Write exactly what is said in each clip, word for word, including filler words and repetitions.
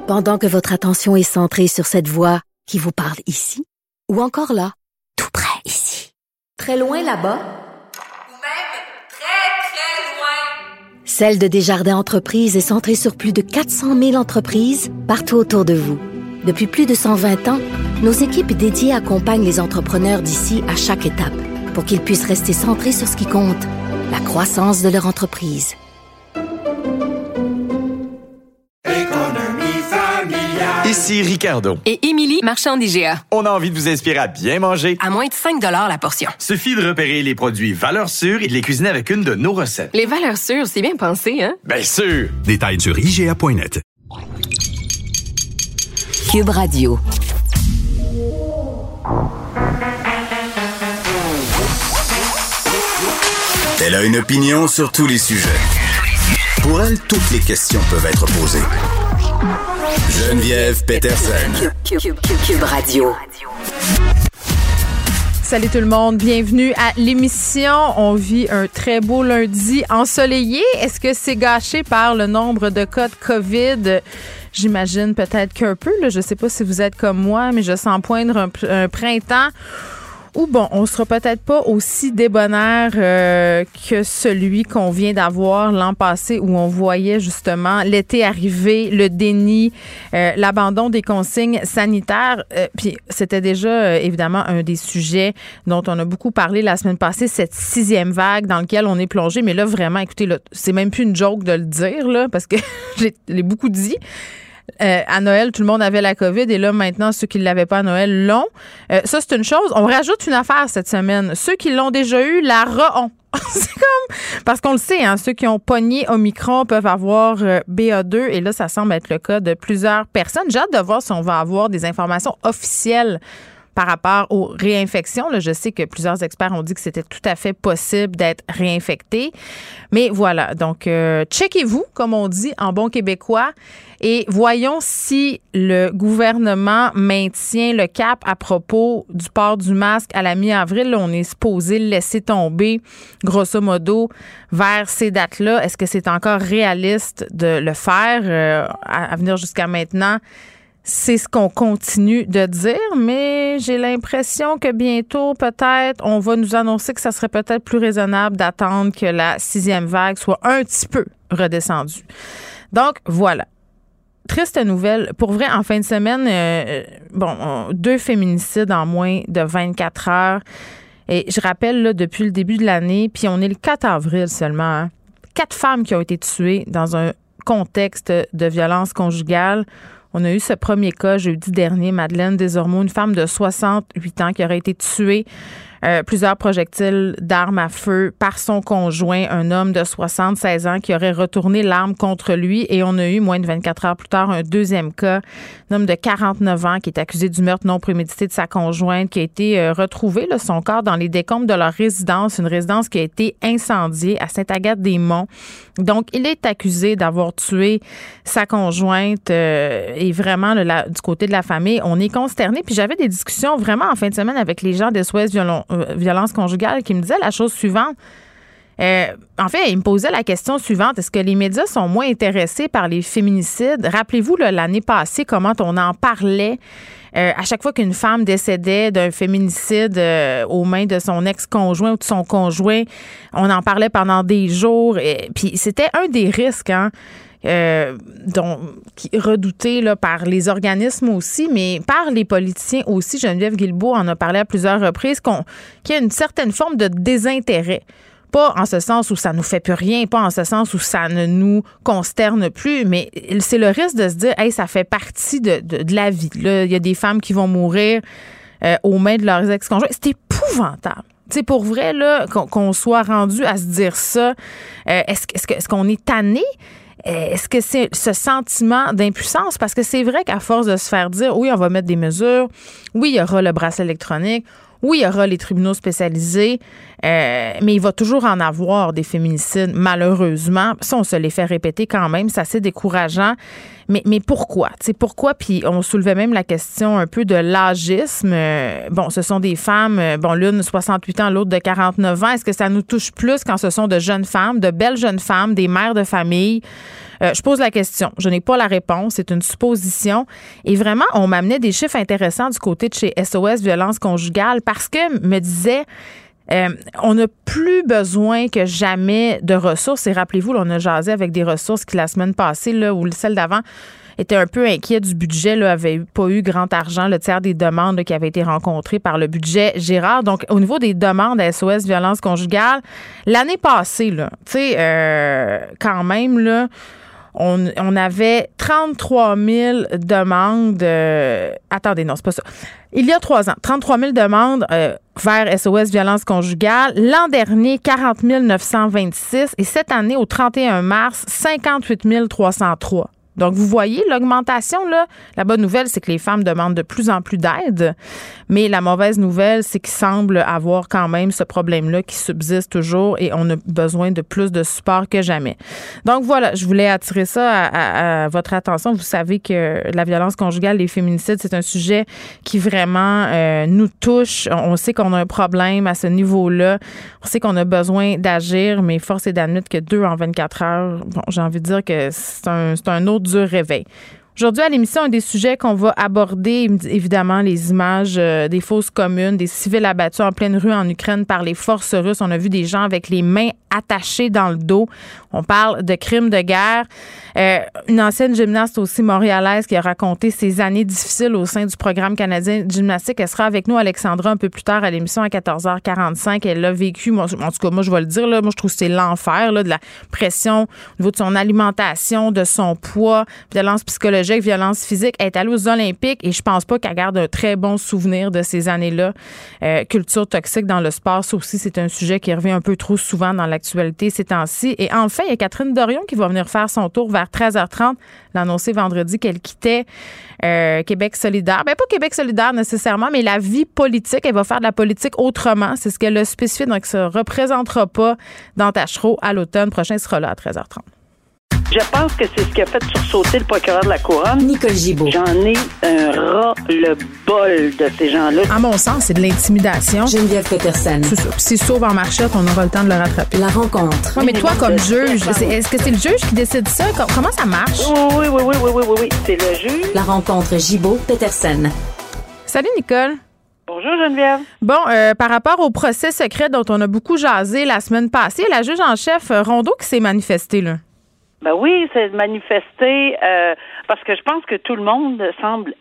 Pendant que votre attention est centrée sur cette voix qui vous parle ici, ou encore là, tout près ici, très loin là-bas, ou même très, très loin, Celle de Desjardins Entreprises est centrée sur plus de quatre cent mille entreprises partout autour de vous. Depuis plus de cent vingt ans, nos équipes dédiées accompagnent les entrepreneurs d'ici à chaque étape pour qu'ils puissent rester centrés sur ce qui compte, la croissance de leur entreprise. Ici Ricardo. Et Émilie, marchand d'I G A. On a envie de vous inspirer à bien manger. À moins de cinq dollars la portion. Suffit de repérer les produits valeurs sûres et de les cuisiner avec une de nos recettes. Les valeurs sûres, c'est bien pensé, hein? Bien sûr! Détails sur I G A point net. Cube Radio. Elle a une opinion sur tous les sujets. Pour elle, toutes les questions peuvent être posées. Geneviève Peterson. Cube, Cube, Cube, Cube Radio. Salut tout le monde, bienvenue à l'émission. On vit un très beau lundi ensoleillé. Est-ce que c'est gâché par le nombre de cas de COVID? J'imagine peut-être qu'un peu. Là. Je ne sais pas si vous êtes comme moi, mais je sens poindre un, un printemps où, bon, on sera peut-être pas aussi débonnaire euh, que celui qu'on vient d'avoir l'an passé où on voyait justement l'été arriver, le déni, euh, l'abandon des consignes sanitaires. Euh, puis c'était déjà euh, évidemment un des sujets dont on a beaucoup parlé la semaine passée, cette sixième vague dans laquelle on est plongé. Mais là, vraiment, écoutez, là, c'est même plus une joke de le dire, là, parce que je l'ai beaucoup dit. Euh, à Noël, tout le monde avait la COVID et là, maintenant, ceux qui ne l'avaient pas à Noël l'ont. Euh, ça, c'est une chose. On rajoute une affaire cette semaine. Ceux qui l'ont déjà eu la re-ont. C'est comme... Parce qu'on le sait, hein, ceux qui ont pogné Omicron peuvent avoir euh, B A deux et là, ça semble être le cas de plusieurs personnes. J'ai hâte de voir si on va avoir des informations officielles par rapport aux réinfections. Là, je sais que plusieurs experts ont dit que c'était tout à fait possible d'être réinfecté. Mais voilà, donc euh, checkez-vous, comme on dit en bon québécois, et voyons si le gouvernement maintient le cap à propos du port du masque à la mi-avril. Là, on est supposé le laisser tomber, grosso modo, vers ces dates-là. Est-ce que c'est encore réaliste de le faire euh, à, à venir jusqu'à maintenant? C'est ce qu'on continue de dire, mais j'ai l'impression que bientôt, peut-être, on va nous annoncer que ça serait peut-être plus raisonnable d'attendre que la sixième vague soit un petit peu redescendue. Donc, voilà. Triste nouvelle. Pour vrai, en fin de semaine, euh, bon, on, deux féminicides en moins de vingt-quatre heures. Et je rappelle, là, depuis le début de l'année, puis on est le quatre avril seulement, hein, quatre femmes qui ont été tuées dans un contexte de violence conjugale. On a eu ce premier cas jeudi dernier, Madeleine Desormeaux, une femme de soixante-huit ans qui aurait été tuée, euh, plusieurs projectiles d'armes à feu par son conjoint, un homme de soixante-seize ans qui aurait retourné l'arme contre lui. Et on a eu, moins de vingt-quatre heures plus tard, un deuxième cas, un homme de quarante-neuf ans qui est accusé du meurtre non prémédité de sa conjointe, qui a été euh, retrouvé, là, son corps dans les décombres de leur résidence, une résidence qui a été incendiée à Sainte-Agathe-des-Monts. Donc, il est accusé d'avoir tué sa conjointe euh, et vraiment, là, la, du côté de la famille, on est consterné. Puis j'avais des discussions vraiment en fin de semaine avec les gens d'S O S Violon, euh, Violence conjugale qui me disaient la chose suivante. Euh, en fait, ils me posaient la question suivante. Est-ce que les médias sont moins intéressés par les féminicides? Rappelez-vous, là, l'année passée, comment on en parlait. Euh, à chaque fois qu'une femme décédait d'un féminicide euh, aux mains de son ex-conjoint ou de son conjoint, on en parlait pendant des jours. Et, puis c'était un des risques, hein, euh, dont, qui, redouté là, par les organismes aussi, mais par les politiciens aussi. Geneviève Guilbeault en a parlé à plusieurs reprises, qu'on, qu'il y a une certaine forme de désintérêt. Pas en ce sens où ça nous fait plus rien, pas en ce sens où ça ne nous consterne plus, mais c'est le risque de se dire, hey, ça fait partie de, de, de la vie. Là, il y a des femmes qui vont mourir euh, aux mains de leurs ex-conjoints. C'est épouvantable. Tu sais, pour vrai, là, qu'on, qu'on soit rendu à se dire ça, euh, est-ce, est-ce, que, est-ce qu'on est tanné? Est-ce que c'est ce sentiment d'impuissance? Parce que c'est vrai qu'à force de se faire dire, oui, on va mettre des mesures, oui, il y aura le bracelet électronique, Oui, il y aura les tribunaux spécialisés, euh, mais il va toujours en avoir des féminicides, malheureusement. Ça, on se les fait répéter quand même. C'est assez décourageant. Mais, mais pourquoi? Tu sais, pourquoi? Puis on soulevait même la question un peu de l'âgisme. Euh, bon, ce sont des femmes, euh, bon, l'une soixante-huit ans, l'autre de quarante-neuf ans. Est-ce que ça nous touche plus quand ce sont de jeunes femmes, de belles jeunes femmes, des mères de famille? Euh, je pose la question. Je n'ai pas la réponse. C'est une supposition. Et vraiment, on m'amenait des chiffres intéressants du côté de chez S O S Violence conjugale parce que me disait... Euh, on n'a plus besoin que jamais de ressources. Et rappelez-vous, là, on a jasé avec des ressources qui, la semaine passée, là, ou celle d'avant, était un peu inquiet du budget, là, avait pas eu grand argent, le tiers des demandes là, qui avaient été rencontrées par le budget Girard. Donc, au niveau des demandes à S O S Violence conjugale, l'année passée, là, tu sais, euh, quand même, là, On, on avait trente-trois mille demandes. Euh, attendez, non, c'est pas ça. Il y a trois ans, trente-trois mille demandes euh, vers S O S Violence conjugale. L'an dernier, quarante mille neuf cent vingt-six. Et cette année, au trente et un mars, cinquante-huit mille trois cent trois. Donc, vous voyez l'augmentation, là. La bonne nouvelle, c'est que les femmes demandent de plus en plus d'aide. Mais la mauvaise nouvelle, c'est qu'il semble avoir quand même ce problème-là qui subsiste toujours et on a besoin de plus de support que jamais. Donc, voilà, je voulais attirer ça à, à, à votre attention. Vous savez que la violence conjugale, les féminicides, c'est un sujet qui vraiment euh, nous touche. On sait qu'on a un problème à ce niveau-là. On sait qu'on a besoin d'agir, mais force est d'admettre que deux en vingt-quatre heures, bon, j'ai envie de dire que c'est un, c'est un autre dur réveil. Aujourd'hui, à l'émission, un des sujets qu'on va aborder, évidemment, les images euh, des fosses communes, des civils abattus en pleine rue en Ukraine par les forces russes. On a vu des gens avec les mains attachées dans le dos. On parle de crimes de guerre. Euh, une ancienne gymnaste aussi montréalaise qui a raconté ses années difficiles au sein du programme canadien de gymnastique. Elle sera avec nous, Alexandra, un peu plus tard à l'émission à quatorze heures quarante-cinq. Elle l'a vécu. Moi, en tout cas, moi, je vais le dire, là, moi, je trouve que c'est l'enfer, là, de la pression au niveau de son alimentation, de son poids, violence psychologique, violence physique. Elle est allée aux Olympiques et je pense pas qu'elle garde un très bon souvenir de ces années-là. Euh, culture toxique dans le sport, ça aussi, c'est un sujet qui revient un peu trop souvent dans l'actualité ces temps-ci. Et enfin, il y a Catherine Dorion qui va venir faire son tour vers treize heures trente. Elle a annoncé vendredi qu'elle quittait euh, Québec solidaire. Ben, pas Québec solidaire nécessairement, mais la vie politique. Elle va faire de la politique autrement. C'est ce qu'elle a spécifié. Donc, ça ne se représentera pas dans Tachereau à l'automne prochain. Elle sera là à treize heures trente. Je pense que c'est ce qui a fait sursauter le procureur de la Couronne. Nicole Gibault. J'en ai un ras-le-bol de ces gens-là. À mon sens, c'est de l'intimidation. Geneviève Peterson. C'est ça. Puis s'il sauve en marchette, on aura le temps de le rattraper. La rencontre. Oui, mais toi, comme juge, c'est, est-ce que c'est le juge qui décide ça? Comment ça marche? Oui, oui, oui, oui, oui, oui, oui. C'est le juge. La rencontre Gibault-Peterson. Salut, Nicole. Bonjour, Geneviève. Bon, euh, par rapport au procès secret dont on a beaucoup jasé la semaine passée, la juge en chef Rondeau qui s'est manifestée, là. Ben oui, c'est manifesté euh, parce que je pense que tout le monde semble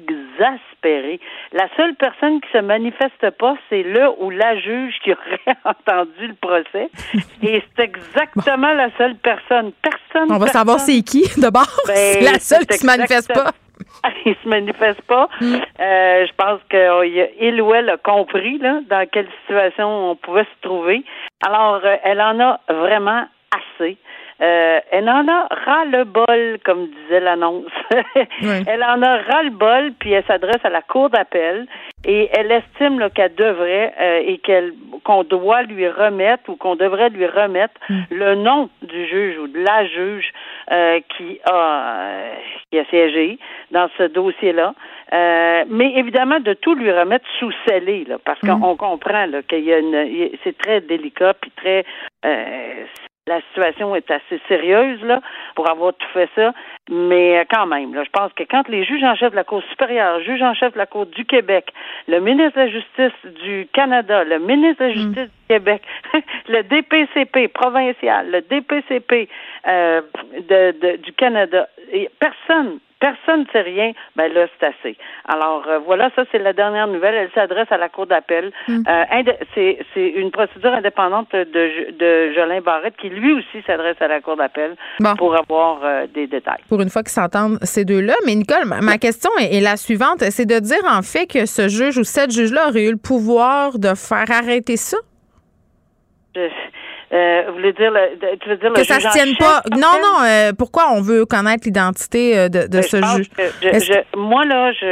exaspéré. La seule personne qui se manifeste pas, c'est le ou la juge qui aurait entendu le procès. Et c'est exactement la seule personne. Personne. On va personne. savoir c'est qui, d'abord. Ben, c'est la seule qui se manifeste pas. Il se manifeste pas. Mm. Euh, je pense qu'il ou elle a compris là, dans quelle situation on pouvait se trouver. Alors, euh, elle en a vraiment assez. Euh, elle en a ras-le-bol, comme disait l'annonce. Oui. Elle en a ras-le-bol, puis elle s'adresse à la cour d'appel et elle estime là, qu'elle devrait euh, et qu'elle qu'on doit lui remettre ou qu'on devrait lui remettre mm. le nom du juge ou de la juge euh, qui a euh, qui a siégé dans ce dossier-là. Euh, mais évidemment de tout lui remettre sous scellé, là, parce mm. qu'on comprend là, qu'il y a une, c'est très délicat puis très euh, la situation est assez sérieuse là pour avoir tout fait ça, mais quand même, là, je pense que quand les juges en chef de la Cour supérieure, juge en chef de la Cour du Québec, le ministre de la Justice du Canada, le ministre de la Justice mm. du Québec, le D P C P provincial, le D P C P euh, de, de, du Canada, et personne Personne ne sait rien, ben là, c'est assez. Alors, euh, voilà, ça, c'est la dernière nouvelle. Elle s'adresse à la Cour d'appel. Mm. Euh, ind- c'est, c'est une procédure indépendante de, de Jolin Barrette qui, lui aussi, s'adresse à la Cour d'appel bon. pour avoir euh, des détails. Pour une fois qu'ils s'entendent, ces deux-là. Mais Nicole, ma, ma question est, est la suivante. C'est de dire, en fait, que ce juge ou cette juge-là aurait eu le pouvoir de faire arrêter ça? Je... Euh, vous voulez dire le, tu veux dire que le ça juge se tienne pas. Non, non. Euh, pourquoi on veut connaître l'identité de, de ce juge? Je, je, moi là, je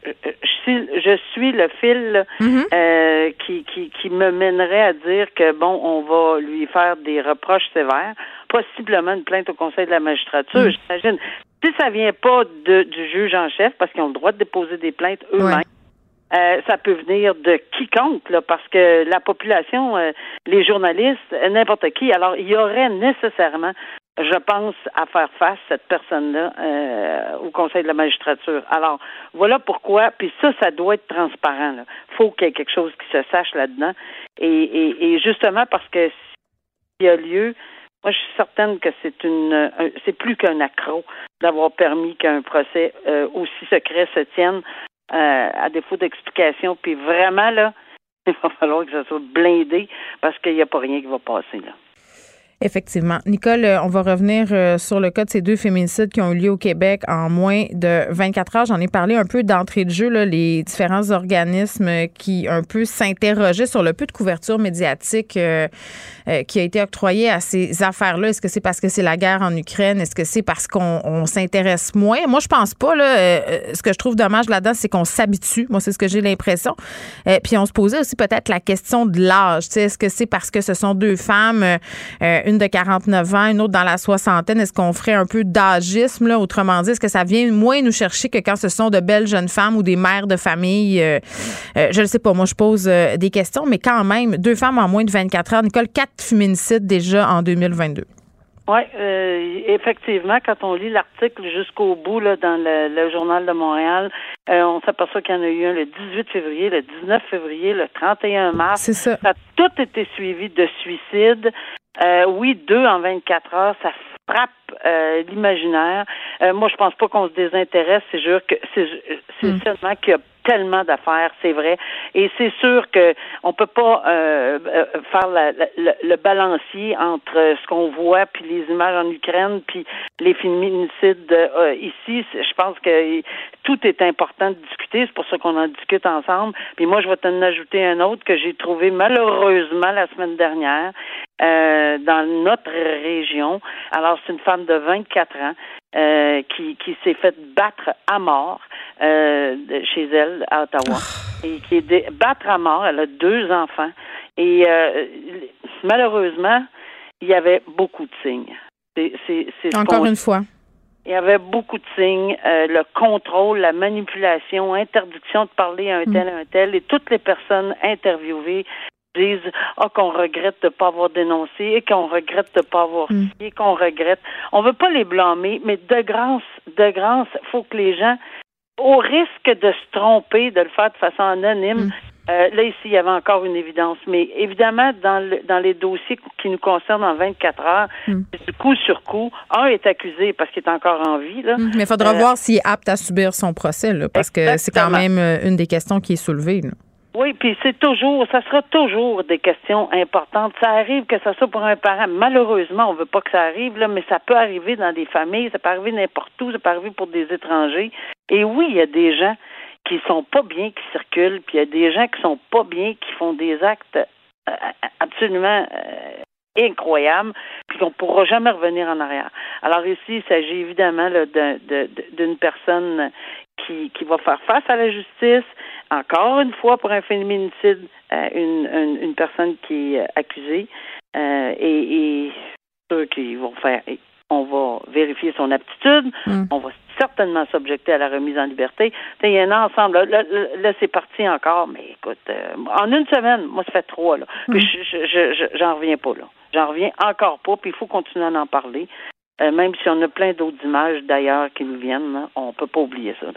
je, je suis le fil mm-hmm. euh, qui, qui, qui me mènerait à dire que, bon, on va lui faire des reproches sévères, possiblement une plainte au Conseil de la magistrature, mm. j'imagine. Si ça vient pas de, du juge en chef, parce qu'ils ont le droit de déposer des plaintes eux-mêmes, ouais. euh, ça peut venir de quiconque, là, parce que la population, euh, les journalistes, n'importe qui, alors il y aurait nécessairement, je pense, à faire face, cette personne-là, euh, au Conseil de la magistrature. Alors, voilà pourquoi, puis ça, ça doit être transparent. Il faut qu'il y ait quelque chose qui se sache là-dedans. Et, et, et justement, parce que s'il y a lieu, moi, je suis certaine que c'est une, un, c'est plus qu'un accroc d'avoir permis qu'un procès euh, aussi secret se tienne euh, à défaut d'explication. Puis vraiment, là, il va falloir que ça soit blindé parce qu'il n'y a pas rien qui va passer, là. Effectivement. Nicole, on va revenir sur le cas de ces deux féminicides qui ont eu lieu au Québec en moins de vingt-quatre heures. J'en ai parlé un peu d'entrée de jeu, là, les différents organismes qui un peu s'interrogeaient sur le peu de couverture médiatique euh, euh, qui a été octroyée à ces affaires-là. Est-ce que c'est parce que c'est la guerre en Ukraine? Est-ce que c'est parce qu'on on s'intéresse moins? Moi, je pense pas. Là, euh, ce que je trouve dommage là-dedans, c'est qu'on s'habitue. Moi, c'est ce que j'ai l'impression. Euh, puis on se posait aussi peut-être la question de l'âge. Tu sais, est-ce que c'est parce que ce sont deux femmes, euh, une de quarante-neuf ans, une autre dans la soixantaine? Est-ce qu'on ferait un peu d'agisme, là? Autrement dit, est-ce que ça vient moins nous chercher que quand ce sont de belles jeunes femmes ou des mères de famille? Euh, euh, je ne sais pas. Moi, je pose euh, des questions, mais quand même, deux femmes en moins de vingt-quatre heures. Nicole, quatre féminicides déjà en deux mille vingt-deux. Oui, euh, effectivement, quand on lit l'article jusqu'au bout là, dans le, le Journal de Montréal, euh, on s'aperçoit qu'il y en a eu un le dix-huit février, le dix-neuf février, le trente et un mars. C'est ça. Ça a tout été suivi de suicides. Euh, oui, deux en vingt-quatre heures, ça frappe euh, l'imaginaire. Euh, moi, je pense pas qu'on se désintéresse. C'est sûr que c'est, c'est mm. seulement qu'il y a tellement d'affaires, c'est vrai. Et c'est sûr que on peut pas euh, faire la, la, le, le balancier entre ce qu'on voit puis les images en Ukraine puis les féminicides euh, ici. Je pense que tout est important de discuter. C'est pour ça qu'on en discute ensemble. Puis moi, je vais t'en ajouter un autre que j'ai trouvé malheureusement la semaine dernière euh, dans notre région. Alors, c'est une femme de vingt-quatre ans euh, qui, qui s'est fait battre à mort euh, chez elle à Ottawa et qui est dé- battre à mort. Elle a deux enfants et euh, malheureusement, il y avait beaucoup de signes. C'est, c'est, c'est Encore une fois. Il y avait beaucoup de signes, euh, le contrôle, la manipulation, interdiction de parler à un tel, à un tel, et toutes les personnes interviewées disent ah, qu'on regrette de ne pas avoir dénoncé et qu'on regrette de ne pas avoir mm. et qu'on regrette. On ne veut pas les blâmer, mais de grâce, de grâce, il faut que les gens, au risque de se tromper, de le faire de façon anonyme, mm. euh, là, ici, il y avait encore une évidence. Mais évidemment, dans, le, dans les dossiers qui nous concernent en vingt-quatre heures, mm. du coup sur coup, un est accusé parce qu'il est encore en vie. Là. Mm. Mais il faudra euh, voir s'il est apte à subir son procès, là, parce exactement. que c'est quand même une des questions qui est soulevée. Là. Oui, puis c'est toujours, ça sera toujours des questions importantes. Ça arrive que ça soit pour un parent. Malheureusement, on veut pas que ça arrive, là, mais ça peut arriver dans des familles, ça peut arriver n'importe où, ça peut arriver pour des étrangers. Et oui, il y a des gens qui sont pas bien, qui circulent, puis il y a des gens qui sont pas bien, qui font des actes euh, absolument euh, incroyables, puis qu'on pourra jamais revenir en arrière. Alors ici, il s'agit évidemment là, de, de, d'une personne qui, qui va faire face à la justice. Encore une fois, pour un féminicide, euh, une, une, une personne qui est accusée euh, et, et ceux qui vont faire, on va vérifier son aptitude, mm. on va certainement s'objecter à la remise en liberté. Il y a un ensemble, là, là, là c'est parti encore, mais écoute, euh, en une semaine, moi, ça fait trois, là. Puis mm. je, je, je, j'en reviens pas, là. J'en reviens encore pas, puis il faut continuer à en parler. Euh, même si on a plein d'autres images, d'ailleurs, qui nous viennent, là, on peut pas oublier ça, là.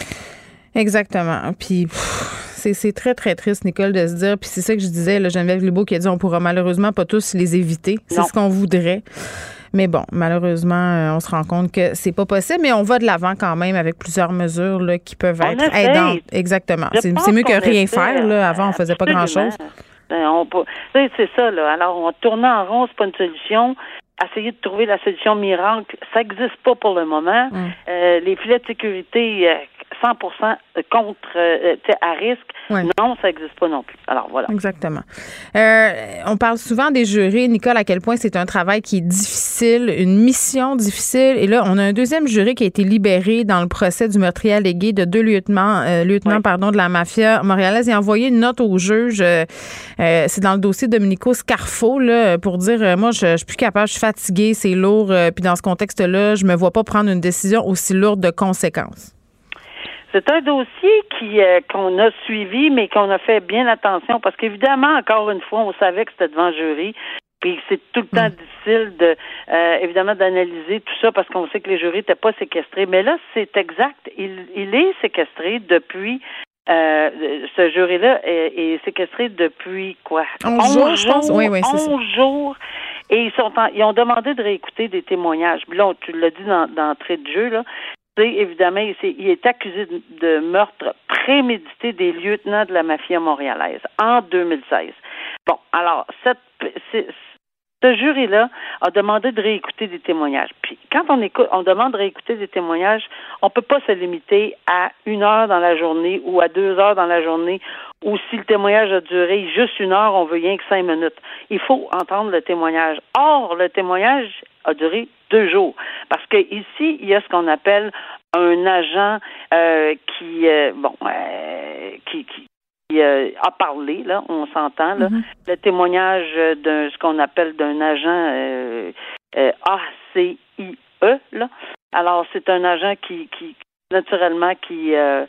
Exactement. Puis pff, c'est, c'est très, très triste, Nicole, de se dire, puis c'est ça que je disais, là, Geneviève Guilbeault qui a dit on pourra malheureusement pas tous les éviter. C'est non. ce qu'on voudrait. Mais bon, malheureusement, on se rend compte que c'est pas possible, mais on va de l'avant quand même avec plusieurs mesures là, qui peuvent on être essaie. aidantes. Exactement. C'est, c'est mieux que rien essaie. faire. Là. Avant, on faisait pas grand-chose. On peut, c'est ça, là. Alors, on tournait en rond, c'est pas une solution. Essayer de trouver la solution miracle, ça n'existe pas pour le moment. Mm. Euh, les filets de sécurité, euh, cent pour cent contre, euh, à risque. Ouais. Non, ça n'existe pas non plus. Alors, voilà. Exactement. Euh, on parle souvent des jurés, Nicole, à quel point c'est un travail qui est difficile, une mission difficile. Et là, on a un deuxième juré qui a été libéré dans le procès du meurtrier allégué de deux lieutenants, euh, lieutenants ouais. pardon, de la mafia montréalaise. Il a envoyé une note au juge. Euh, euh, c'est dans le dossier Domenico Scarfo, là, pour dire, euh, moi, je, je suis plus capable, je suis fatiguée, c'est lourd. Euh, puis dans ce contexte-là, je me vois pas prendre une décision aussi lourde de conséquences. C'est un dossier qui euh, qu'on a suivi, mais qu'on a fait bien attention, parce qu'évidemment, encore une fois, on savait que c'était devant jury, puis c'est tout le temps mmh. difficile de, euh, évidemment, d'analyser tout ça, parce qu'on sait que les jurys n'étaient pas séquestrés. Mais là, c'est exact. Il, il est séquestré depuis... Euh, ce jury-là est, est séquestré depuis quoi? onze jours, je pense. Oui, oui, c'est ça. onze jours. Et ils sont en, ils ont demandé de réécouter des témoignages. Puis là, tu l'as dit dans, d'entrée de jeu, là. Évidemment, il, il est accusé de, de meurtre prémédité des lieutenants de la mafia montréalaise en deux mille seize. Bon, alors, cette, c'est, ce jury-là a demandé de réécouter des témoignages. Puis, quand on écoute, on demande de réécouter des témoignages, on peut pas se limiter à une heure dans la journée ou à deux heures dans la journée, ou si le témoignage a duré juste une heure, on veut rien que cinq minutes. Il faut entendre le témoignage. Or, le témoignage a duré deux jours. Parce que ici, il y a ce qu'on appelle un agent euh, qui, euh, bon, euh, qui, qui, qui euh, a parlé, là, on s'entend, là, mm-hmm. le témoignage d'un, ce qu'on appelle d'un agent euh, euh, A C I E, là. Alors, c'est un agent qui, qui naturellement, qui, euh,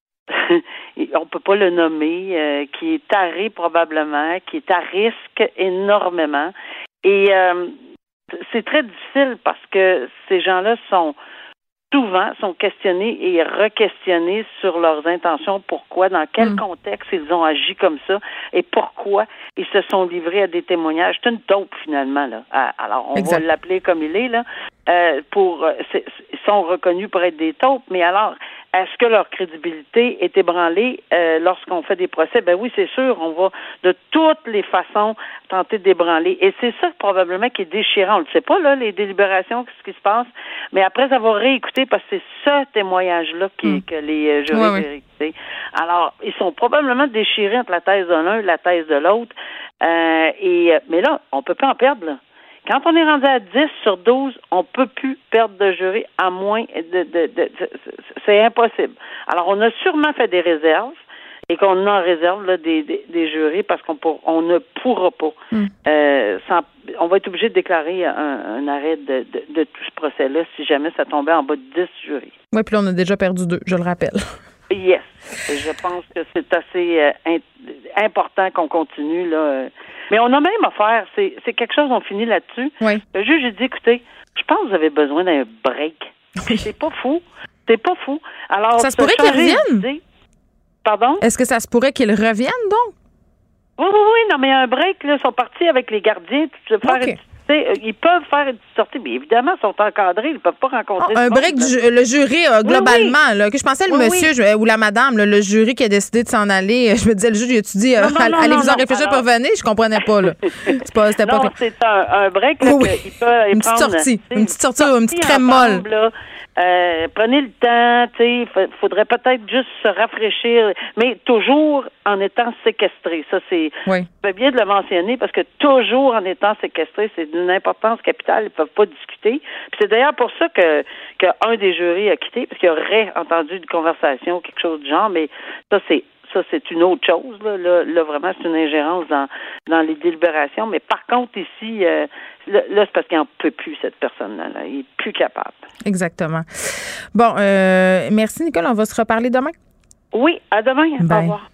on peut pas le nommer, euh, qui est taré probablement, qui est à risque énormément. Et euh, c'est très difficile parce que ces gens-là sont souvent sont questionnés et re-questionnés sur leurs intentions, pourquoi, dans quel mmh. contexte ils ont agi comme ça et pourquoi ils se sont livrés à des témoignages. C'est une taupe, finalement, là. Alors, on exact. va l'appeler comme il est, là. Euh, pour, c'est, ils sont reconnus pour être des taupes, mais alors, est-ce que leur crédibilité est ébranlée euh, lorsqu'on fait des procès? Ben oui, c'est sûr, on va de toutes les façons tenter d'ébranler. Et c'est ça probablement qui est déchirant. On ne le sait pas, là, les délibérations, ce qui se passe, mais après avoir réécouté, parce que c'est ce témoignage-là qui, mm. que les euh, jurys ont réécouté. Alors, ils sont probablement déchirés entre la thèse de l'un et la thèse de l'autre. Euh, et mais là, on peut pas en perdre, là. Quand on est rendu à dix sur douze, on peut plus perdre de jury à moins de, de, de, de c'est impossible. Alors, on a sûrement fait des réserves et qu'on a en réserve là, des, des, des jurys parce qu'on pour, on ne pourra pas. Mm. Euh, sans, on va être obligé de déclarer un, un arrêt de, de, de tout ce procès-là si jamais ça tombait en bas de dix jurys. Oui, puis là, on a déjà perdu deux, je le rappelle. Yes. Je pense que c'est assez euh, in, important qu'on continue, là. Mais on a même affaire, c'est, c'est quelque chose, on finit là-dessus. Oui. Le juge a dit, écoutez, je pense que vous avez besoin d'un break. Oui. C'est pas fou. C'est pas fou. Alors, ça se pourrait qu'ils reviennent? Pardon? Est-ce que ça se pourrait qu'ils reviennent, donc? Oui, oui, oui. Non, mais un break, là, ils sont partis avec les gardiens. Faire okay. une, ils peuvent faire une sortie, mais évidemment, ils sont encadrés. Ils ne peuvent pas rencontrer... Oh, un break, du, le jury, euh, globalement, oui, oui. Là, que je pensais le oui, monsieur oui. Je, ou la madame, là, le jury qui a décidé de s'en aller, je me disais, le juge, il a-tu dit, euh, allez-vous en réfléchir pour revenir? Je comprenais pas, là. C'est pas, c'était non, pas... c'est un, un break, là, oui. qu'il peut une petite sortie, une petite sortie, une petite crème molle. Là. Euh, prenez le temps, tu sais, faudrait peut-être juste se rafraîchir, mais toujours en étant séquestré. Ça, c'est oui. c'est bien de le mentionner parce que toujours en étant séquestré, c'est d'une importance capitale. Ils peuvent pas discuter. Puis c'est d'ailleurs pour ça que qu'un des jurys a quitté, parce qu'il aurait entendu une conversation, quelque chose du genre, mais ça, c'est ça, c'est une autre chose. Là, là, là vraiment, c'est une ingérence dans, dans les délibérations. Mais par contre, ici, euh, là, là, c'est parce qu'il n'en peut plus, cette personne-là. Là. Il n'est plus capable. Exactement. Bon, euh, merci, Nicole. On va se reparler demain. Oui, à demain. Bye. Au revoir.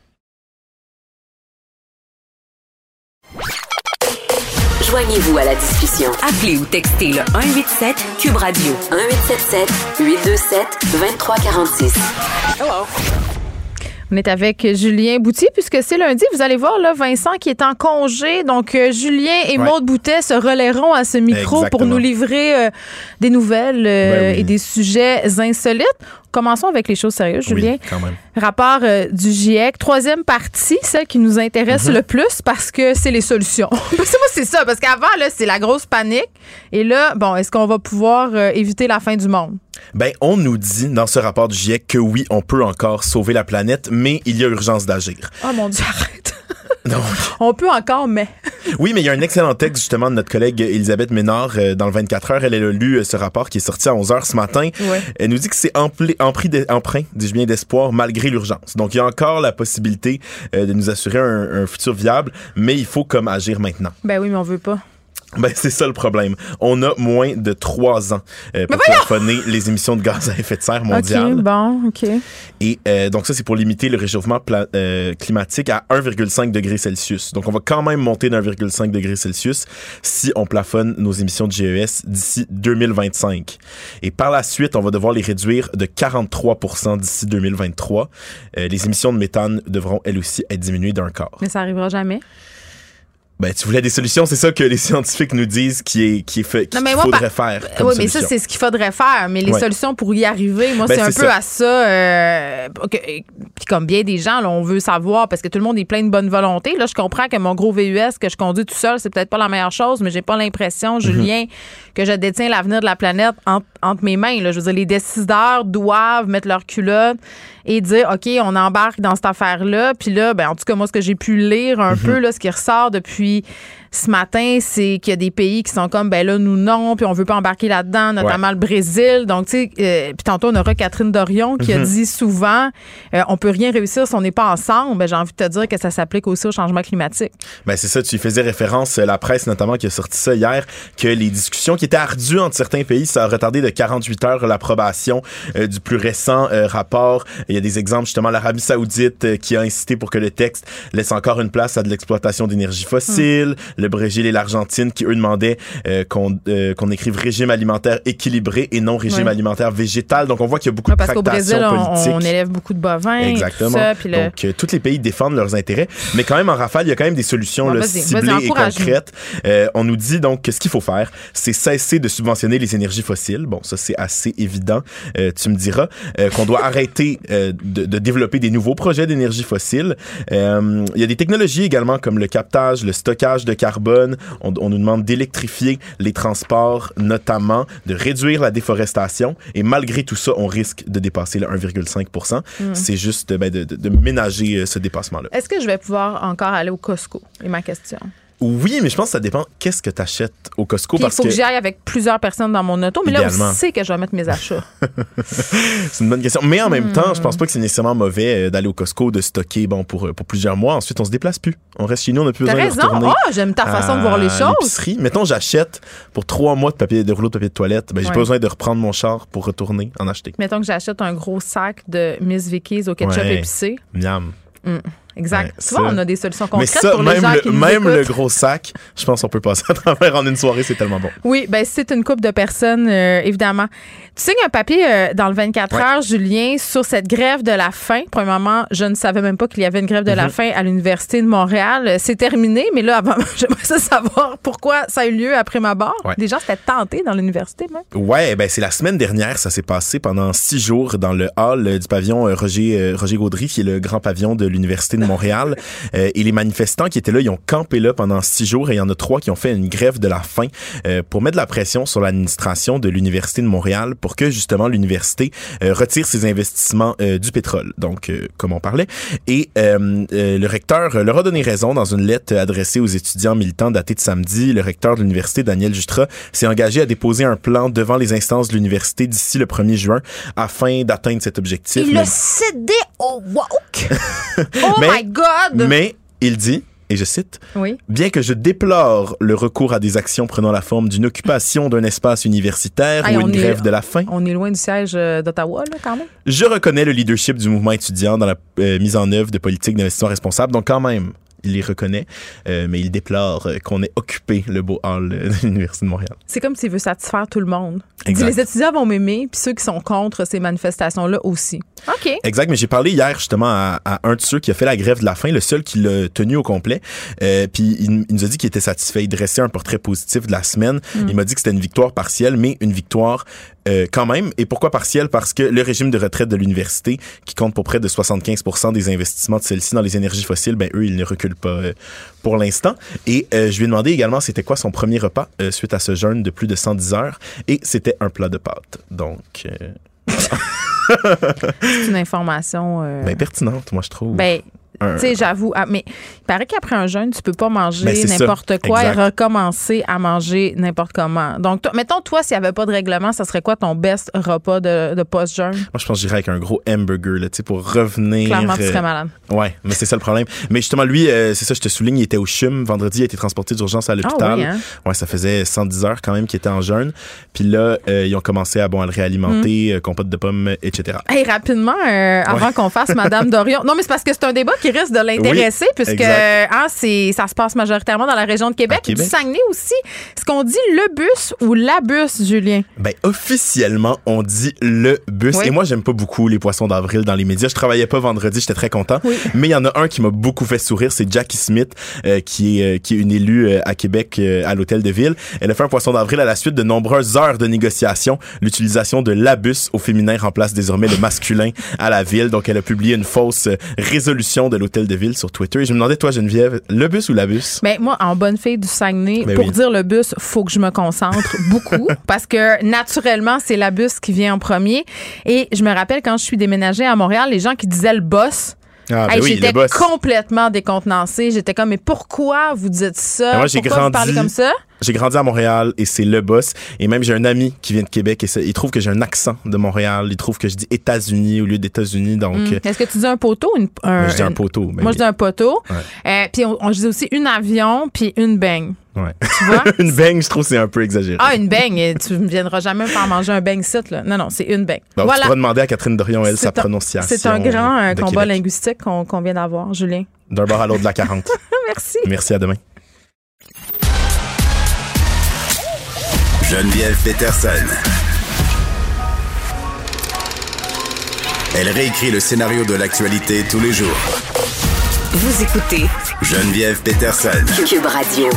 Joignez-vous à la discussion. Appelez ou textez le un huit sept Cube Radio. un huit sept sept huit deux sept deux trois quatre six. Hello. On est avec Julien Boutier, puisque c'est lundi. Vous allez voir, là, Vincent qui est en congé. Donc, euh, Julien et ouais. Maude Boutet se relaieront à ce micro Exactement. Pour nous livrer euh, des nouvelles euh, ben oui. et des sujets insolites. On commençons avec les choses sérieuses, Julien. Oui, quand même. Rapport euh, du GIEC. Troisième partie, celle qui nous intéresse mm-hmm. le plus parce que c'est les solutions. Parce que moi, c'est ça. Parce qu'avant, là, c'est la grosse panique. Et là, bon, est-ce qu'on va pouvoir euh, éviter la fin du monde? Ben, on nous dit dans ce rapport du GIEC que oui, on peut encore sauver la planète, mais il y a urgence d'agir. Oh mon Dieu, arrête. Donc, on peut encore, mais... Oui, mais il y a un excellent texte, justement, de notre collègue Elisabeth Ménard euh, dans le vingt-quatre heures. Elle, elle a lu euh, ce rapport qui est sorti à onze heures ce matin. Ouais. Elle nous dit que c'est empli, empris de, empreint, dis-je bien, d'espoir, malgré l'urgence. Donc, il y a encore la possibilité euh, de nous assurer un, un futur viable, mais il faut comme agir maintenant. Ben oui, mais on veut pas. Ben, c'est ça le problème. On a moins de trois ans euh, pour plafonner les émissions de gaz à effet de serre mondiales. OK, bon, OK. Et euh, donc ça, c'est pour limiter le réchauffement pla- euh, climatique à un virgule cinq degrés Celsius. Donc, on va quand même monter d'un un virgule cinq degrés Celsius si on plafonne nos émissions de G E S d'ici deux mille vingt-cinq. Et par la suite, on va devoir les réduire de quarante-trois pour cent d'ici deux mille vingt-trois. Euh, les émissions de méthane devront, elles aussi, être diminuées d'un quart. Mais ça arrivera jamais. Ben, tu voulais des solutions, c'est ça que les scientifiques nous disent qui est, qui est fait, qu'il non, faudrait par... faire. Comme oui, solution. Mais ça, c'est ce qu'il faudrait faire. Mais les ouais. solutions pour y arriver, moi, ben, c'est un c'est peu ça. à ça. Euh, que, puis comme bien des gens, là, on veut savoir, parce que tout le monde est plein de bonne volonté. Là, je comprends que mon gros V U S que je conduis tout seul, c'est peut-être pas la meilleure chose, mais j'ai pas l'impression, Julien, mm-hmm. que je détiens l'avenir de la planète entre, entre mes mains. Là. Je veux dire, les décideurs doivent mettre leur culotte et dire, OK, on embarque dans cette affaire-là. Puis là, ben, en tout cas, moi, ce que j'ai pu lire un mm-hmm. peu, là, ce qui ressort depuis ce matin, c'est qu'il y a des pays qui sont comme, ben là, nous non, puis on veut pas embarquer là-dedans, notamment ouais. le Brésil. Donc, tu sais, euh, puis tantôt, on aura Catherine Dorion qui mm-hmm. a dit souvent, euh, on peut rien réussir si on n'est pas ensemble. Ben, j'ai envie de te dire que ça s'applique aussi au changement climatique. Ben, c'est ça, tu y faisais référence, la presse notamment qui a sorti ça hier, que les discussions qui étaient ardues entre certains pays, ça a retardé de quarante-huit heures l'approbation euh, du plus récent euh, rapport. Il y a des exemples, justement, l'Arabie Saoudite euh, qui a incité pour que le texte laisse encore une place à de l'exploitation d'énergie fossile. Mm. Le Brésil et l'Argentine qui, eux, demandaient euh, qu'on, euh, qu'on écrive régime alimentaire équilibré et non régime ouais. alimentaire végétal. Donc, on voit qu'il y a beaucoup ouais, de tractations politiques. Parce qu'au Brésil, on, on élève beaucoup de bovins. Exactement. Tout ça, puis le... Donc, euh, tous les pays défendent leurs intérêts. Mais quand même, en rafale, il y a quand même des solutions ouais, là, vas-y, ciblées vas-y, et concrètes. Euh, on nous dit donc que ce qu'il faut faire, c'est cesser de subventionner les énergies fossiles. Bon, ça, c'est assez évident. Euh, tu me diras euh, qu'on doit arrêter euh, de, de développer des nouveaux projets d'énergie fossile. Euh, il y a des technologies également comme le captage, le stockage de carbone. On, on nous demande d'électrifier les transports, notamment, de réduire la déforestation. Et malgré tout ça, on risque de dépasser le un virgule cinq pour cent. Mmh. C'est juste ben, de, de, de ménager ce dépassement-là. Est-ce que je vais pouvoir encore aller au Costco? C'est ma question. Oui, mais je pense que ça dépend qu'est-ce que tu achètes au Costco. Puis parce il faut que, que j'y aille avec plusieurs personnes dans mon auto. Mais idéalement. Là, on sait que je vais mettre mes achats. C'est une bonne question. Mais en même hmm. temps, je pense pas que c'est nécessairement mauvais d'aller au Costco, de stocker bon, pour, pour plusieurs mois. Ensuite, on se déplace plus. On reste chez nous, on n'a plus T'as besoin raison. de retourner. Oh, j'aime ta façon de voir les choses. L'épicerie. Mettons, j'achète pour trois mois de papier, de rouleau de papier de toilette. Ben, j'ai ouais. pas besoin de reprendre mon char pour retourner en acheter. Mettons que j'achète un gros sac de Miss Vicky's au ketchup ouais. épicé. Miam. Mm. Exact. Ouais, tu vois, on a des solutions concrètes mais ça, pour même les gens le, qui nous Même écoutent. le gros sac, je pense qu'on peut passer à travers en une soirée, c'est tellement bon. Oui, ben c'est une couple de personnes, euh, évidemment. Tu signes un papier euh, dans le vingt-quatre ouais. heures, Julien, sur cette grève de la faim. Premièrement, je ne savais même pas qu'il y avait une grève de mm-hmm. la faim à l'Université de Montréal. C'est terminé, mais là, avant, j'aimerais ça savoir pourquoi ça a eu lieu après ma barre. Ouais. Des gens s'étaient tentés dans l'université, même. Ouais, ben c'est la semaine dernière, ça s'est passé pendant six jours dans le hall du pavillon Roger, Roger Gaudry, qui est le grand pavillon de l'Université de Montréal. Euh, et les manifestants qui étaient là, ils ont campé là pendant six jours et il y en a trois qui ont fait une grève de la faim euh, pour mettre de la pression sur l'administration de l'Université de Montréal pour que justement l'université euh, retire ses investissements euh, du pétrole. Donc, euh, comme on parlait. Et euh, euh, le recteur leur a donné raison dans une lettre adressée aux étudiants militants datée de samedi. Le recteur de l'université, Daniel Justra, s'est engagé à déposer un plan devant les instances de l'université d'ici le premier juin afin d'atteindre cet objectif. Il mais... a cédé au woke! Oh mais, my God! Mais il dit, et je cite, oui. « Bien que je déplore le recours à des actions prenant la forme d'une occupation d'un espace universitaire hey, ou une grève est, de la faim... » On est loin du siège d'Ottawa, là, quand même. « Je reconnais le leadership du mouvement étudiant dans la euh, mise en œuvre de politiques d'investissement responsable. » Donc, quand même, il les reconnaît, euh, mais il déplore euh, qu'on ait occupé le beau hall euh, de l'Université de Montréal. C'est comme s'il veut satisfaire tout le monde. Il dit, les étudiants vont m'aimer, puis ceux qui sont contre ces manifestations-là aussi. OK. Exact, mais j'ai parlé hier justement à, à un de ceux qui a fait la grève de la faim, le seul qui l'a tenu au complet, euh, puis il, il nous a dit qu'il était satisfait. Il dressait un portrait positif de la semaine. Mm. Il m'a dit que c'était une victoire partielle, mais une victoire euh, quand même. Et pourquoi partiel? Parce que le régime de retraite de l'université, qui compte pour près de soixante-quinze pour cent des investissements de celle-ci dans les énergies fossiles, ben eux, ils ne reculent pas euh, pour l'instant. Et euh, je lui ai demandé également c'était quoi son premier repas euh, suite à ce jeûne de plus de cent dix heures. Et c'était un plat de pâtes. Donc... Euh... C'est une information... Euh... Ben, pertinente, moi, je trouve. Ben... Tu sais, j'avoue, ah, mais il paraît qu'après un jeûne, tu peux pas manger ben, n'importe ça. quoi Exact. et recommencer à manger n'importe comment. Donc, toi, mettons, toi, s'il n'y avait pas de règlement, ça serait quoi ton best repas de, de post-jeûne? Moi, je pense que j'irais avec un gros hamburger, là, tu sais, pour revenir. Clairement, tu euh, serais malade. Ouais, mais c'est ça le problème. Mais justement, lui, euh, c'est ça, je te souligne, il était au C H U M. Vendredi, il a été transporté d'urgence à l'hôpital. Ah oui, hein? Ouais, ça faisait cent dix heures quand même qu'il était en jeûne. Puis là, euh, ils ont commencé à, bon, à le réalimenter, mm. euh, compote de pommes, et cetera. Hey, rapidement, euh, avant ouais. qu'on fasse Madame Dorion. Non, mais c'est parce que c'est un débat qui risque de l'intéresser. Oui. Puisque hein, c'est, ça se passe majoritairement dans la région de Québec. Québec. Du Saguenay aussi. Est-ce qu'on dit le bus ou la bus, Julien? Ben, officiellement, on dit le bus. Oui. Et moi, j'aime pas beaucoup les poissons d'avril dans les médias. Je travaillais pas vendredi, j'étais très content. Oui. Mais il y en a un qui m'a beaucoup fait sourire, c'est Jackie Smith, euh, qui, est, euh, qui est une élue euh, à Québec euh, à l'Hôtel de Ville. Elle a fait un poisson d'avril à la suite de nombreuses heures de négociations. L'utilisation de la bus au féminin remplace désormais le masculin à la ville. Donc, elle a publié une fausse résolution de l'Hôtel de Ville sur Twitter. Et je me demandais, toi, Geneviève, le bus ou la bus? Ben, moi, en bonne fille du Saguenay, ben pour oui. dire le bus, faut que je me concentre beaucoup parce que naturellement, c'est la bus qui vient en premier. Et je me rappelle quand je suis déménagée à Montréal, les gens qui disaient le boss, Ah, ben hey, oui, j'étais le boss. complètement décontenancée. J'étais comme, mais pourquoi vous dites ça? Ben moi, j'ai pourquoi grandi, vous parlez comme ça? J'ai grandi à Montréal et c'est le boss. Et même, j'ai un ami qui vient de Québec et ça, il trouve que j'ai un accent de Montréal. Il trouve que je dis États-Unis au lieu d'États-Unis. Donc, mmh. Est-ce que tu dis un poteau? Une, un, moi, je dis un poteau. Ben moi, oui. je dis un poteau. Ouais. Euh, puis, on, on je dis aussi une avion puis une beigne. Ouais. Tu vois? Une beigne, je trouve que c'est un peu exagéré. Ah, une beigne. Tu ne viendras jamais me faire manger un beigne site, là. Non, non, c'est une beigne. Donc, voilà. Tu pourras demander à Catherine Dorion, elle, c'est sa un, prononciation. C'est un grand euh, combat Québec. linguistique qu'on, qu'on vient d'avoir, Julien. D'un bord à l'autre de la quarante. Merci. Merci, à demain. Geneviève Peterson. Elle réécrit le scénario de l'actualité tous les jours. Vous écoutez Geneviève Peterson. Cube Radio.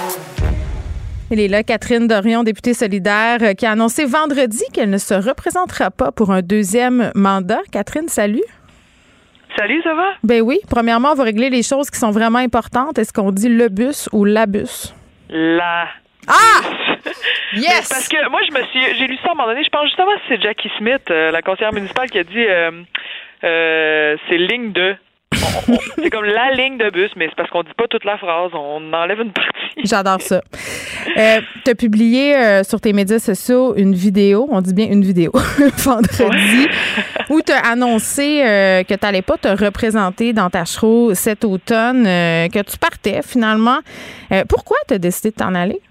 Elle est là, Catherine Dorion, députée solidaire, qui a annoncé vendredi qu'elle ne se représentera pas pour un deuxième mandat. Catherine, salut. Salut, ça va? Ben oui. Premièrement, on va régler les choses qui sont vraiment importantes. Est-ce qu'on dit le bus ou la bus? La. Ah! Yes! Parce que moi, je me suis, j'ai lu ça à un moment donné. Je pense justement que c'est Jackie Smith, euh, la conseillère municipale, qui a dit euh, euh, c'est ligne de. On, on, c'est comme la ligne de bus, mais c'est parce qu'on dit pas toute la phrase. On enlève une partie. J'adore ça. Euh, tu as publié euh, sur tes médias sociaux une vidéo, on dit bien une vidéo, vendredi, ouais. où tu as annoncé euh, que tu n'allais pas te représenter dans Tachereau cet automne, euh, que tu partais finalement. Euh, pourquoi tu as décidé de t'en aller?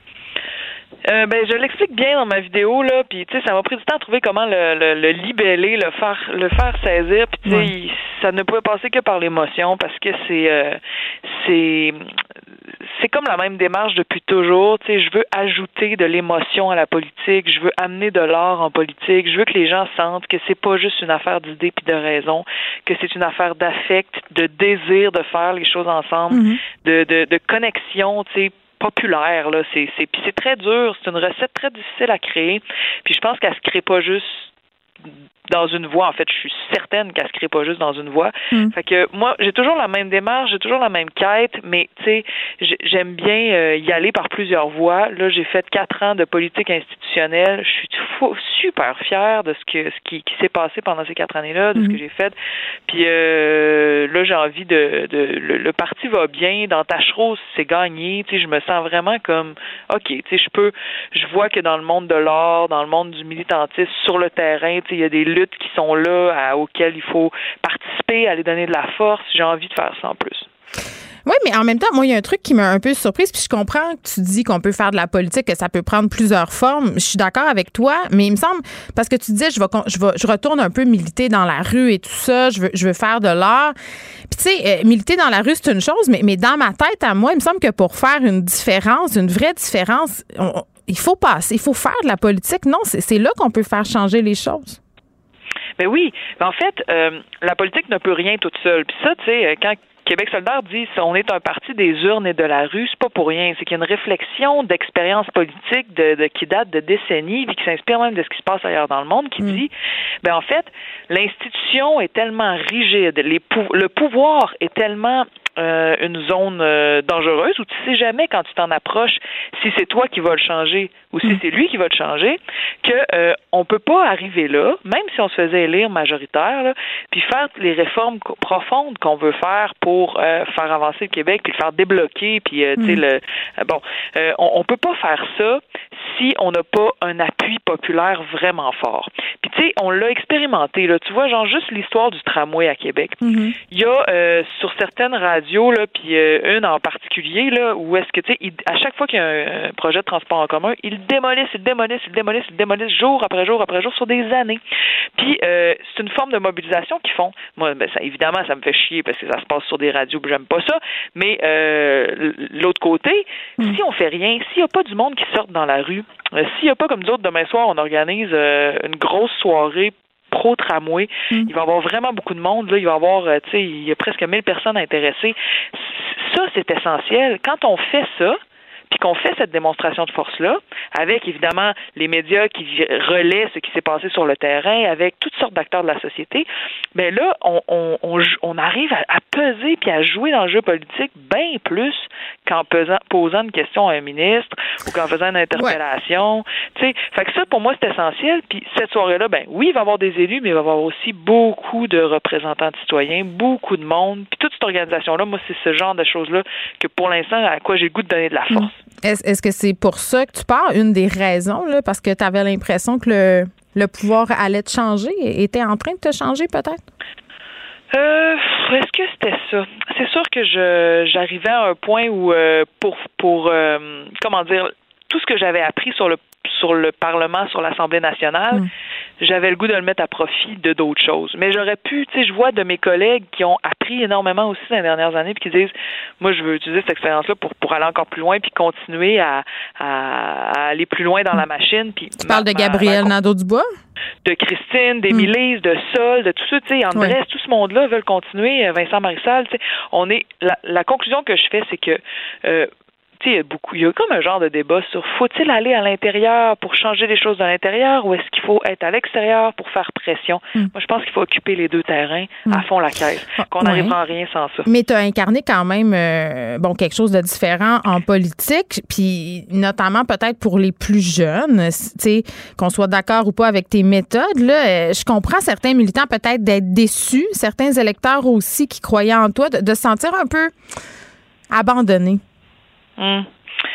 Euh, ben, je l'explique bien dans ma vidéo, là, puis tu sais, ça m'a pris du temps à trouver comment le, le, le libeller, le faire, le faire saisir, puis tu sais, ouais. ça ne pouvait passer que par l'émotion, parce que c'est, euh, c'est, c'est comme la même démarche depuis toujours. Tu sais, je veux ajouter de l'émotion à la politique, je veux amener de l'art en politique, je veux que les gens sentent que c'est pas juste une affaire d'idées puis de raison, que c'est une affaire d'affect, de désir de faire les choses ensemble, mm-hmm. de, de, de connexion, tu sais, populaire, là. C'est, c'est, puis c'est très dur. C'est une recette très difficile à créer. Puis je pense qu'elle se crée pas juste dans une voie. En fait, je suis certaine qu'elle se crée pas juste dans une voie. Mm. Fait que moi, j'ai toujours la même démarche, j'ai toujours la même quête, mais tu sais, j'aime bien euh, y aller par plusieurs voies. Là, j'ai fait quatre ans de politique institutionnelle. Je suis fou, super fière de ce que ce qui, qui s'est passé pendant ces quatre années-là, de mm. ce que j'ai fait. Puis euh, là, j'ai envie de, de le, le parti va bien. Dans Tachereau, c'est gagné. Tu sais, je me sens vraiment comme ok. Tu sais, je peux, je vois que dans le monde de l'art, dans le monde du militantisme, sur le terrain, tu sais, il y a des luttes qui sont là, à, auxquelles il faut participer, aller donner de la force. J'ai envie de faire ça en plus. Oui, mais en même temps, moi, il y a un truc qui m'a un peu surprise, puis je comprends que tu dis qu'on peut faire de la politique, que ça peut prendre plusieurs formes. Je suis d'accord avec toi, mais il me semble, parce que tu disais, je vais, je vais, je retourne un peu militer dans la rue et tout ça, je veux, je veux faire de l'art. Puis tu sais, euh, militer dans la rue, c'est une chose, mais, mais dans ma tête, à moi, il me semble que pour faire une différence, une vraie différence, on, il faut passer, il faut faire de la politique. Non, c'est, c'est là qu'on peut faire changer les choses. Mais oui, mais en fait, euh, la politique ne peut rien toute seule. Puis ça, tu sais, quand Québec solidaire dit on est un parti des urnes et de la rue, c'est pas pour rien. C'est qu'il y a une réflexion d'expérience politique de, de, qui date de décennies, puis qui s'inspire même de ce qui se passe ailleurs dans le monde, qui mmh. dit, ben en fait, l'institution est tellement rigide, les pou- le pouvoir est tellement euh, une zone euh, dangereuse où tu sais jamais quand tu t'en approches si c'est toi qui vas le changer ou si mmh. c'est lui qui va le changer, que euh, on peut pas arriver là, même si on se faisait élire majoritaire, là, puis faire les réformes co- profondes qu'on veut faire pour euh, faire avancer le Québec, puis le faire débloquer, puis euh, mmh. tu sais le euh, bon, euh, on, on peut pas faire ça si on n'a pas un appui populaire vraiment fort. Puis tu sais, on l'a expérimenté là, tu vois, genre juste l'histoire du tramway à Québec. Mmh. Il y a euh, sur certaines radios là, puis euh, une en particulier là, où est-ce que tu sais, à chaque fois qu'il y a un, un projet de transport en commun, ils démolissent, ils démolissent, ils démolissent, ils démolissent jour après jour après jour sur des années. Puis euh, c'est une forme de mobilisation qu'ils font. Moi, ben ça évidemment, ça me fait chier parce que ça se passe sur des radios, puis j'aime pas ça. Mais euh, l'autre côté, mmh. si on fait rien, s'il y a pas du monde qui sorte dans la rue, euh, s'il y a pas comme nous autres demain soir, on organise euh, une grosse soirée pro-tramway. Mmh. Il va y avoir vraiment beaucoup de monde. Là. Il va y avoir, euh, tu sais, il y a presque mille personnes intéressées. Ça, c'est essentiel. Quand on fait ça, puis qu'on fait cette démonstration de force-là, avec évidemment les médias qui relaient ce qui s'est passé sur le terrain, avec toutes sortes d'acteurs de la société, mais là, on, on, on, on arrive à, à peser puis à jouer dans le jeu politique bien plus qu'en pesant, posant une question à un ministre ou qu'en faisant une interpellation. Ouais. Tu sais, fait que ça, pour moi, c'est essentiel. Puis cette soirée-là, ben oui, il va y avoir des élus, mais il va y avoir aussi beaucoup de représentants de citoyens, beaucoup de monde. Puis toute cette organisation-là, moi, c'est ce genre de choses-là que pour l'instant, à quoi j'ai le goût de donner de la force. Est-ce, est-ce que c'est pour ça que tu pars? Une des raisons, là, parce que tu avais l'impression que le, le pouvoir allait te changer, était en train de te changer peut-être? Euh, est-ce que c'était ça? C'est sûr que je j'arrivais à un point où euh, pour pour euh, comment dire, tout ce que j'avais appris sur le sur le Parlement, sur l'Assemblée nationale, mmh. j'avais le goût de le mettre à profit de d'autres choses. Mais j'aurais pu, tu sais, je vois de mes collègues qui ont appris énormément aussi dans les dernières années puis qui disent, moi, je veux utiliser cette expérience-là pour, pour aller encore plus loin puis continuer à, à, à aller plus loin dans mmh. la machine. Puis tu ma, parles de Gabrielle ma, Nadeau-Dubois? De Christine, d'Émilie, mmh. de Sol, de tout ça, tu sais, Andrés, oui. tout ce monde-là veulent continuer, Vincent Marissal, tu sais, on est, la, la conclusion que je fais, c'est que, euh, il y a beaucoup, il y a comme un genre de débat sur faut-il aller à l'intérieur pour changer les choses de l'intérieur ou est-ce qu'il faut être à l'extérieur pour faire pression? Mm. Moi, je pense qu'il faut occuper les deux terrains mm. à fond la caisse, qu'on n'arrivera ouais. à rien sans ça. Mais tu as incarné quand même euh, bon quelque chose de différent en politique, puis notamment peut-être pour les plus jeunes, tu sais, qu'on soit d'accord ou pas avec tes méthodes. Là, je comprends certains militants peut-être d'être déçus, certains électeurs aussi qui croyaient en toi, de, de se sentir un peu abandonnés. Hum.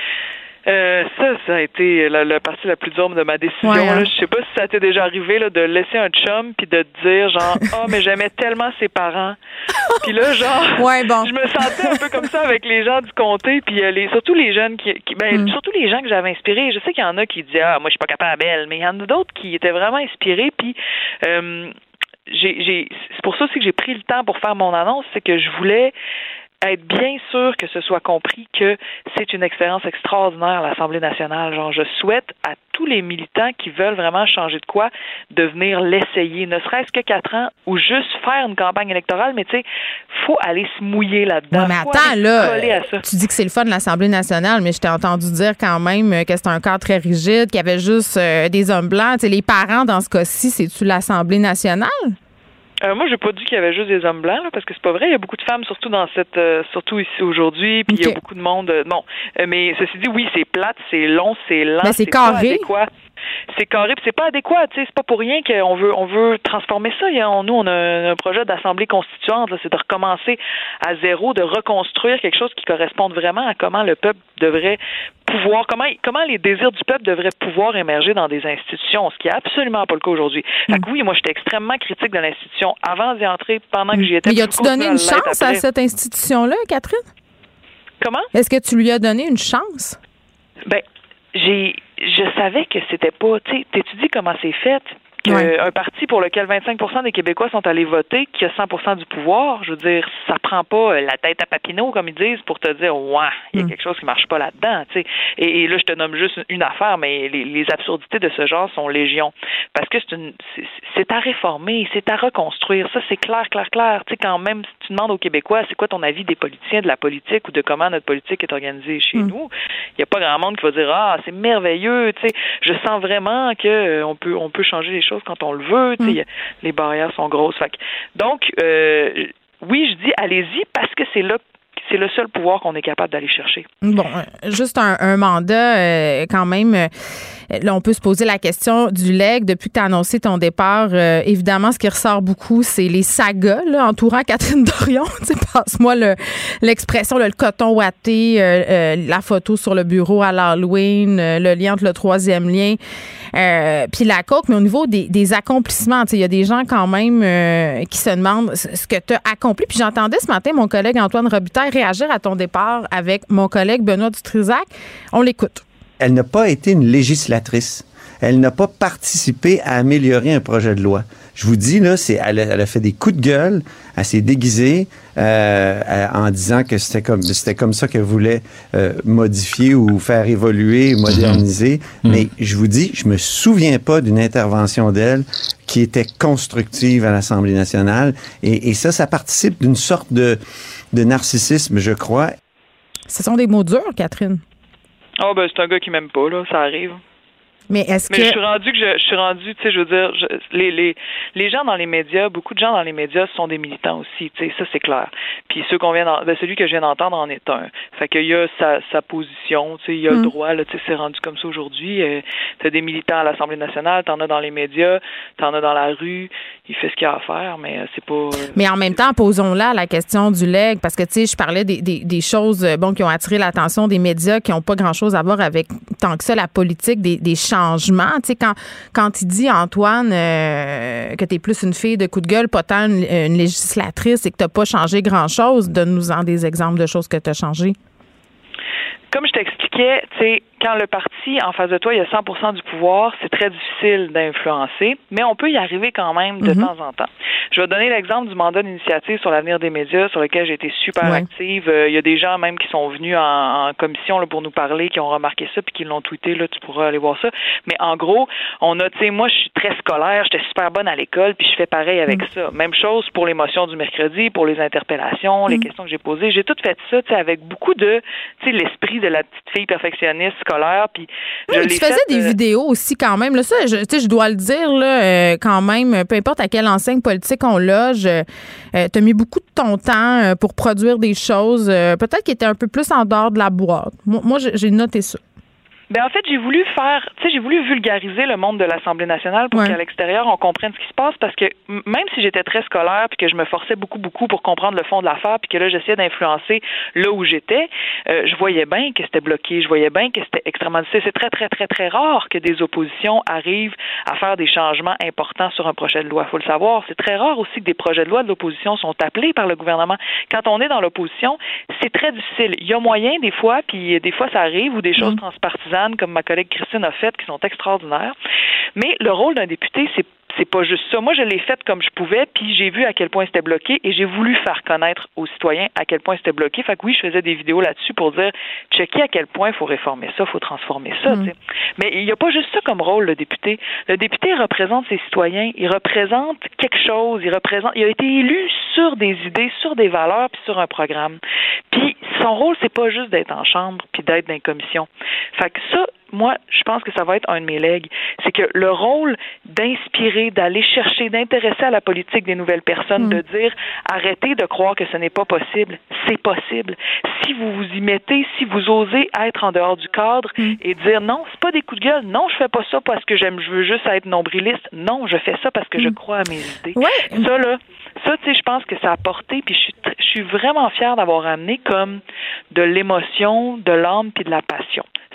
Euh, ça, ça a été la, la partie la plus dure de ma décision. Ouais, hein. là. Je sais pas si ça t'est déjà arrivé là, de laisser un chum puis de te dire genre ah oh, mais j'aimais tellement ses parents. Puis là genre ouais, bon. je me sentais un peu comme ça avec les gens du comté puis euh, les surtout les jeunes qui, qui ben mm. surtout les gens que j'avais inspirés. Je sais qu'il y en a qui disaient ah moi je suis pas capable elle, mais il y en a d'autres qui étaient vraiment inspirés puis euh, j'ai j'ai c'est pour ça aussi que j'ai pris le temps pour faire mon annonce, c'est que je voulais être bien sûr que ce soit compris que c'est une expérience extraordinaire, l'Assemblée nationale. Genre, je souhaite à tous les militants qui veulent vraiment changer de quoi, de venir l'essayer, ne serait-ce que quatre ans, ou juste faire une campagne électorale, mais tu sais, faut aller se mouiller là-dedans. Ouais, mais attends, là, tu dis que c'est le fun de l'Assemblée nationale, mais je t'ai entendu dire quand même que c'est un cadre très rigide, qu'il y avait juste euh, des hommes blancs. Tu sais, les parents, dans ce cas-ci, c'est-tu l'Assemblée nationale? Euh, moi, j'ai pas dit qu'il y avait juste des hommes blancs, là, parce que c'est pas vrai. Il y a beaucoup de femmes, surtout dans cette, euh, surtout ici aujourd'hui, puis okay. il y a beaucoup de monde. Euh, non, euh, mais ceci dit, oui, c'est plate, c'est long, c'est lent, mais c'est, c'est carré. Pas adéquat. C'est carré, puis c'est pas adéquat. Tu sais, c'est pas pour rien qu'on veut, on veut transformer ça. Il y a, on, nous, on a un, un projet d'assemblée constituante. Là, c'est de recommencer à zéro, de reconstruire quelque chose qui corresponde vraiment à comment le peuple devrait pouvoir, comment, comment les désirs du peuple devraient pouvoir émerger dans des institutions, ce qui est absolument pas le cas aujourd'hui. Mm. Fait que oui, moi, j'étais extrêmement critique de l'institution avant d'y entrer, pendant que j'y étais. Mais y a-tu donné une chance à cette institution-là, Catherine? Comment? Est-ce que tu lui as donné une chance? Ben, j'ai, je savais que c'était pas, tu sais, t'étudies comment c'est fait. qu'un ouais. parti pour lequel vingt-cinq pour cent des Québécois sont allés voter, qui a cent pour cent du pouvoir, je veux dire, ça prend pas la tête à Papineau, comme ils disent, pour te dire, ouais, il y a quelque chose qui marche pas là-dedans, tu sais. Et, et là, je te nomme juste une affaire, mais les, les absurdités de ce genre sont légion. Parce que c'est une, c'est, c'est à réformer, c'est à reconstruire. Ça, c'est clair, clair, clair. Tu sais, quand même, si tu demandes aux Québécois, c'est quoi ton avis des politiciens, de la politique ou de comment notre politique est organisée chez mm. nous, il n'y a pas grand monde qui va dire, ah, c'est merveilleux, tu sais, je sens vraiment que euh, on peut, on peut changer les choses quand on le veut, tu sais, mm. les barrières sont grosses. Fait que, donc, euh, oui, je dis, allez-y, parce que c'est là c'est le seul pouvoir qu'on est capable d'aller chercher. Bon, juste un, un mandat, euh, quand même, euh, là, on peut se poser la question du L E G. Depuis que tu as annoncé ton départ, euh, évidemment, ce qui ressort beaucoup, c'est les sagas là, entourant Catherine Dorion. Passe-moi le, l'expression, là, le coton ouaté, euh, euh, la photo sur le bureau à l'Halloween, euh, le lien entre le troisième lien, euh, puis la coke. Mais au niveau des, des accomplissements, il y a des gens quand même euh, qui se demandent ce que tu as accompli. Puis j'entendais ce matin mon collègue Antoine Robitaille réagir à ton départ avec mon collègue Benoît Dutrisac. On l'écoute. Elle n'a pas été une législatrice. Elle n'a pas participé à améliorer un projet de loi. Je vous dis, là, c'est, elle, a, elle a fait des coups de gueule, elle s'est déguisée euh, en disant que c'était comme, c'était comme ça qu'elle voulait euh, modifier ou faire évoluer, moderniser. Mmh. Mais je vous dis, je me souviens pas d'une intervention d'elle qui était constructive à l'Assemblée nationale. Et, et ça, ça participe d'une sorte de, de narcissisme, je crois. Ce sont des mots durs, Catherine. Oh, ben, c'est un gars qui m'aime pas, là, ça arrive. Mais est-ce Mais que... je suis rendu que je, je suis rendu, tu sais, je veux dire, je, les, les, les gens dans les médias, beaucoup de gens dans les médias sont des militants aussi, tu sais, ça c'est clair. Puis ceux qu'on vient, ben, celui que je viens d'entendre en est un. Fait qu'il y a sa, sa position, tu sais, il y a mm. le droit, là, tu sais, c'est rendu comme ça aujourd'hui. Euh, t'as des militants à l'Assemblée nationale, t'en as dans les médias, t'en as dans la rue. Il fait ce qu'il a à faire, mais euh, c'est pas. Euh, mais en même temps, posons-là la question du L E G, parce que tu sais, je parlais des, des, des choses, bon, qui ont attiré l'attention des médias, qui n'ont pas grand-chose à voir avec tant que ça la politique, des, des changements. Tu sais, quand, quand il dit, Antoine, euh, que tu es plus une fille de coup de gueule, pas tant une, une législatrice et que tu n'as pas changé grand-chose, donne-nous-en des exemples de choses que tu as changées. Comme je t'expliquais, tu sais, quand le parti en face de toi, il y a cent pour cent du pouvoir, c'est très difficile d'influencer, mais on peut y arriver quand même de mm-hmm. temps en temps. Je vais donner l'exemple du mandat d'initiative sur l'avenir des médias, sur lequel j'ai été super ouais. active. Euh, il y a des gens même qui sont venus en, en commission là, pour nous parler, qui ont remarqué ça, puis qui l'ont tweeté, là, tu pourras aller voir ça. Mais en gros, on a, tu sais, moi, je suis très scolaire, j'étais super bonne à l'école, puis je fais pareil avec mm. ça. Même chose pour les motions du mercredi, pour les interpellations, mm. les questions que j'ai posées. J'ai tout fait ça, tu sais, avec beaucoup de, tu sais, l'esprit de la petite fille perfectionniste scolaire. Puis oui, je tu faisais fait, des euh... vidéos aussi quand même. Là, ça, je, tu sais, je dois le dire là, euh, quand même, peu importe à quelle enseigne politique on loge, euh, tu as mis beaucoup de ton temps euh, pour produire des choses, euh, peut-être qui étaient un peu plus en dehors de la boîte. Moi, moi j'ai noté ça. Ben en fait, j'ai voulu faire, tu sais, j'ai voulu vulgariser le monde de l'Assemblée nationale pour ouais. qu'à l'extérieur, on comprenne ce qui se passe, parce que même si j'étais très scolaire puis que je me forçais beaucoup, beaucoup pour comprendre le fond de l'affaire puis que là, j'essayais d'influencer là où j'étais, euh, je voyais bien que c'était bloqué, je voyais bien que c'était extrêmement difficile. C'est très, très, très, très rare que des oppositions arrivent à faire des changements importants sur un projet de loi. Il faut le savoir. C'est très rare aussi que des projets de loi de l'opposition sont appelés par le gouvernement. Quand on est dans l'opposition, c'est très difficile. Il y a moyen des fois, puis des fois ça arrive, ou des choses mmh. transpartisanes comme ma collègue Christine a fait, qui sont extraordinaires. Mais le rôle d'un député, c'est c'est pas juste ça. Moi, je l'ai fait comme je pouvais, puis j'ai vu à quel point c'était bloqué et j'ai voulu faire connaître aux citoyens à quel point c'était bloqué. Fait que oui, je faisais des vidéos là-dessus pour dire, checker à quel point il faut réformer ça, il faut transformer ça. Mmh. Mais il n'y a pas juste ça comme rôle, le député. Le député représente ses citoyens, il représente quelque chose, il représente, il a été élu sur des idées, sur des valeurs, puis sur un programme. Puis son rôle, c'est pas juste d'être en chambre, puis d'être dans les commissions. Fait que ça, moi, je pense que ça va être un de mes legs. C'est que le rôle d'inspirer, d'aller chercher, d'intéresser à la politique des nouvelles personnes, mmh. de dire arrêtez de croire que ce n'est pas possible. C'est possible. Si vous vous y mettez, si vous osez être en dehors du cadre mmh. et dire non, c'est pas des coups de gueule. Non, je fais pas ça parce que j'aime, je veux juste être nombriliste. Non, je fais ça parce que mmh. je crois à mes idées. Ouais. Ça, là, ça, tu sais, je pense que ça a porté, puis je suis, je suis vraiment fière d'avoir amené comme de l'émotion, de l'âme puis de la passion.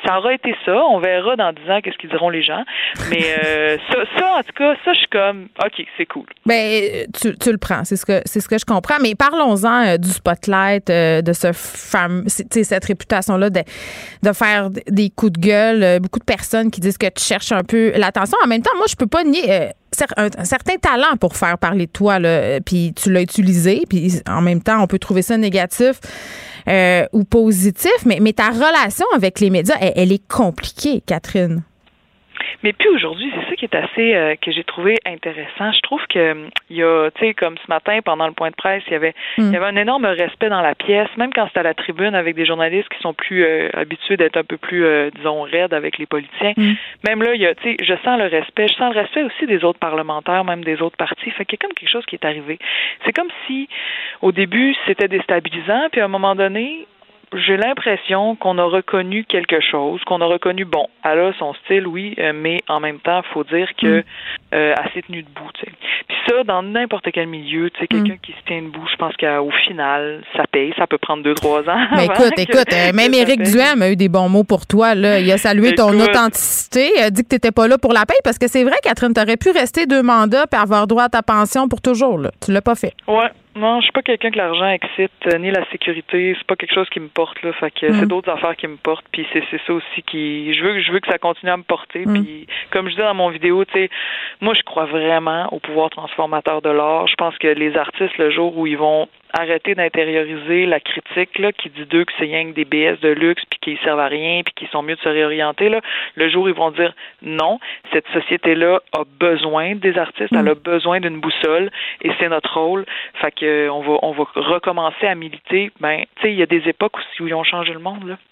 ça aura été ça. On verra dans dix ans qu'est-ce qu'ils diront les gens. Mais euh, ça, ça, en tout cas, ça, je suis comme, OK, c'est cool. Ben, tu, tu le prends. C'est ce que c'est ce que je comprends. Mais parlons-en euh, du spotlight, euh, de ce fameux, cette réputation-là de, de faire des coups de gueule. Euh, beaucoup de personnes qui disent que tu cherches un peu l'attention. En même temps, moi, je peux pas nier euh, un, un certain talent pour faire parler de toi, là. Puis tu l'as utilisé. Puis en même temps, on peut trouver ça négatif euh, ou positif. Mais, mais ta relation avec les médias, elle, elle est compliquée, Catherine. Mais puis aujourd'hui, c'est ça qui est assez, euh, que j'ai trouvé intéressant. Je trouve que il y a, tu sais, comme ce matin, pendant le point de presse, il y avait, mm. il y avait un énorme respect dans la pièce, même quand c'était à la tribune avec des journalistes qui sont plus euh, habitués d'être un peu plus, euh, disons, raides avec les politiciens. Mm. Même là, il y a, tu sais, je sens le respect. Je sens le respect aussi des autres parlementaires, même des autres partis. Fait qu'il y a comme quelque chose qui est arrivé. C'est comme si, au début, c'était déstabilisant, puis à un moment donné, j'ai l'impression qu'on a reconnu quelque chose, qu'on a reconnu, bon, elle a son style, oui, euh, mais en même temps, il faut dire que mm. euh, elle s'est tenue debout, tu sais. Puis ça, dans n'importe quel milieu, tu sais, quelqu'un mm. qui se tient debout, je pense qu'au final, ça paye, ça peut prendre deux, trois ans. Mais écoute, écoute, euh, même Éric Duhem a eu des bons mots pour toi, là. Il a salué ton écoute. authenticité, il a dit que t'étais pas là pour la paye, parce que c'est vrai, Catherine, t'aurais pu rester deux mandats puis avoir droit à ta pension pour toujours, là. Tu l'as pas fait. Ouais. Non, je suis pas quelqu'un que l'argent excite, euh, ni la sécurité. C'est pas quelque chose qui me porte là. Fait que mm. c'est d'autres affaires qui me portent. Puis c'est c'est ça aussi qui. Je veux je veux que ça continue à me porter. Mm. Puis comme je dis dans mon vidéo, tu sais, moi je crois vraiment au pouvoir transformateur de l'art. Je pense que les artistes, le jour où ils vont arrêter d'intérioriser la critique là, qui dit d'eux que c'est rien que des B S de luxe puis qu'ils servent à rien puis qu'ils sont mieux de se réorienter là, le jour où ils vont dire non, cette société-là a besoin des artistes, mm. elle a besoin d'une boussole et c'est notre rôle. Fait que on va on va recommencer à militer. Ben, tu sais, il y a des époques aussi où ils ont changé le monde là.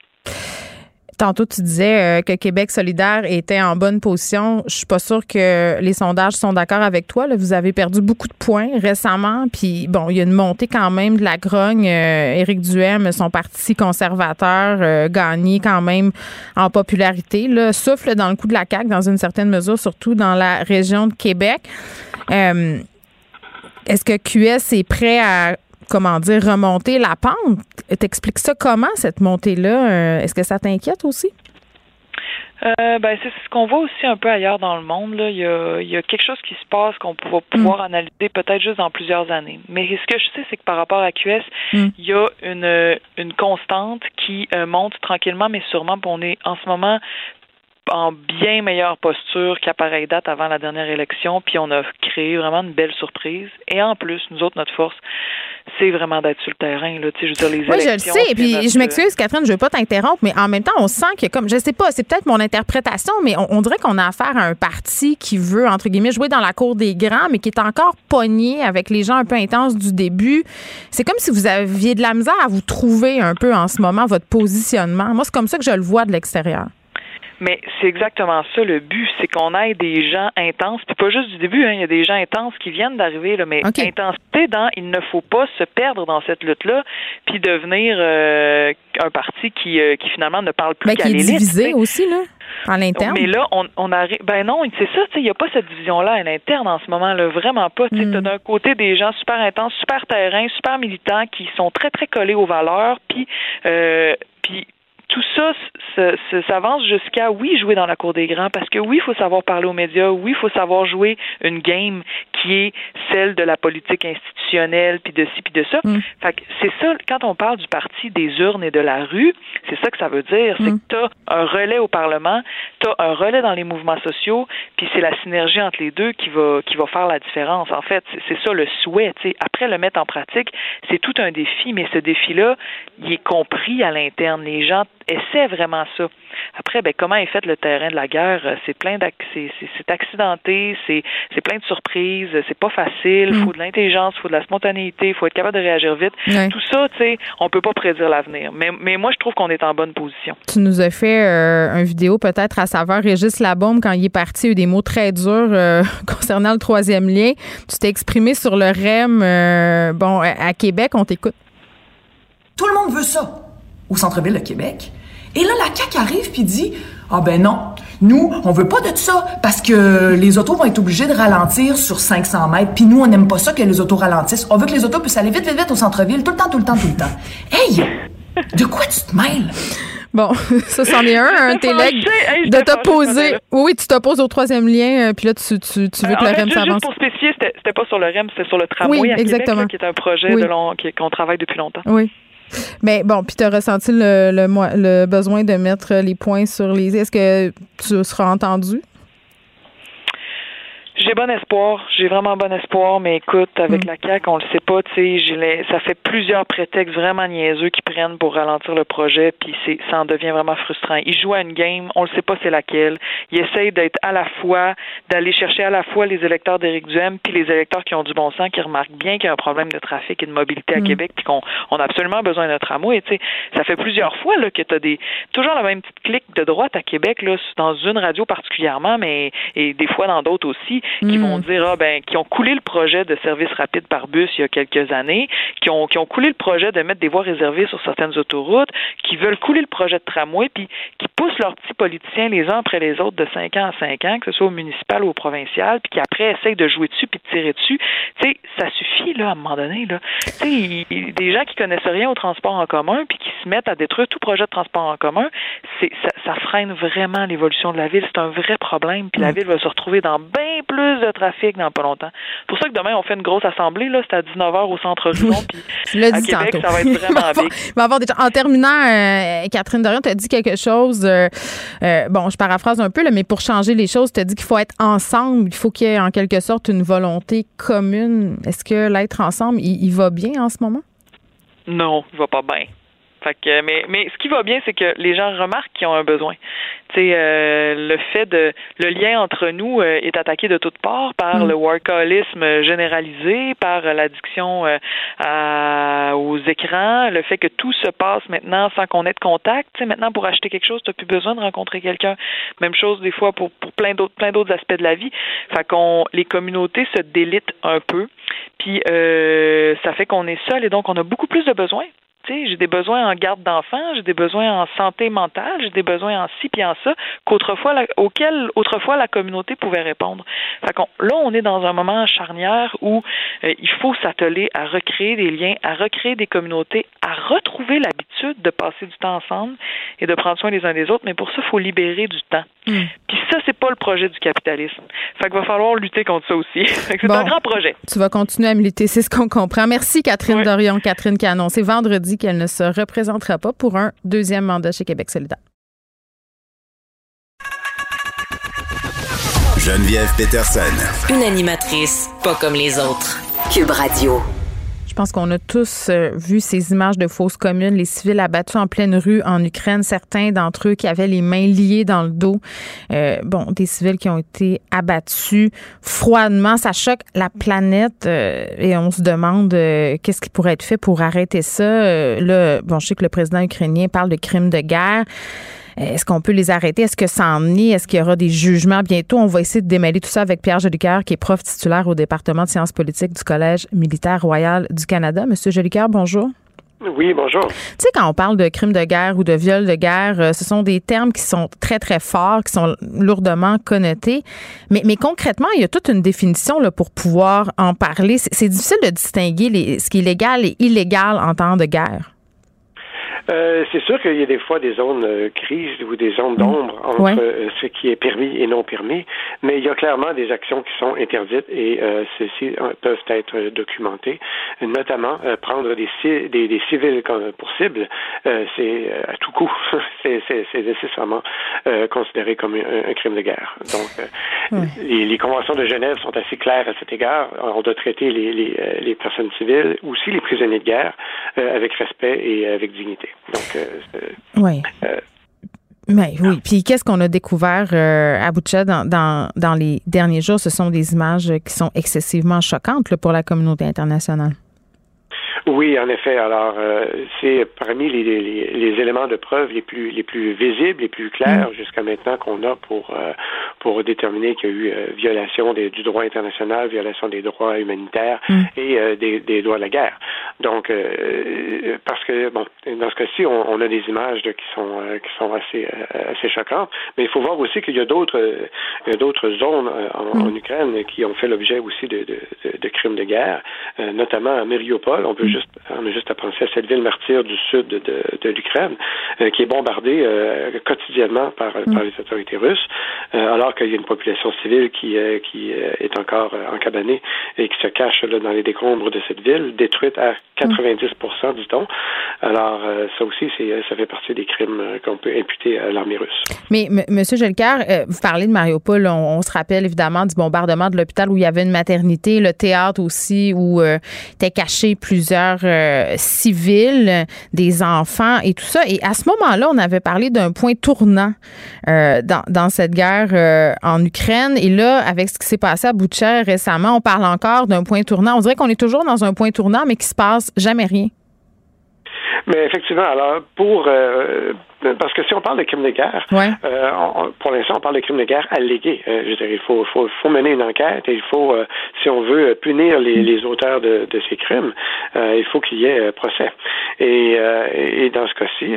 Tantôt, tu disais euh, que Québec solidaire était en bonne position. Je suis pas sûre que les sondages sont d'accord avec toi. Là. Vous avez perdu beaucoup de points récemment. Puis, bon, il y a une montée quand même de la grogne. Euh, Éric Duhem, son parti conservateur, euh, gagné quand même en popularité. Là, souffle dans le coup de la C A Q, dans une certaine mesure, surtout dans la région de Québec. Euh, est-ce que Q S est prêt à comment dire, remonter la pente? T'expliques ça comment, cette montée-là? Est-ce que ça t'inquiète aussi? Euh, ben, c'est ce qu'on voit aussi un peu ailleurs dans le monde. Là. Il y a, il y a quelque chose qui se passe qu'on va pouvoir mm. analyser peut-être juste dans plusieurs années. Mais ce que je sais, c'est que par rapport à Q S, mm. il y a une, une constante qui euh, monte tranquillement, mais sûrement. On est en ce moment en bien meilleure posture qu'à pareille date avant la dernière élection, puis on a créé vraiment une belle surprise. Et en plus, nous autres, notre force, c'est vraiment d'être sur le terrain. Là. Tu sais, je veux dire, les oui, élections, je le sais. Puis notre... je m'excuse, Catherine, je veux pas t'interrompre, mais en même temps, on sent que, comme, je sais pas, c'est peut-être mon interprétation, mais on, on dirait qu'on a affaire à un parti qui veut, entre guillemets, jouer dans la cour des grands, mais qui est encore pogné avec les gens un peu intenses du début. C'est comme si vous aviez de la misère à vous trouver un peu en ce moment, votre positionnement. Moi, c'est comme ça que je le vois de l'extérieur. Mais c'est exactement ça le but, c'est qu'on ait des gens intenses, puis pas juste du début, hein, il y a des gens intenses qui viennent d'arriver, là, mais okay. intensité dans il ne faut pas se perdre dans cette lutte-là, puis devenir euh, un parti qui, euh, qui finalement ne parle plus ben, qu'à l'élite. Qui est divisé t'sais. Aussi, là, à l'interne. Mais là, on, on arrive. Ben non, c'est ça, il n'y a pas cette division-là à l'interne en ce moment, là, vraiment pas. Tu mm. as d'un côté des gens super intenses, super terrain, super militants, qui sont très, très collés aux valeurs, puis euh, puis tout ça s'avance jusqu'à, oui, jouer dans la cour des grands, parce que, oui, il faut savoir parler aux médias, oui, il faut savoir jouer une game qui est celle de la politique institutionnelle, puis de ci, puis de ça. Mm. Fait que c'est ça, quand on parle du parti des urnes et de la rue, c'est ça que ça veut dire, mm. c'est que tu as un relais au Parlement, tu as un relais dans les mouvements sociaux, puis c'est la synergie entre les deux qui va qui va faire la différence. En fait, c'est ça le souhait. T'sais. Après, le mettre en pratique, c'est tout un défi, mais ce défi-là, il est compris à l'interne. Les gens essaie vraiment ça. Après, ben comment est fait le terrain de la guerre? C'est plein d'ac- c'est, c'est, c'est accidenté, c'est, c'est plein de surprises, c'est pas facile, il mm. faut de l'intelligence, il faut de la spontanéité, il faut être capable de réagir vite. Ouais. Tout ça, tu sais, on peut pas prédire l'avenir. Mais, mais moi, je trouve qu'on est en bonne position. Tu nous as fait euh, une vidéo peut-être à saveur Régis Labaume quand il est parti, il y a eu des mots très durs euh, concernant le troisième lien. Tu t'es exprimé sur le R E M, euh, bon, à Québec, on t'écoute. Tout le monde veut ça au centre-ville de Québec. Et là, la C A Q arrive puis dit « Ah ben non, nous, on veut pas de ça parce que les autos vont être obligés de ralentir sur cinq cents mètres, puis nous, on n'aime pas ça que les autos ralentissent. On veut que les autos puissent aller vite, vite, vite au centre-ville, tout le temps, tout le temps, tout le temps. » Hey! De quoi tu te mêles? Bon, ça, c'en est un, un Télec, hey, de t'opposer. Oui, tu t'opposes au troisième lien, euh, puis là, tu, tu, tu veux euh, que le R E M fait, s'avance. Juste pour spécifier, c'était, c'était pas sur le R E M, c'était sur le tramway oui, à exactement. Québec, là, qui est un projet oui. de long, qui, qu'on travaille depuis longtemps. Oui. Mais bon, puis tu as ressenti le, le, le besoin de mettre les points sur les... Est-ce que tu seras entendu? J'ai bon espoir, j'ai vraiment bon espoir, mais écoute, avec mmh. la C A Q, on le sait pas, tu sais, j'ai les, ça fait plusieurs prétextes vraiment niaiseux qui prennent pour ralentir le projet, puis c'est, ça en devient vraiment frustrant. Ils jouent à une game, on le sait pas c'est laquelle. Ils essayent d'être à la fois, d'aller chercher à la fois les électeurs d'Éric Duhaime, puis les électeurs qui ont du bon sens, qui remarquent bien qu'il y a un problème de trafic et de mobilité à mmh. Québec, puis qu'on on a absolument besoin d'un tramway, tu sais. Ça fait plusieurs fois là que t'as des, toujours la même petite clique de droite à Québec là, dans une radio particulièrement, mais et des fois dans d'autres aussi. Qui mmh. vont dire, ah ben, qui ont coulé le projet de service rapide par bus il y a quelques années, qui ont, qui ont coulé le projet de mettre des voies réservées sur certaines autoroutes, qui veulent couler le projet de tramway, puis qui poussent leurs petits politiciens les uns après les autres de cinq ans en cinq ans, que ce soit au municipal ou au provincial, puis qui après essayent de jouer dessus puis de tirer dessus. Tu sais, ça suffit, là, à un moment donné, là. Tu sais, des gens qui connaissent rien au transport en commun, puis qui se mettent à détruire tout projet de transport en commun, c'est, ça, ça freine vraiment l'évolution de la ville. C'est un vrai problème, puis mmh. la ville va se retrouver dans bien plus de trafic dans pas longtemps. C'est pour ça que demain, on fait une grosse assemblée, là, c'est à dix-neuf heures au Centre-Rudon, puis à Québec, tantôt. Ça va être vraiment big. Il va avoir des... En terminant, euh, Catherine Dorion, tu as dit quelque chose, euh, euh, bon, je paraphrase un peu, là, mais pour changer les choses, tu as dit qu'il faut être ensemble, il faut qu'il y ait en quelque sorte une volonté commune. Est-ce que l'être ensemble, il, il va bien en ce moment? Non, il va pas bien. Fait que, mais, mais ce qui va bien, c'est que les gens remarquent qu'ils ont un besoin. Tu sais, euh, le fait de, le lien entre nous euh, est attaqué de toutes parts par mmh. le workaholisme généralisé, par l'addiction euh, à, aux écrans, le fait que tout se passe maintenant sans qu'on ait de contact. Tu sais, maintenant pour acheter quelque chose, t'as plus besoin de rencontrer quelqu'un. Même chose des fois pour, pour plein d'autres, plein d'autres aspects de la vie. Fait qu'on, les communautés se délitent un peu, puis euh, ça fait qu'on est seul et donc on a beaucoup plus de besoins. Tu sais, j'ai des besoins en garde d'enfants, j'ai des besoins en santé mentale, j'ai des besoins en ci puis en ça, qu'autrefois, la, auxquels autrefois la communauté pouvait répondre. Fait qu'on, là, on est dans un moment charnière où euh, il faut s'atteler à recréer des liens, à recréer des communautés, à retrouver l'habitude de passer du temps ensemble et de prendre soin les uns des autres. Mais pour ça, il faut libérer du temps. Mm. Puis ça, c'est pas le projet du capitalisme. Fait qu'il va falloir lutter contre ça aussi. Fait que c'est bon, un grand projet. Tu vas continuer à militer, c'est ce qu'on comprend. Merci Catherine oui. Dorion, Catherine Canon. C'est vendredi qu'elle ne se représentera pas pour un deuxième mandat chez Québec solidaire. Geneviève Peterson. Une animatrice pas comme les autres. Cube Radio. Je pense qu'on a tous euh, vu ces images de fosses communes, les civils abattus en pleine rue en Ukraine, certains d'entre eux qui avaient les mains liées dans le dos. Euh, bon, des civils qui ont été abattus froidement. Ça choque la planète euh, et on se demande euh, qu'est-ce qui pourrait être fait pour arrêter ça. Euh, là, bon, je sais que le président ukrainien parle de crimes de guerre. Est-ce qu'on peut les arrêter? Est-ce que ça en est? Est-ce qu'il y aura des jugements bientôt? On va essayer de démêler tout ça avec Pierre Jolicoeur, qui est prof titulaire au département de sciences politiques du Collège militaire royal du Canada. Monsieur Jolicoeur, bonjour. Oui, bonjour. Tu sais, quand on parle de crimes de guerre ou de viols de guerre, ce sont des termes qui sont très, très forts, qui sont lourdement connotés. Mais, mais concrètement, il y a toute une définition là, pour pouvoir en parler. C'est, c'est difficile de distinguer les, ce qui est légal et illégal en temps de guerre. Euh, c'est sûr qu'il y a des fois des zones euh, grises ou des zones d'ombre entre ouais. euh, ce qui est permis et non permis, mais il y a clairement des actions qui sont interdites et euh, celles-ci euh, peuvent être euh, documentées, notamment euh, prendre des, des, des civils comme, pour cible, euh, c'est euh, à tout coup, c'est, c'est, c'est nécessairement euh, considéré comme un, un crime de guerre. Donc, euh, ouais. les, les conventions de Genève sont assez claires à cet égard. On doit traiter les, les, les personnes civiles, aussi les prisonniers de guerre, euh, avec respect et avec dignité. Donc, euh, oui. Euh, Mais oui. Puis qu'est-ce qu'on a découvert euh, à Boutcha dans, dans, dans les derniers jours? Ce sont des images qui sont excessivement choquantes là, pour la communauté internationale. Oui, en effet. Alors, euh, c'est parmi les, les, les éléments de preuve les plus les plus visibles, les plus clairs mmh. jusqu'à maintenant qu'on a pour euh, pour déterminer qu'il y a eu euh, violation des, du droit international, violation des droits humanitaires mmh. et euh, des, des droits de la guerre. Donc, euh, parce que, bon, dans ce cas-ci, on, on a des images là, qui sont euh, qui sont assez euh, assez choquantes, mais il faut voir aussi qu'il y a d'autres euh, il y a d'autres zones euh, en, en Ukraine qui ont fait l'objet aussi de, de, de, de crimes de guerre, euh, notamment à Mariupol. On peut juste on a juste à penser à cette ville martyre du sud de, de, de l'Ukraine, euh, qui est bombardée euh, quotidiennement par, mm. par les autorités russes, euh, alors qu'il y a une population civile qui, euh, qui euh, est encore euh, encabanée et qui se cache là, dans les décombres de cette ville, détruite à quatre-vingt-dix pour cent, dit-on. Alors, euh, ça aussi, c'est, ça fait partie des crimes euh, qu'on peut imputer à l'armée russe. Mais, M. Monsieur Gelker, euh, vous parlez de Mariupol, on, on se rappelle évidemment du bombardement de l'hôpital où il y avait une maternité, le théâtre aussi où euh, étaient cachés plusieurs euh, civils, des enfants et tout ça. Et à ce moment-là, on avait parlé d'un point tournant euh, dans, dans cette guerre euh, en Ukraine. Et là, avec ce qui s'est passé à Boutcha récemment, on parle encore d'un point tournant. On dirait qu'on est toujours dans un point tournant, mais qu'il se passe jamais rien. Mais effectivement, alors, pour... Euh, parce que si on parle de crimes de guerre, ouais. euh, on, pour l'instant, on parle de crimes de guerre allégués. Euh, je veux dire, il faut, faut, faut mener une enquête et il faut, euh, si on veut punir les, les auteurs de, de ces crimes, euh, il faut qu'il y ait euh, procès. Et, euh, et dans ce cas-ci,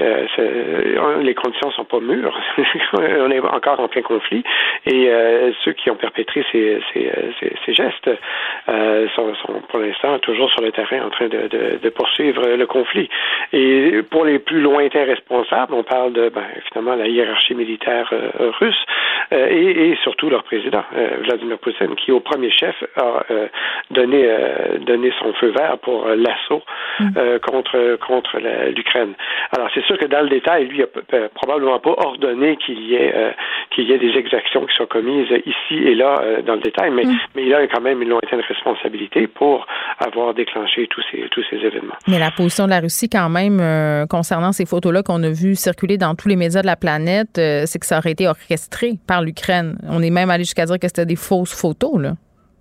euh, les conditions sont pas mûres. On est encore en plein conflit et euh, ceux qui ont perpétré ces, ces, ces, ces gestes euh, sont, sont pour l'instant toujours sur le terrain en train de, de, de poursuivre le conflit. Et pour les plus lointains responsables, on parle de ben, finalement la hiérarchie militaire euh, russe euh, et, et surtout leur président, euh, Vladimir Poutine, qui au premier chef a euh, donné, euh, donné son feu vert pour euh, l'assaut euh, contre, contre la, l'Ukraine. Alors c'est sûr que dans le détail, lui a euh, probablement pas ordonné qu'il y ait, euh, qu'il y ait des exactions qui soient commises ici et là euh, dans le détail, mais, mm. mais il a quand même une lointaine responsabilité pour avoir déclenché tous ces, tous ces événements. Mais la position de la Russie quand même euh, concernant ces photos-là qu'on a vues circuler dans tous les médias de la planète, euh, c'est que ça aurait été orchestré par l'Ukraine. On est même allé jusqu'à dire que c'était des fausses photos, là.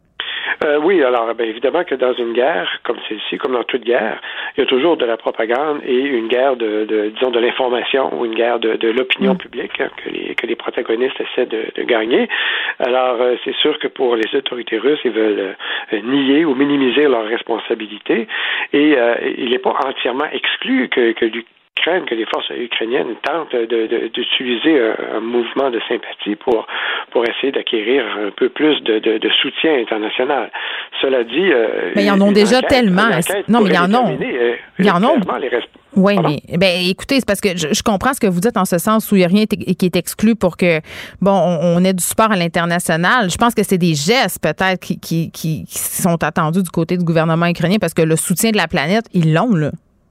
Euh, oui, alors bien évidemment que dans une guerre comme celle-ci, comme dans toute guerre, il y a toujours de la propagande et une guerre de, de disons, de l'information ou une guerre de, de l'opinion mmh. publique hein, que les que les protagonistes essaient de, de gagner. Alors euh, c'est sûr que pour les autorités russes, ils veulent euh, nier ou minimiser leurs responsabilités et euh, il n'est pas entièrement exclu que que l'Ukraine craignent que les forces ukrainiennes tentent de, de, d'utiliser un, un mouvement de sympathie pour, pour essayer d'acquérir un peu plus de, de, de soutien international. Cela dit... Euh, mais ils en ont déjà enquête, tellement. Non, mais il y en a. Il y en a. Oui, mais ben, écoutez, c'est parce que je, je comprends ce que vous dites en ce sens où il n'y a rien t- qui est exclu pour que, bon, on, on ait du support à l'international. Je pense que c'est des gestes, peut-être, qui, qui, qui, qui sont attendus du côté du gouvernement ukrainien parce que le soutien de la planète, ils l'ont, là.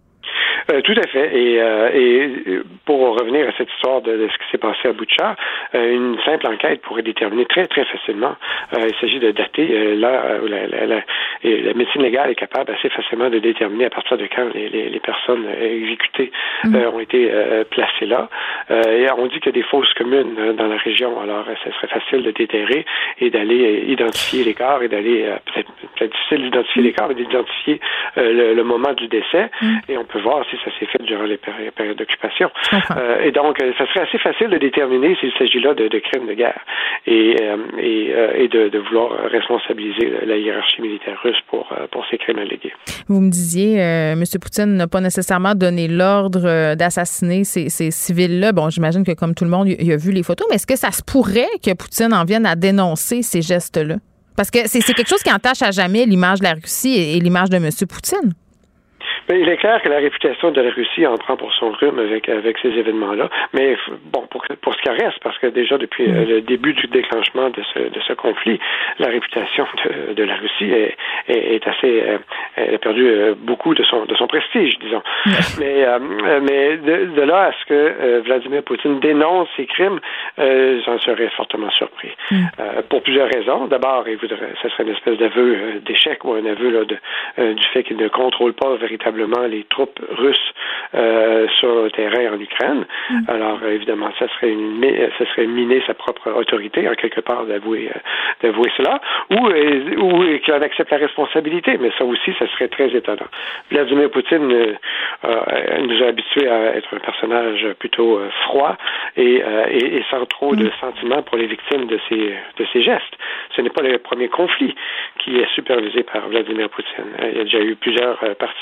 Euh, tout à fait. Et, euh, et pour revenir à cette histoire de, de ce qui s'est passé à Boutcha, euh, une simple enquête pourrait déterminer très, très facilement. Euh, il s'agit de dater euh, là où la, la, la, la médecine légale est capable assez facilement de déterminer à partir de quand les, les, les personnes exécutées euh, ont été euh, placées là. Euh, et on dit qu'il y a des fosses communes euh, dans la région. Alors, euh, ce serait facile de déterrer et d'aller euh, identifier les corps et d'aller, euh, peut-être, peut-être difficile d'identifier les corps, mais d'identifier euh, le, le moment du décès. Mm. Et on peut voir si ça s'est fait durant les péri- périodes d'occupation. Euh, et donc, euh, ça serait assez facile de déterminer s'il s'agit là de, de crimes de guerre et, euh, et, euh, et de, de vouloir responsabiliser la hiérarchie militaire russe pour, euh, pour ces crimes allégués. Vous me disiez, euh, M. Poutine n'a pas nécessairement donné l'ordre euh, d'assassiner ces, ces civils-là. Bon, j'imagine que comme tout le monde, il a vu les photos, mais est-ce que ça se pourrait que Poutine en vienne à dénoncer ces gestes-là? Parce que c'est, c'est quelque chose qui entache à jamais l'image de la Russie et, et l'image de M. Poutine. Mais il est clair que la réputation de la Russie en prend pour son rhume avec avec ces événements-là. Mais bon, pour pour ce qui reste, parce que déjà depuis mmh. le début du déclenchement de ce de ce conflit, la réputation de, de la Russie est, est, est assez, elle a perdu beaucoup de son de son prestige, disons. Mmh. Mais euh, mais de, de là à ce que euh, Vladimir Poutine dénonce ces crimes, euh, j'en serais fortement surpris. Mmh. Euh, pour plusieurs raisons. D'abord, il voudrait, ce serait une espèce d'aveu euh, d'échec ou un aveu là de euh, du fait qu'il ne contrôle pas véritablement les troupes russes euh, sur le terrain en Ukraine. Mm. Alors, évidemment, ça serait, une, ça serait miner sa propre autorité, en quelque part, d'avouer, euh, d'avouer cela, ou, euh, ou qu'il en accepte la responsabilité, mais ça aussi, ça serait très étonnant. Vladimir Poutine euh, euh, nous a habitués à être un personnage plutôt euh, froid et, euh, et, et sans trop mm. de sentiments pour les victimes de ces, de ces gestes. Ce n'est pas le premier conflit qui est supervisé par Vladimir Poutine. Il y a déjà eu plusieurs euh, participations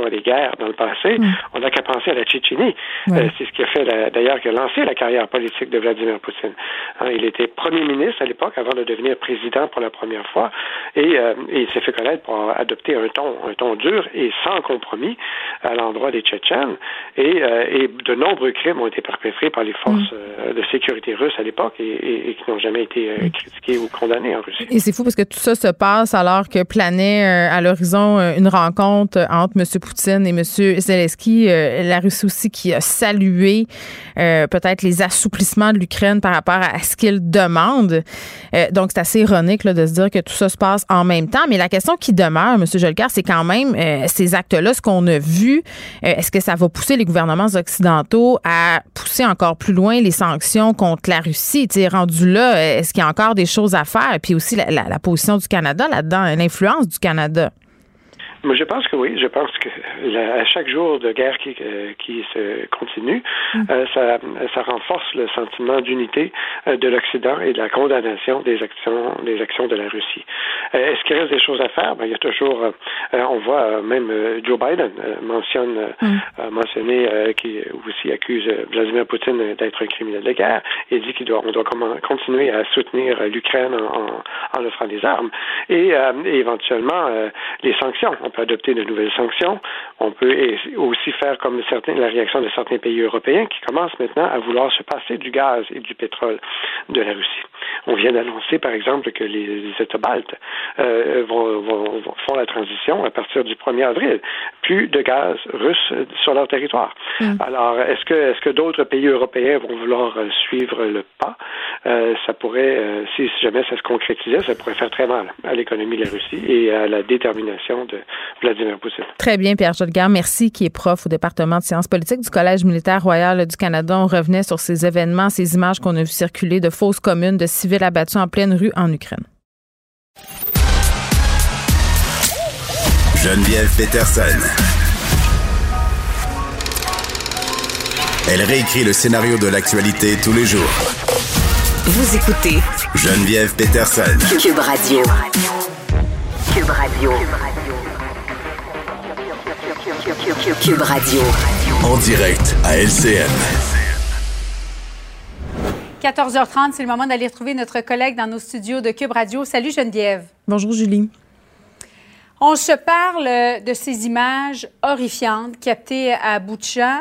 voit des guerres dans le passé, mm. on n'a qu'à penser à la Tchétchénie. Ouais. Euh, c'est ce qui a fait, la, d'ailleurs, qui a lancé la carrière politique de Vladimir Poutine. Hein, il était premier ministre à l'époque, avant de devenir président pour la première fois, et, euh, et il s'est fait connaître pour avoir adopté un ton, un ton dur et sans compromis à l'endroit des Tchétchènes, et, euh, et de nombreux crimes ont été perpétrés par les forces mm. euh, de sécurité russes à l'époque et, et, et qui n'ont jamais été euh, critiqués ou condamnés en Russie. Et c'est fou parce que tout ça se passe alors que planait euh, à l'horizon euh, une rencontre entre M. Poutine et M. Zelensky, euh, la Russie aussi qui a salué euh, peut-être les assouplissements de l'Ukraine par rapport à ce qu'il demande. Euh, donc, c'est assez ironique là, de se dire que tout ça se passe en même temps. Mais la question qui demeure, M. Jolkar, c'est quand même euh, ces actes-là, ce qu'on a vu, euh, est-ce que ça va pousser les gouvernements occidentaux à pousser encore plus loin les sanctions contre la Russie? T'sais, rendu là, est-ce qu'il y a encore des choses à faire? Et puis aussi la, la, la position du Canada là-dedans, l'influence du Canada. Moi, je pense que oui. Je pense que la, à chaque jour de guerre qui, euh, qui se continue, mm. euh, ça, ça renforce le sentiment d'unité euh, de l'Occident et de la condamnation des actions, des actions de la Russie. Euh, est-ce qu'il reste des choses à faire? Ben, il y a toujours, euh, on voit euh, même euh, Joe Biden euh, mentionne, euh, mm. mentionné, euh, qui aussi accuse Vladimir Poutine d'être un criminel de guerre et dit qu'il doit, on doit comment, continuer à soutenir l'Ukraine en, en, en offrant des armes et, euh, et éventuellement euh, les sanctions. On peut adopter de nouvelles sanctions. On peut aussi faire comme certains, la réaction de certains pays européens qui commencent maintenant à vouloir se passer du gaz et du pétrole de la Russie. On vient d'annoncer, par exemple, que les, les États baltes euh, vont, vont, vont, font la transition à partir du premier avril. Plus de gaz russe sur leur territoire. Mm. Alors, est-ce que, est-ce que d'autres pays européens vont vouloir euh, suivre le pas? Euh, ça pourrait, euh, si jamais ça se concrétisait, ça pourrait faire très mal à l'économie de la Russie et à la détermination de Vladimir Poutine. Très bien, Pierre Jolkar, merci, qui est prof au département de sciences politiques du Collège militaire royal du Canada. On revenait sur ces événements, ces images qu'on a vues circuler de fausses communes, de civils abattus en pleine rue en Ukraine. Geneviève Peterson. Elle réécrit le scénario de l'actualité tous les jours. Vous écoutez Geneviève Peterson. Cube Radio. Cube Radio. Cube Radio. En direct à L C N. quatorze heures trente, c'est le moment d'aller retrouver notre collègue dans nos studios de Cube Radio. Salut Geneviève. Bonjour Julie. On se parle de ces images horrifiantes captées à Boutcha.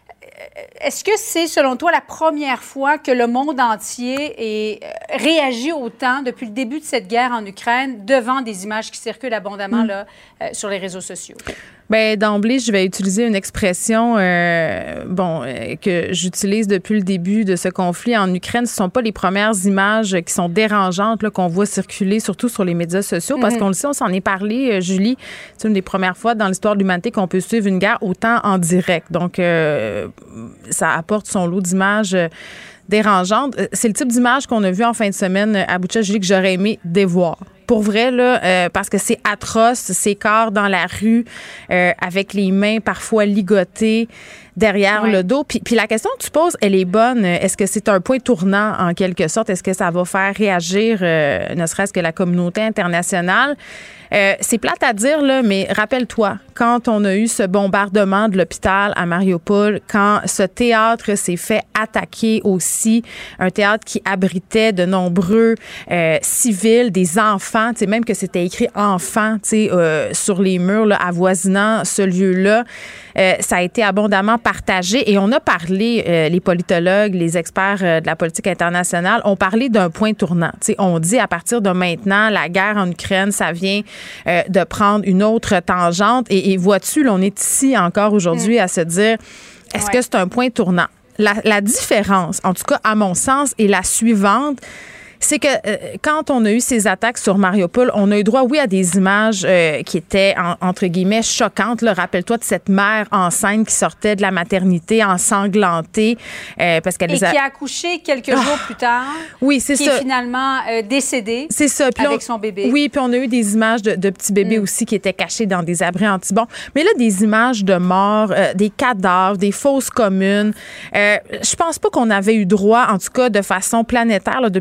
Est-ce que c'est, selon toi, la première fois que le monde entier est, réagit autant depuis le début de cette guerre en Ukraine devant des images qui circulent abondamment mmh. là, euh, sur les réseaux sociaux? Bien, d'emblée, je vais utiliser une expression euh, bon, euh, que j'utilise depuis le début de ce conflit en Ukraine. Ce ne sont pas les premières images qui sont dérangeantes là, qu'on voit circuler, surtout sur les médias sociaux, parce mm-hmm. qu'on le sait, on s'en est parlé, euh, Julie. C'est une des premières fois dans l'histoire de l'humanité qu'on peut suivre une guerre autant en direct. Donc, euh, ça apporte son lot d'images euh, dérangeantes. C'est le type d'image qu'on a vu en fin de semaine à Boutcha, Julie, que j'aurais aimé dévoir. Pour vrai, là, euh, parce que c'est atroce, ces corps dans la rue, euh, avec les mains parfois ligotées derrière ouais. le dos. Puis, puis la question que tu poses, elle est bonne. Est-ce que c'est un point tournant, en quelque sorte? Est-ce que ça va faire réagir, euh, ne serait-ce que la communauté internationale? Euh, c'est plate à dire, là, mais rappelle-toi, quand on a eu ce bombardement de l'hôpital à Mariupol, quand ce théâtre s'est fait attaquer aussi, un théâtre qui abritait de nombreux euh, civils, des enfants, tu sais, même que c'était écrit « enfants » tu sais, euh, sur les murs là, avoisinant ce lieu-là, euh, ça a été abondamment partagé. Et on a parlé, euh, les politologues, les experts euh, de la politique internationale ont parlé d'un point tournant. Tu sais, on dit à partir de maintenant, la guerre en Ukraine, ça vient euh, de prendre une autre tangente. Et, et vois-tu, là, on est ici encore aujourd'hui mmh. à se dire, est-ce ouais. que c'est un point tournant? La, la différence, en tout cas à mon sens, est la suivante. C'est que euh, quand on a eu ces attaques sur Mariupol, on a eu droit, oui, à des images euh, qui étaient, en, entre guillemets, choquantes. Là. Rappelle-toi de cette mère enceinte qui sortait de la maternité ensanglantée. Euh, parce qu'elle Et les a... qui a accouché quelques oh. jours plus tard. Oui, c'est qui ça. Qui est finalement euh, décédée c'est ça. Puis avec on, son bébé. Oui, puis on a eu des images de, de petits bébés mm. aussi qui étaient cachés dans des abris anti-bombes. Mais là, des images de morts, euh, des cadavres, des fosses communes. Euh, je pense pas qu'on avait eu droit, en tout cas de façon planétaire, là, depuis le conflit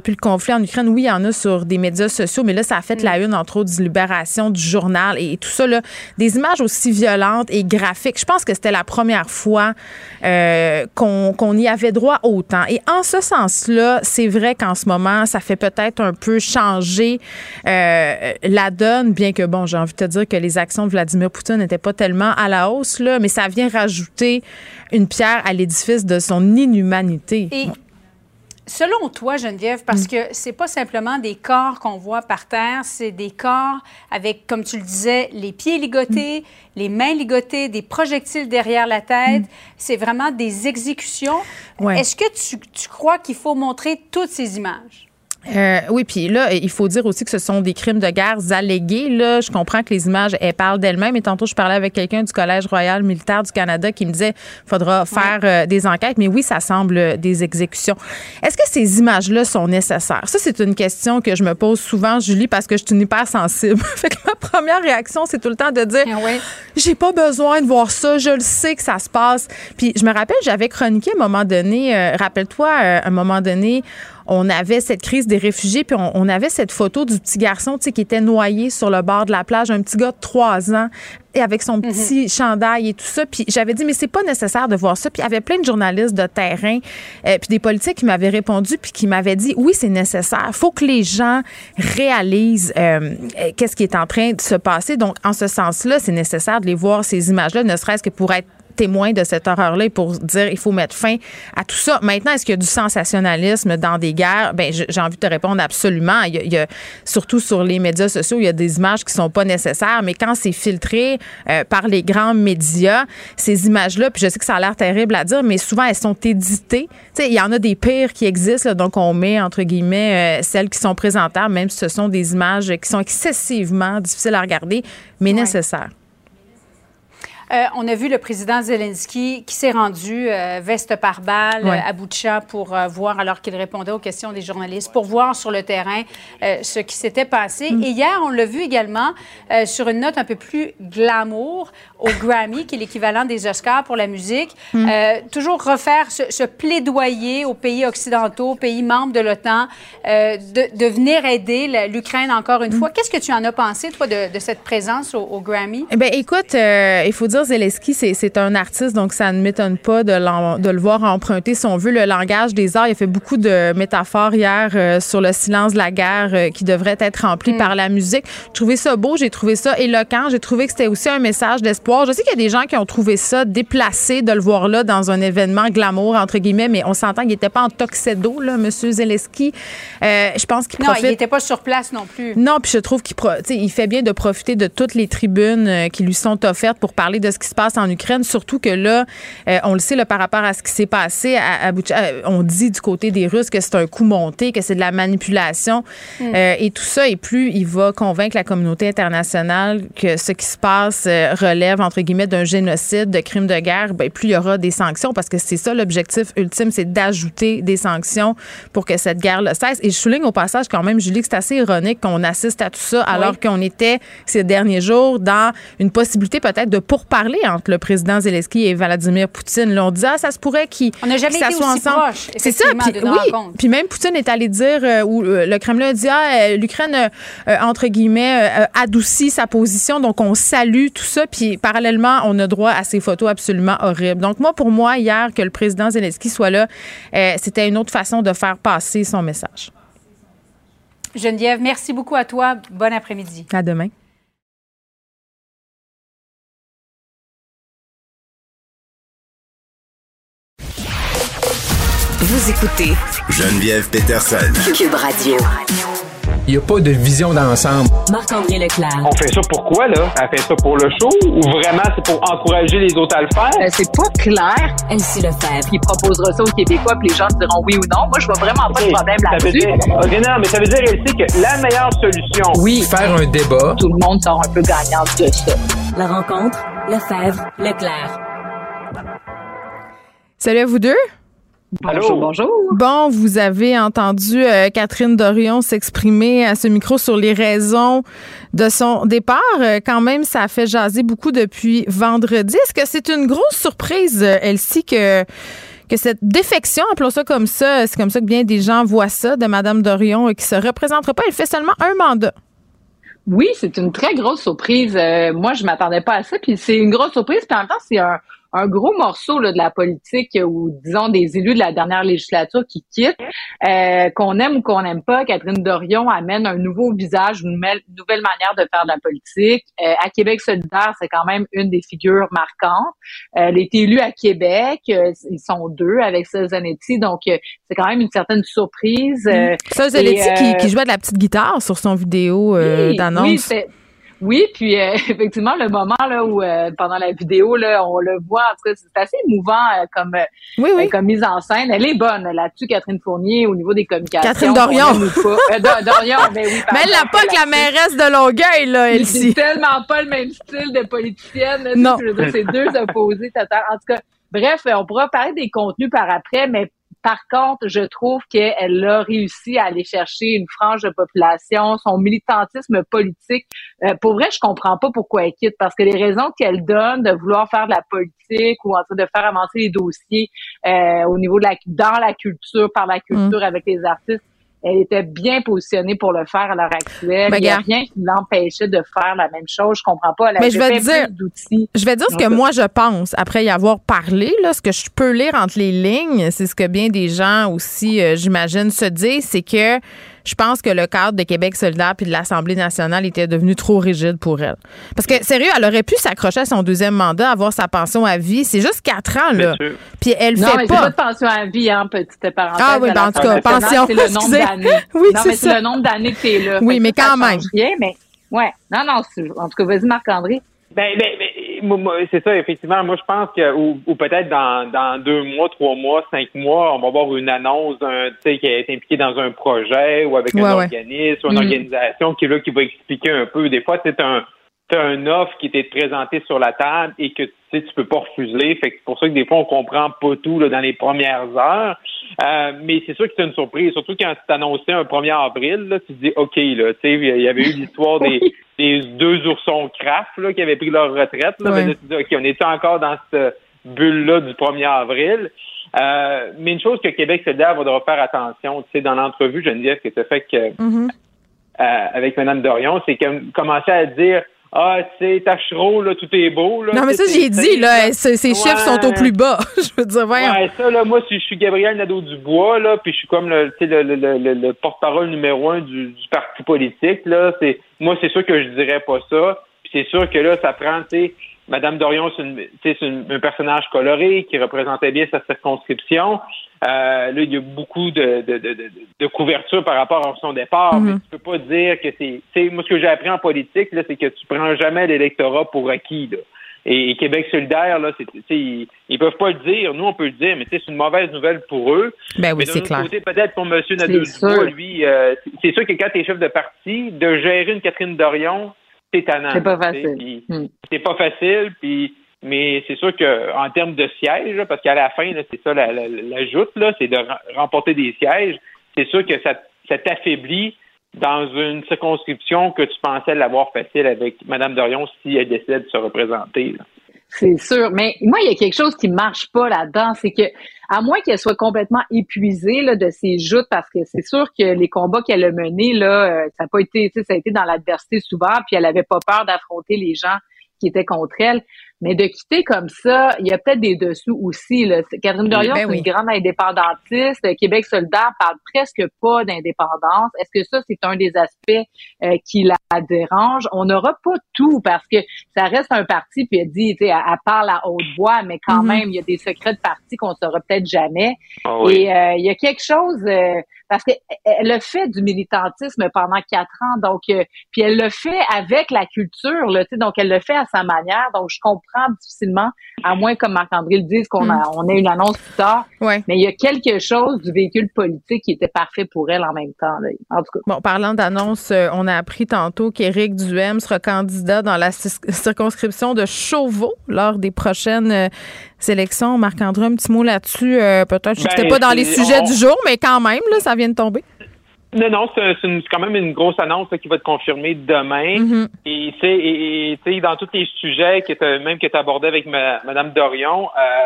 conflit en Ukraine, oui, il y en a sur des médias sociaux, mais là, ça a fait mm. la une, entre autres, du Libération, du Journal et, et tout ça, là, des images aussi violentes et graphiques. Je pense que c'était la première fois euh, qu'on, qu'on y avait droit autant. Et en ce sens-là, c'est vrai qu'en ce moment, ça fait peut-être un peu changer euh, la donne, bien que, bon, j'ai envie de te dire que les actions de Vladimir Poutine n'étaient pas tellement à la hausse, là, mais ça vient rajouter une pierre à l'édifice de son inhumanité. Et selon toi, Geneviève, parce que c'est pas simplement des corps qu'on voit par terre, c'est des corps avec, comme tu le disais, les pieds ligotés, mm. les mains ligotées, des projectiles derrière la tête. Mm. C'est vraiment des exécutions. Ouais. Est-ce que tu, tu crois qu'il faut montrer toutes ces images? Euh, oui, puis là, il faut dire aussi que ce sont des crimes de guerre allégués. Là, je comprends que les images, elles parlent d'elles-mêmes. Et tantôt, je parlais avec quelqu'un du Collège royal militaire du Canada qui me disait qu'il faudra faire euh, des enquêtes. Mais oui, ça semble des exécutions. Est-ce que ces images-là sont nécessaires? Ça, c'est une question que je me pose souvent, Julie, parce que je suis une hypersensible. Fait que ma première réaction, c'est tout le temps de dire ah ouais. j'ai pas besoin de voir ça, je le sais que ça se passe. Puis je me rappelle, j'avais chroniqué à un moment donné, euh, rappelle-toi, euh, à un moment donné, on avait cette crise des réfugiés, puis on, on avait cette photo du petit garçon, tu sais, qui était noyé sur le bord de la plage, un petit gars de trois ans, et avec son petit mm-hmm. chandail et tout ça. Puis j'avais dit, mais c'est pas nécessaire de voir ça. Puis il y avait plein de journalistes de terrain, euh, puis des politiques qui m'avaient répondu, puis qui m'avaient dit, oui, c'est nécessaire. Il faut que les gens réalisent euh, qu'est-ce qui est en train de se passer. Donc, en ce sens-là, c'est nécessaire de les voir, ces images-là, ne serait-ce que pour être témoin de cette horreur-là et pour dire il faut mettre fin à tout ça. Maintenant, est-ce qu'il y a du sensationnalisme dans des guerres? Ben, j'ai envie de te répondre absolument. Il y a, il y a, surtout sur les médias sociaux, il y a des images qui sont pas nécessaires, mais quand c'est filtré euh, par les grands médias, ces images-là, puis je sais que ça a l'air terrible à dire, mais souvent elles sont éditées. Tu sais, il y en a des pires qui existent, là, donc on met entre guillemets euh, celles qui sont présentables, même si ce sont des images qui sont excessivement difficiles à regarder, mais ouais. nécessaires. Euh, on a vu le président Zelensky qui s'est rendu euh, veste par balle ouais. euh, à Boutcha pour euh, voir, alors qu'il répondait aux questions des journalistes, pour voir sur le terrain euh, ce qui s'était passé. Mm. Et hier, on l'a vu également euh, sur une note un peu plus glamour au Grammy, qui est l'équivalent des Oscars pour la musique. Mm. Euh, toujours refaire ce, ce plaidoyer aux pays occidentaux, aux pays membres de l'OTAN, euh, de, de venir aider la, l'Ukraine encore une mm. fois. Qu'est-ce que tu en as pensé, toi, de, de cette présence au, au Grammy? Eh bien, écoute, euh, il faut dire Zelensky, c'est, c'est un artiste, donc ça ne m'étonne pas de, de le voir emprunter, si on veut, le langage des arts. Il a fait beaucoup de métaphores hier euh, sur le silence de la guerre euh, qui devrait être rempli mm. par la musique. J'ai trouvé ça beau, j'ai trouvé ça éloquent, j'ai trouvé que c'était aussi un message d'espoir. Je sais qu'il y a des gens qui ont trouvé ça déplacé de le voir là dans un événement glamour, entre guillemets, mais on s'entend qu'il n'était pas en tuxedo, là, M. Zelensky. Euh, je pense qu'il profite... Non, il n'était pas sur place non plus. Non, puis je trouve qu'il pro... il fait bien de profiter de toutes les tribunes euh, qui lui sont offertes pour parler de ce qui se passe en Ukraine, surtout que là, euh, on le sait, là, par rapport à ce qui s'est passé à, à Boutcha, euh, on dit du côté des Russes que c'est un coup monté, que c'est de la manipulation mm. euh, et tout ça. Et plus il va convaincre la communauté internationale que ce qui se passe euh, relève, entre guillemets, d'un génocide, de crimes de guerre, ben, plus il y aura des sanctions, parce que c'est ça l'objectif ultime, c'est d'ajouter des sanctions pour que cette guerre-là cesse. Et je souligne au passage quand même, Julie, que c'est assez ironique qu'on assiste à tout ça alors oui. qu'on était ces derniers jours dans une possibilité peut-être de pourparler entre le président Zelensky et Vladimir Poutine. Là, on dit, ah, ça se pourrait qu'ils On n'a jamais été aussi ensemble. Proche, c'est ça. Puis, oui. Puis même Poutine est allé dire, euh, ou euh, le Kremlin a dit, ah, euh, l'Ukraine, euh, entre guillemets, euh, adoucit sa position, donc on salue tout ça. Puis parallèlement, on a droit à ces photos absolument horribles. Donc moi, pour moi, hier, que le président Zelensky soit là, euh, c'était une autre façon de faire passer son message. Geneviève, merci beaucoup à toi. Bon après-midi. À demain. Vous écoutez Geneviève Peterson. Cube Radio. Il n'y a pas de vision d'ensemble. Marc-André Leclerc. On fait ça pourquoi, là? Elle fait ça pour le show ou vraiment c'est pour encourager les autres à le faire? Euh, c'est pas clair. Elsie Lefebvre. Il proposera ça aux Québécois puis les gens diront oui ou non. Moi, je vois vraiment pas okay. de problème ça là-dessus. Veut dire, okay, non, mais ça veut dire, Elsie, que la meilleure solution... Oui, faire un débat. Tout le monde sort un peu gagnant de ça. La rencontre, Lefebvre, Leclerc. Salut à vous deux. Bonjour, bonjour. Bon, vous avez entendu euh, Catherine Dorion s'exprimer à ce micro sur les raisons de son départ. Euh, quand même, ça a fait jaser beaucoup depuis vendredi. Est-ce que c'est une grosse surprise, Elsie, que que cette défection, appelons ça comme ça, c'est comme ça que bien des gens voient ça, de Mme Dorion, qui se représentera pas. Elle fait seulement un mandat. Oui, c'est une très grosse surprise. Euh, moi, je m'attendais pas à ça. Puis c'est une grosse surprise. Puis en même temps, c'est un, un gros morceau là, de la politique ou, disons, des élus de la dernière législature qui quittent. Euh, qu'on aime ou qu'on n'aime pas, Catherine Dorion amène un nouveau visage, une nouvelle, une nouvelle manière de faire de la politique. Euh, à Québec solidaire, c'est quand même une des figures marquantes. Euh, elle a été élue à Québec. Euh, ils sont deux avec Sol Zanetti. Donc, euh, c'est quand même une certaine surprise. Euh, Sol Zanetti euh, qui, qui jouait de la petite guitare sur son vidéo euh, oui, d'annonce. Oui, c'est... Oui, puis euh, effectivement, le moment là où euh, pendant la vidéo, là, on le voit, en tout cas, c'est assez émouvant euh, comme, oui, oui. Euh, comme mise en scène. Elle est bonne là-dessus, Catherine Fournier, au niveau des communications. Catherine Dorion. Euh, Dorion, ben oui. Mais elle n'a pas que la mairesse de Longueuil, là, elle C'est tellement pas le même style de politicienne. Là, non. Je veux dire, c'est deux opposés total. En tout cas, bref, on pourra parler des contenus par après, mais par contre, je trouve qu'elle a réussi à aller chercher une frange de population, son militantisme politique. Euh, pour vrai, je comprends pas pourquoi elle quitte, parce que les raisons qu'elle donne de vouloir faire de la politique ou en train de faire avancer les dossiers euh, au niveau de la dans la culture, par la culture mmh. avec les artistes, elle était bien positionnée pour le faire à l'heure actuelle. Ben, il n'y a rien qui l'empêchait de faire la même chose. Je comprends pas. Elle Mais je vais fait dire, plus d'outils. Je vais dire ce que Donc, moi je pense après y avoir parlé. Là, ce que je peux lire entre les lignes, c'est ce que bien des gens aussi, euh, j'imagine, se disent, c'est que je pense que le cadre de Québec solidaire puis de l'Assemblée nationale était devenu trop rigide pour elle. Parce que, sérieux, elle aurait pu s'accrocher à son deuxième mandat, avoir sa pension à vie. C'est juste quatre ans, là. Puis elle non, fait mais pas. c'est pas de pension à vie, hein, petite parenthèse. Ah oui, ben en tout cas, pension. C'est le nombre d'années. Oui, non, c'est mais ça. c'est le nombre d'années que t'es là. Oui, fait mais ça, quand ça même. Rien, mais, ouais. Non, non, en tout cas, vas-y, Marc-André. Ben, ben, ben c'est ça, effectivement. Moi, je pense que, ou, ou peut-être dans, dans deux mois, trois mois, cinq mois, on va avoir une annonce d'un, tu sais, qui est impliqué dans un projet ou avec un ouais, organisme, ouais. ou une mmh. organisation qui est là, qui va expliquer un peu. Des fois, c'est un, c'est un offre qui t'est présenté sur la table et que tu sais, tu peux pas refuser. Fait que c'est pour ça que des fois, on comprend pas tout, là, dans les premières heures. Euh, mais c'est sûr que c'est une surprise. Surtout quand tu t'annonçais un premier avril, là, tu te dis, OK, là, tu sais, il y avait eu l'histoire des, des deux oursons Kraft, là, qui avaient pris leur retraite, là. Ouais. Mais là, tu te dis, OK, on est encore dans cette bulle-là du premier avril. Euh, mais une chose que Québec solidaire va devoir faire attention, tu sais, dans l'entrevue, Geneviève, que tu as fait que, mm-hmm. euh, avec Mme Dorion, c'est qu'elle commençait à dire, ah, tu sais, Tachereau, là, tout est beau, là. Non, mais ça, j'ai dit, là, ces, ces ouais. chiffres sont au plus bas. Je veux dire, voyons. Ouais, ça, là, moi, si je suis Gabriel Nadeau-Dubois, là, puis je suis comme le, tu sais, le, le, le, le porte-parole numéro un du, du parti politique, là, c'est, moi, c'est sûr que je dirais pas ça. Puis c'est sûr que là, ça prend, tu sais, Mme Dorion, c'est, une, c'est une, un personnage coloré qui représentait bien sa circonscription. Euh, là, il y a beaucoup de, de, de, de, de couverture par rapport à son départ, mm-hmm. mais tu peux pas dire que c'est... Tu sais, moi, ce que j'ai appris en politique, là, c'est que tu prends jamais l'électorat pour acquis, là. Et, et Québec solidaire, là, c'est, tu sais, ils, ils peuvent pas le dire. Nous, on peut le dire, mais tu sais, c'est une mauvaise nouvelle pour eux. Ben oui, mais d'un c'est autre clair. côté, peut-être pour M. Nadeau-Dubois, lui, euh, c'est, c'est sûr que quand t'es chef de parti, de gérer une Catherine Dorion, c'est tannant. C'est pas facile. Pis, mm. C'est pas facile, puis... Mais c'est sûr que en termes de sièges, là, parce qu'à la fin, là, c'est ça la, la, la joute, là, c'est de remporter des sièges. C'est sûr que ça, ça t'affaiblit dans une circonscription que tu pensais l'avoir facile avec Mme Dorion si elle décide de se représenter, là. C'est sûr. Mais moi, il y a quelque chose qui marche pas là-dedans. C'est que, à moins qu'elle soit complètement épuisée là, de ses joutes, parce que c'est sûr que les combats qu'elle a menés, là, ça a pas été, tu sais, ça a été dans l'adversité souvent, puis elle avait pas peur d'affronter les gens qui étaient contre elle. Mais de quitter comme ça, il y a peut-être des dessous aussi, là. Catherine Dorion, ben oui. c'est une grande indépendantiste. Québec solidaire parle presque pas d'indépendance. Est-ce que ça, c'est un des aspects euh, qui la dérange? On n'aura pas tout parce que ça reste un parti, puis elle dit, tu sais, elle, elle parle à haute voix, mais quand mm-hmm. même, il y a des secrets de parti qu'on saura peut-être jamais. Oh oui. Et euh, il y a quelque chose... Euh, parce qu'elle a fait du militantisme pendant quatre ans, donc euh, puis elle le fait avec la culture, là, tu sais, donc elle le fait à sa manière, donc je comprends difficilement, à moins comme Marc-André le dise qu'on a, on ait une annonce plus tard, ouais. mais il y a quelque chose du véhicule politique qui était parfait pour elle en même temps, là, en tout cas. Bon, parlant d'annonce, euh, on a appris tantôt qu'Éric Duhaime sera candidat dans la c- circonscription de Chauveau lors des prochaines euh, élections. Marc-André, un petit mot là-dessus, euh, peut-être, je sais ben, que c'était pas dans les sujets on... du jour, mais quand même, là, ça vient de tomber. Non, non, c'est, c'est, une, c'est quand même une grosse annonce là, qui va être confirmée demain. Mm-hmm. Et tu sais, dans tous les sujets que même que tu abordais avec ma, Mme Dorion, euh,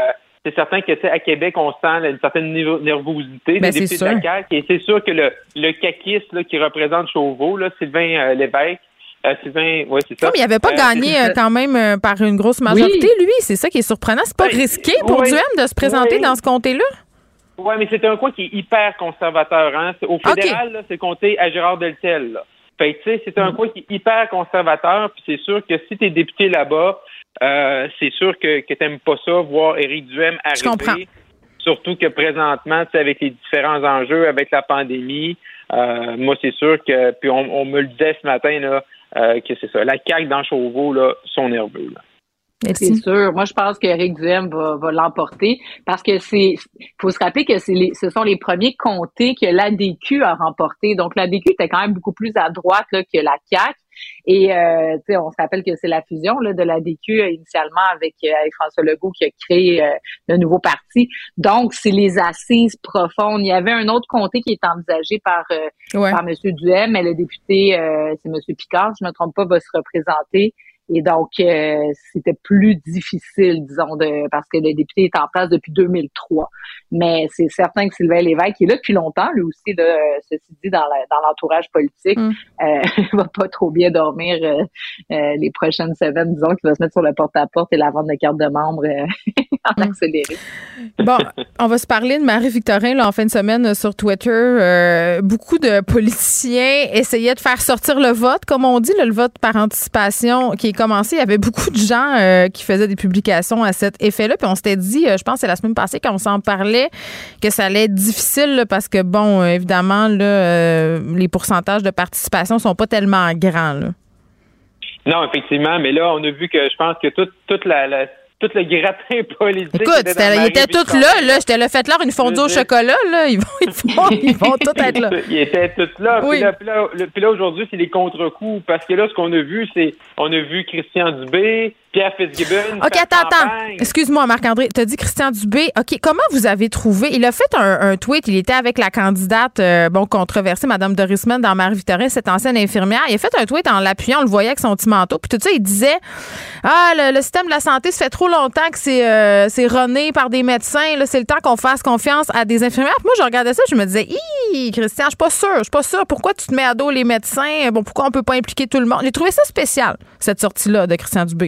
c'est certain que, tu sais, à Québec, on sent là, une certaine nervosité ben, des députés de la C A Q. Et c'est sûr que le, le caquiste là, qui représente Chauveau, là, Sylvain euh, Lévesque, euh, Sylvain, ouais, c'est ça. Comme il n'avait pas euh, gagné euh, quand même euh, par une grosse majorité, oui. lui, c'est ça qui est surprenant. C'est pas ben, risqué pour oui, Duhem de se présenter oui. dans ce comté-là? Oui, mais c'est un coin qui est hyper conservateur. Hein? Au fédéral, okay. là, c'est le comté à Gérard Deltel. Là. Fait que, tu sais, c'est un mm-hmm. coin qui est hyper conservateur, puis c'est sûr que si tu es député là-bas, euh, c'est sûr que, que tu n'aimes pas ça, voir Éric Duhem arriver. Surtout que présentement, tu sais, avec les différents enjeux, avec la pandémie, euh, moi, c'est sûr que, puis on, on me le disait ce matin, là, euh, que c'est ça. La C A Q dans Chauveau, là, sont nerveux, là. C'est sûr. Moi, je pense qu'Éric Duhem va, va l'emporter parce que c'est, faut se rappeler que c'est les, ce sont les premiers comtés que l'A D Q a remporté. Donc, l'A D Q était quand même beaucoup plus à droite là, que la C A Q. Et, euh, tu sais, on se rappelle que c'est la fusion là, de l'A D Q euh, initialement avec, euh, avec François Legault qui a créé euh, le nouveau parti. Donc, c'est les assises profondes. Il y avait un autre comté qui est envisagé par, euh, ouais. par M. Duhem, mais le député, euh, c'est M. Picard, si je ne me trompe pas, va se représenter. Et donc, euh, c'était plus difficile, disons, de parce que le député est en place depuis deux mille trois. Mais c'est certain que Sylvain Lévesque, qui est là depuis longtemps, lui aussi, là, ceci dit, dans, la, dans l'entourage politique, mm. euh, va pas trop bien dormir euh, euh, les prochaines semaines, disons, qu'il va se mettre sur le porte-à-porte et la vente de cartes de membres euh, en mm. accéléré. Bon, on va se parler de Marie-Victorin là, en fin de semaine sur Twitter. Euh, beaucoup de politiciens essayaient de faire sortir le vote, comme on dit, là, le vote par anticipation qui est commencé, il y avait beaucoup de gens euh, qui faisaient des publications à cet effet-là. Puis on s'était dit, euh, je pense que c'est la semaine passée quand on s'en parlait, que ça allait être difficile là, parce que, bon, euh, évidemment, là, euh, les pourcentages de participation sont pas tellement grands. Là. Non, effectivement, mais là, on a vu que je pense que toute, toute la, la tout le gratin politique. Écoute, était ils étaient tous là, là. J'étais là, faites-leur une fondue au chocolat, là. Ils vont, ils vont, ils vont tous être là. Ils étaient tous là. Oui. Puis là, puis là, puis là aujourd'hui, c'est les contre-coups. Parce que là, ce qu'on a vu, c'est, on a vu Christian Dubé, Pierre Fitzgibbon. OK, attends, attends. Excuse-moi, Marc-André. Tu as dit Christian Dubé. OK, comment vous avez trouvé? Il a fait un, un tweet. Il était avec la candidate, euh, bon, controversée, Mme Dorisman, dans Marie-Victorin, cette ancienne infirmière. Il a fait un tweet en l'appuyant. On le voyait avec son petit manteau. Puis tout ça, il disait, ah, le, le système de la santé, ça fait trop longtemps que c'est, euh, c'est runné par des médecins. Là, c'est le temps qu'on fasse confiance à des infirmières. Puis moi, je regardais ça, je me disais, hi, Christian, je suis pas sûre. Je suis pas sûre. Pourquoi tu te mets à dos les médecins? Bon, pourquoi on peut pas impliquer tout le monde? J'ai trouvé ça spécial, cette sortie-là de Christian Dubé.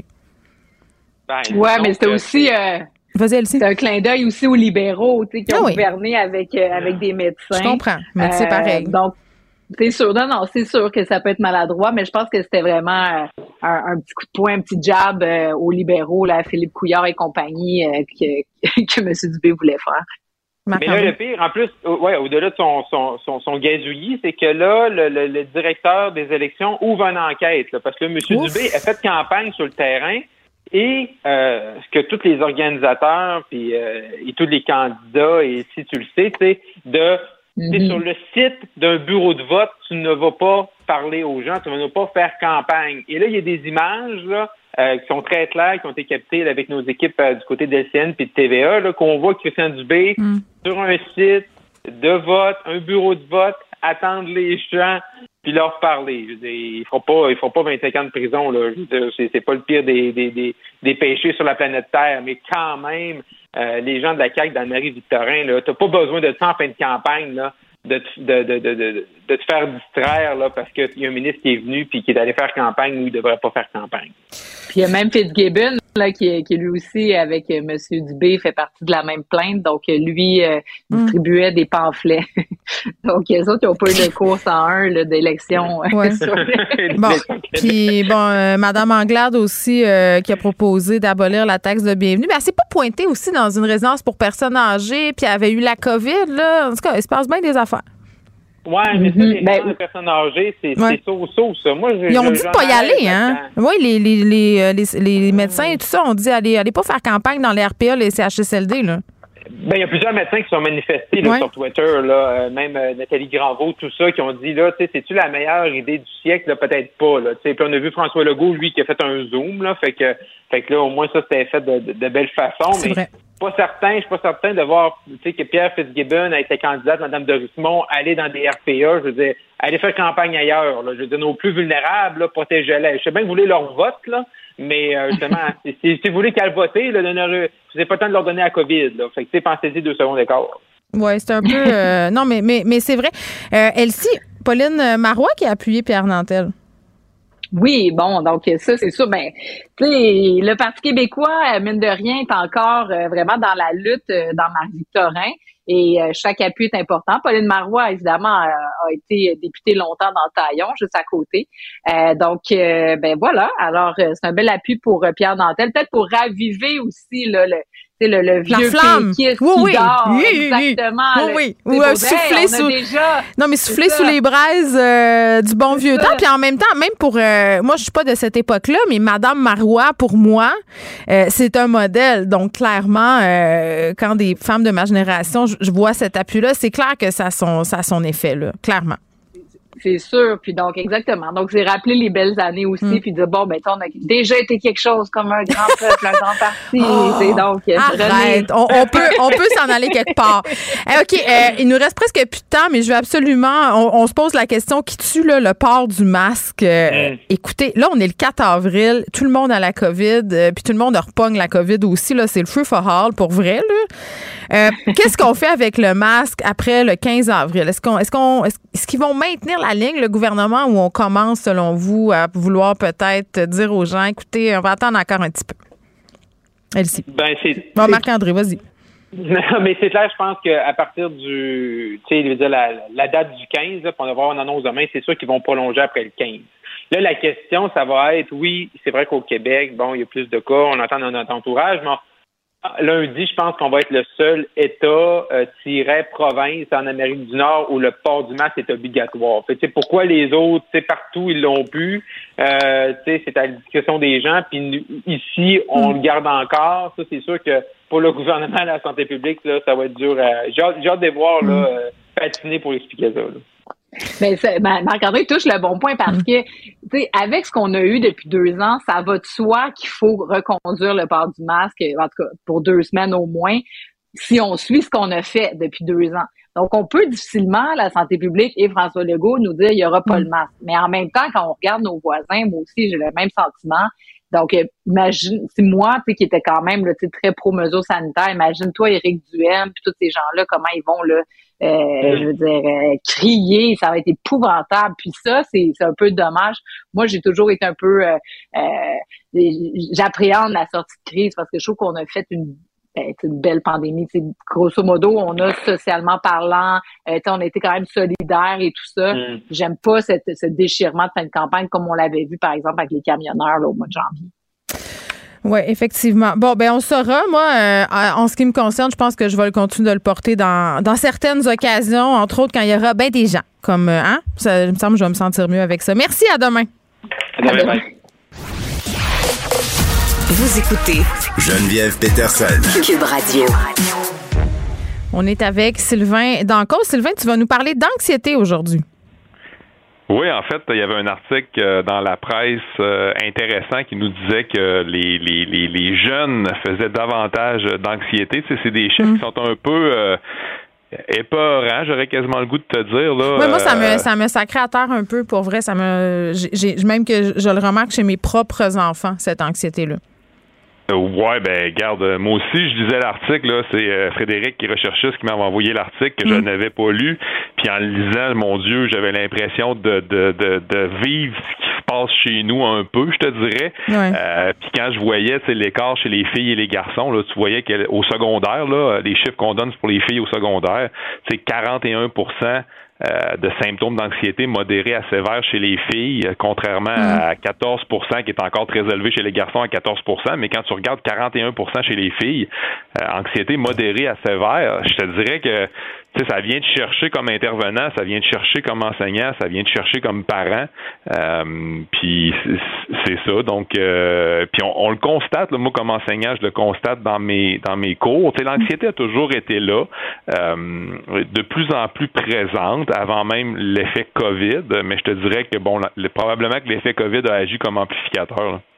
Ben, ouais, mais c'était aussi euh, c'est un clin d'œil aussi aux libéraux, tu sais, qui ah ont oui. gouverné avec euh, avec des médecins. Je comprends, mais c'est euh, pareil. Donc c'est sûr, non, non, c'est sûr que ça peut être maladroit, mais je pense que c'était vraiment euh, un, un petit coup de poing, un petit jab euh, aux libéraux, là, Philippe Couillard et compagnie, euh, que que M. Dubé voulait faire. Mais là, le pire, en plus, ouais, au-delà de son, son, son, son gazouillis, c'est que là, le, le, le directeur des élections ouvre une enquête, là, parce que M. Ouf. Dubé a fait campagne sur le terrain. Et euh, ce que tous les organisateurs puis euh, et tous les candidats, et si tu le sais, tu sais, de mm-hmm. sur le site d'un bureau de vote, tu ne vas pas parler aux gens, tu ne vas pas faire campagne. Et là, il y a des images là euh, qui sont très claires, qui ont été captées là, avec nos équipes euh, du côté de L C N puis de T V A, là, qu'on voit Christian Dubé mm. sur un site de vote, un bureau de vote, attendre les gens puis leur parler. Je veux dire, ils feront pas, ils feront pas vingt-cinq ans de prison, là. Je veux dire, c'est, c'est pas le pire des, des, des, des péchés sur la planète Terre, mais quand même, euh, les gens de la C A Q dans Marie-Victorin, là, t'as pas besoin de ça en fin de campagne, là, de, de, de, de, de, de te faire distraire, là, parce qu'il y a un ministre qui est venu puis qui est allé faire campagne où il devrait pas faire campagne. Puis il y a même Fitzgibbon, là, qui, qui lui aussi, avec euh, M. Dubé, fait partie de la même plainte. Donc, lui euh, distribuait mm. des pamphlets. Donc, les autres, ils n'ont pas eu de course en un là, d'élection. Ouais. Bon, puis bon, euh, Mme Anglade aussi, euh, qui a proposé d'abolir la taxe de bienvenue. Mais elle s'est pas pointée aussi dans une résidence pour personnes âgées, puis elle avait eu la COVID, là. En tout cas, il se passe bien des affaires. Oui, mais ça, les ben, personnes âgées, c'est, ouais. c'est so-so, ça. Moi, je, Ils ont je, dit de pas y aller, hein? Oui, les, les, les, les, les médecins et tout ça ont dit allez, allez pas faire campagne dans les R P A, les C H S L D, là. Ben, il y a plusieurs médecins qui sont manifestés là, ouais. sur Twitter, là, euh, même euh, Nathalie Granvaux, tout ça, qui ont dit, là, tu sais, c'est-tu la meilleure idée du siècle? Là, peut-être pas, là, tu sais. Puis on a vu François Legault, lui, qui a fait un Zoom, là, fait que, fait que là, au moins, ça, c'était fait de, de, de belle façon. C'est mais, vrai. pas certain, je suis pas certain de voir, tu sais, que Pierre Fitzgibbon, avec sa candidate, Mme Dorismont, aller dans des R P A, je veux dire, aller faire campagne ailleurs, là. Je veux dire, nos plus vulnérables, là, protégez-les. Je sais bien que vous voulez leur vote, là, mais, euh, justement, si, si vous voulez qu'elle vote, là, donnez, vous n'avez pas le temps de leur donner à COVID, là. Fait que, tu sais, pensez-y deux secondes d'écart. Oui, c'est un peu, euh, non, mais, mais, mais c'est vrai. Euh, Elsie, Pauline Marois qui a appuyé Pierre Nantel. Oui, bon, donc ça, c'est sûr. Ben, tu sais, le Parti québécois, mine de rien, est encore euh, vraiment dans la lutte euh, dans Marie-Victorin et euh, chaque appui est important. Pauline Marois, évidemment, euh, a été députée longtemps dans Taillon, juste à côté. Euh, donc, euh, ben voilà. Alors, euh, c'est un bel appui pour euh, Pierre Nantel, peut-être pour raviver aussi là, le c'est le, le vieux péquiste oui, qui oui. dort, oui, exactement. Oui, oui. Ou euh, souffler hey, sous déjà, non mais souffler sous les braises euh, du bon vieux temps. Puis en même temps, même pour euh, moi, je suis pas de cette époque-là, mais Madame Marois, pour moi, euh, c'est un modèle. Donc clairement, euh, quand des femmes de ma génération, je, je vois cet appui-là, c'est clair que ça a son, ça a son effet là, clairement. C'est sûr. Puis donc, exactement. Donc, c'est rappeler les belles années aussi, mm. puis dire, bon, ben, on a déjà été quelque chose comme un grand peuple, un grand parti. Oh, c'est donc, arrête. On, on peut, on peut s'en aller quelque part. Eh, OK, euh, il nous reste presque plus de temps, mais je veux absolument, on, on se pose la question qui tue, là, le port du masque. Euh, mm. Écoutez, là, on est le quatre avril, tout le monde a la COVID, euh, puis tout le monde repogne la COVID aussi, là, c'est le free for all, pour vrai, là. Euh, qu'est-ce qu'on fait avec le masque après le quinze avril? Est-ce qu'on, est-ce qu'on, est-ce qu'ils vont maintenir la ligne, le gouvernement, où on commence, selon vous, à vouloir peut-être dire aux gens, écoutez, on va attendre encore un petit peu? Elsie. Ben, c'est. Bon, Marc-André, vas-y. Non, mais c'est clair, je pense qu'à partir du, tu sais, je veux dire, la, la date du quinze, là, puis on va avoir une annonce demain, c'est sûr qu'ils vont prolonger après le quinze. Là, la question, ça va être, oui, c'est vrai qu'au Québec, bon, il y a plus de cas, on entend dans notre entourage, mais lundi, je pense qu'on va être le seul État euh, tiré province en Amérique du Nord où le port du masque est obligatoire. Fait, pourquoi les autres, partout, ils l'ont pu? Euh, c'est à la discussion des gens. Puis ici, on le garde encore. Ça, c'est sûr que pour le gouvernement et la santé publique, là, ça va être dur. À... J'ai hâte, j'ai hâte de voir là, euh, patiner pour expliquer ça. Là. Ben, Marc-André touche le bon point parce que, tu sais, avec ce qu'on a eu depuis deux ans, ça va de soi qu'il faut reconduire le port du masque, en tout cas pour deux semaines au moins, si on suit ce qu'on a fait depuis deux ans. Donc, on peut difficilement, la santé publique et François Legault, nous dire il n'y aura pas le masque. Mais en même temps, quand on regarde nos voisins, moi aussi, j'ai le même sentiment. Donc, imagine, c'est moi, tu sais, qui était quand même, là, tu sais, très pro-mesures sanitaires. Imagine-toi, Éric Duhem, puis tous ces gens-là, comment ils vont, là, euh, je veux dire, euh, crier. Ça va être épouvantable. Puis ça, c'est, c'est un peu dommage. Moi, j'ai toujours été un peu, euh, euh, j'appréhende la sortie de crise parce que je trouve qu'on a fait une Ben, une belle pandémie. T'sais, grosso modo, on a socialement parlant, euh, on a été quand même solidaires et tout ça. Mm. J'aime pas cette, ce déchirement de fin de campagne comme on l'avait vu, par exemple, avec les camionneurs là, au mois de janvier. Oui, effectivement. Bon, ben on saura. Moi, euh, en ce qui me concerne, je pense que je vais continuer de le porter dans, dans certaines occasions, entre autres quand il y aura ben des gens. Comme, euh, hein? Ça me semble que je vais me sentir mieux avec ça. Merci, à demain. À demain. À demain. Vous écoutez Geneviève Peterson. Cube Radio. On est avec Sylvain Dancause. Sylvain, tu vas nous parler d'anxiété aujourd'hui. Oui, en fait, il y avait un article dans la presse euh, intéressant qui nous disait que les, les, les, les jeunes faisaient davantage d'anxiété. Tu sais, c'est des chiffres mmh. qui sont un peu... Euh, épeurant, j'aurais quasiment le goût de te dire là. Oui, moi ça euh... me ça me sacrait à terre un peu pour vrai, ça me j'ai même que je le remarque chez mes propres enfants cette anxiété là. Euh, ouais, ben garde, moi aussi je lisais l'article là, c'est euh, Frédéric qui recherchait ce qui m'avait envoyé l'article que mm. je n'avais pas lu, puis en le lisant, mon Dieu, j'avais l'impression de de de, de vivre ce qui se passe chez nous un peu, je te dirais. Ouais. Euh, puis quand je voyais, tu sais, l'écart chez les filles et les garçons, là, tu voyais qu'au secondaire là, les chiffres qu'on donne pour les filles au secondaire, c'est quarante et un pour cent Euh, de symptômes d'anxiété modérés à sévères chez les filles, euh, contrairement mmh. à quatorze pour cent qui est encore très élevé chez les garçons à quatorze pour cent, mais quand tu regardes quarante et un pour cent chez les filles, euh, anxiété modérée à sévère, je te dirais que tu sais, ça vient te chercher comme intervenant, ça vient te chercher comme enseignant, ça vient te chercher comme parent, euh, puis c'est, c'est ça. Donc, euh, puis on, on le constate, là, moi comme enseignant, je le constate dans mes dans mes cours. Tu sais, l'anxiété a toujours été là, euh, de plus en plus présente, avant même l'effet COVID. Mais je te dirais que bon, le, probablement que l'effet COVID a agi comme amplificateur. Là.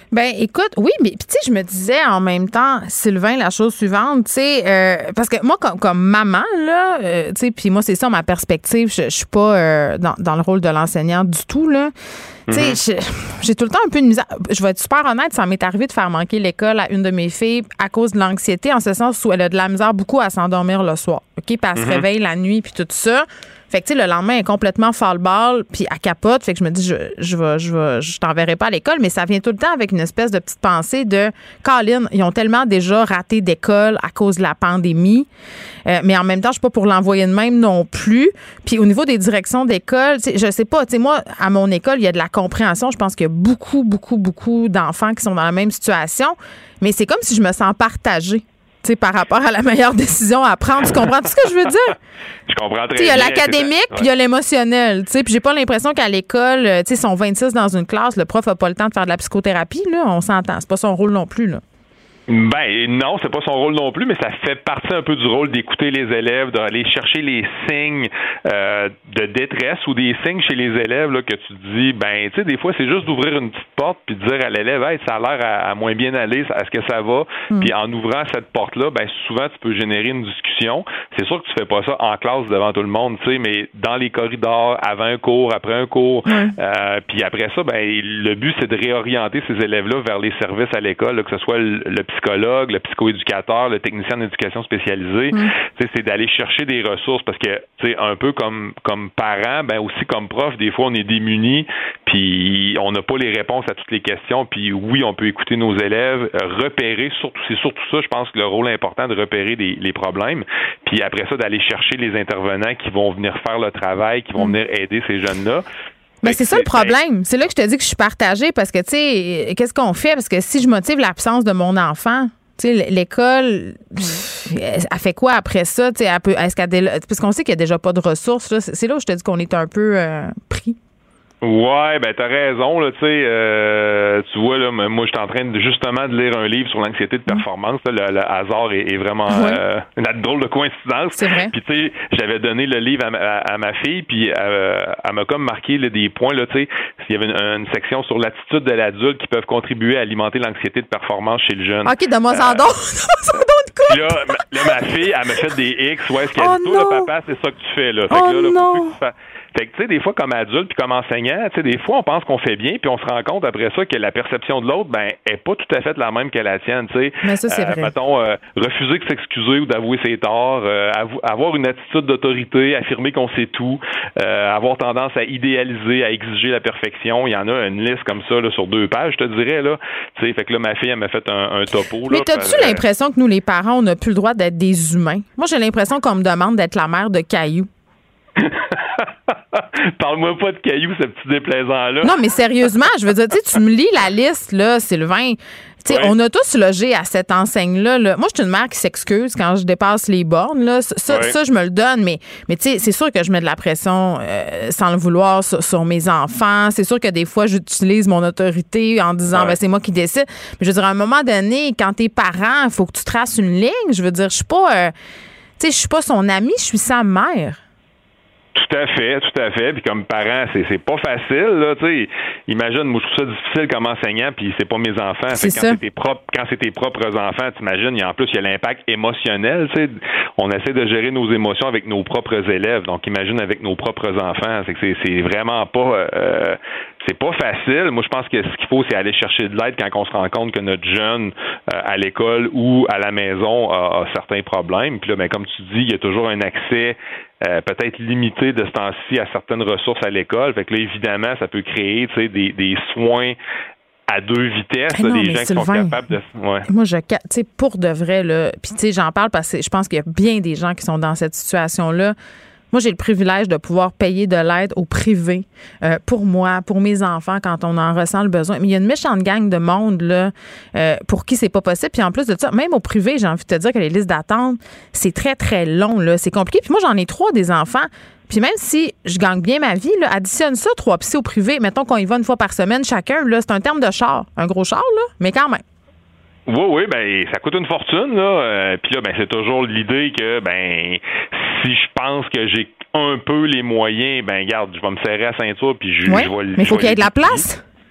Ben écoute, oui, mais tu sais, je me disais en même temps, Sylvain, la chose suivante, tu sais, euh, parce que moi, comme, comme maman, là, euh, tu sais, puis moi, c'est ça ma perspective, je, je suis pas euh, dans, dans le rôle de l'enseignante du tout, là. Tu sais, mm-hmm. j'ai tout le temps un peu de misère. Je vais être super honnête, ça m'est arrivé de faire manquer l'école à une de mes filles à cause de l'anxiété, en ce sens où elle a de la misère beaucoup à s'endormir le soir, OK? Puis elle mm-hmm. se réveille la nuit, puis tout ça. Fait que, tu sais, le lendemain, elle est complètement fall-ball, puis elle capote. Fait que je me dis, je, je vais, je vais, je t'enverrai pas à l'école, mais ça vient tout le temps avec une espèce de petite pensée de, Colin, ils ont tellement déjà raté d'école à cause de la pandémie, euh, mais en même temps, je suis pas pour l'envoyer de même non plus. Puis au niveau des directions d'école, tu sais, je sais pas, tu sais, moi, à mon école, il y a de la compréhension. Je pense qu'il y a beaucoup, beaucoup, beaucoup d'enfants qui sont dans la même situation, mais c'est comme si je me sens partagée. Tu sais, par rapport à la meilleure décision à prendre. Tu comprends tout ce que je veux dire? Je comprends très bien. Il y a l'académique, puis il y a l'émotionnel. Tu sais, puis j'ai pas l'impression qu'à l'école, tu sais, ils sont vingt-six dans une classe, le prof a pas le temps de faire de la psychothérapie, là. On s'entend. C'est pas son rôle non plus, là. Ben non, c'est pas son rôle non plus, mais ça fait partie un peu du rôle d'écouter les élèves, d'aller chercher les signes euh, de détresse ou des signes chez les élèves là, que tu dis, ben tu sais, des fois c'est juste d'ouvrir une petite porte puis de dire à l'élève, hey, ça a l'air à, à moins bien aller, est-ce que ça va? Mm. Puis en ouvrant cette porte-là, ben souvent tu peux générer une discussion. C'est sûr que tu fais pas ça en classe devant tout le monde, tu sais, mais dans les corridors, avant un cours, après un cours, mm. euh, puis après ça, ben le but c'est de réorienter ces élèves-là vers les services à l'école, là, que ce soit le, le psychologue, le psychoéducateur, le technicien d'éducation spécialisée, mm. c'est d'aller chercher des ressources parce que, tu sais, un peu comme comme parents, ben aussi comme prof, des fois on est démunis, puis on n'a pas les réponses à toutes les questions, puis oui, on peut écouter nos élèves, repérer, surtout c'est surtout ça, je pense que le rôle important de repérer les, les problèmes, puis après ça d'aller chercher les intervenants qui vont venir faire le travail, qui vont mm. venir aider ces jeunes-là. Ben c'est ça le problème. C'est là que je te dis que je suis partagée parce que, tu sais, qu'est-ce qu'on fait? Parce que si je motive l'absence de mon enfant, tu sais, l'école, elle fait quoi après ça? Tu sais, elle peut, est-ce qu'elle, parce qu'on sait qu'il n'y a déjà pas de ressources. Là, c'est là où je te dis qu'on est un peu euh, pris. Ouais, ben t'as raison, là, tu sais, euh, tu vois, là, moi, je suis en train de, justement de lire un livre sur l'anxiété de performance, là, le, le hasard est, est vraiment ouais. euh, une drôle de coïncidence. C'est vrai. Puis, tu sais, j'avais donné le livre à ma, à, à ma fille, puis euh, elle m'a comme marqué là, des points, là, tu sais, il y avait une, une section sur l'attitude de l'adulte qui peuvent contribuer à alimenter l'anxiété de performance chez le jeune. OK, donne-moi sans don, donne-moi sans don de quoi? Puis là, ma, là, ma fille, elle m'a fait des X, ouais, ce qu'elle oh dit, toi, là, papa, c'est ça que tu fais, là. Fait oh que là, là, non! faut plus que tu fasses... Fait que, tu sais, des fois, comme adulte puis comme enseignant, tu sais, des fois, on pense qu'on fait bien puis on se rend compte après ça que la perception de l'autre, ben, est pas tout à fait la même que la tienne, tu sais. Mais ça, c'est euh, vrai. Mettons, euh, refuser de s'excuser ou d'avouer ses torts, euh, avou- avoir une attitude d'autorité, affirmer qu'on sait tout, euh, avoir tendance à idéaliser, à exiger la perfection. Il y en a une liste comme ça, là, sur deux pages, je te dirais, là. Tu sais, fait que là, ma fille, elle m'a fait un, un topo, Mais là. t'as-tu euh, l'impression que nous, les parents, on n'a plus le droit d'être des humains? Moi, j'ai l'impression qu'on me demande d'être la mère de Caillou. Parle-moi pas de Caillou, ce petit déplaisant-là. Non, mais sérieusement, je veux dire, tu sais, tu me lis la liste, là, Sylvain. Tu sais, ouais. On a tous logé à cette enseigne-là. Là. Moi, je suis une mère qui s'excuse quand je dépasse les bornes. Là. Ça, ouais. ça, je me le donne, mais, mais tu sais, c'est sûr que je mets de la pression euh, sans le vouloir sur, sur mes enfants. C'est sûr que des fois, j'utilise mon autorité en disant, ouais. ben, c'est moi qui décide. Mais je veux dire, à un moment donné, quand t'es parent, il faut que tu traces une ligne. Je veux dire, je suis pas, euh, tu sais, je suis pas son amie, je suis sa mère. Tout à fait, tout à fait. Puis comme parent, c'est c'est pas facile, là, tu sais. Imagine, moi je trouve ça difficile comme enseignant, puis c'est pas mes enfants. C'est fait ça. Quand c'est tes propres, quand c'est tes propres enfants, t'imagines, il y a en plus il y a l'impact émotionnel, tu sais. On essaie de gérer nos émotions avec nos propres élèves, donc imagine avec nos propres enfants, c'est que c'est c'est vraiment pas euh, c'est pas facile. Moi, je pense que ce qu'il faut, c'est aller chercher de l'aide quand on se rend compte que notre jeune euh, à l'école ou à la maison a, a certains problèmes. Puis là, ben, comme tu dis, il y a toujours un accès euh, peut-être limité de ce temps-ci à certaines ressources à l'école. Fait que là, évidemment, ça peut créer, tu sais, des, des soins à deux vitesses, hey là, non, des gens Sylvain, qui sont capables de... Ouais. Moi, je, tu sais, pour de vrai, là, puis tu sais, j'en parle parce que je pense qu'il y a bien des gens qui sont dans cette situation-là. Moi, j'ai le privilège de pouvoir payer de l'aide au privé euh, pour moi, pour mes enfants, quand on en ressent le besoin. Mais il y a une méchante gang de monde là euh, pour qui c'est pas possible. Puis en plus de ça, même au privé, j'ai envie de te dire que les listes d'attente, c'est très, très long. Là. C'est compliqué. Puis moi, j'en ai trois des enfants. Puis même si je gagne bien ma vie, là, additionne ça, trois psy au privé. Mettons qu'on y va une fois par semaine chacun. Là, c'est un terme de char. Un gros char, là, mais quand même. Oui, oui, ben ça coûte une fortune, là. Euh, puis là, ben c'est toujours l'idée que ben si je pense que j'ai un peu les moyens, ben garde, je vais me serrer à la ceinture puis je, ouais, je vais. Mais il faut qu'il y ait de la place.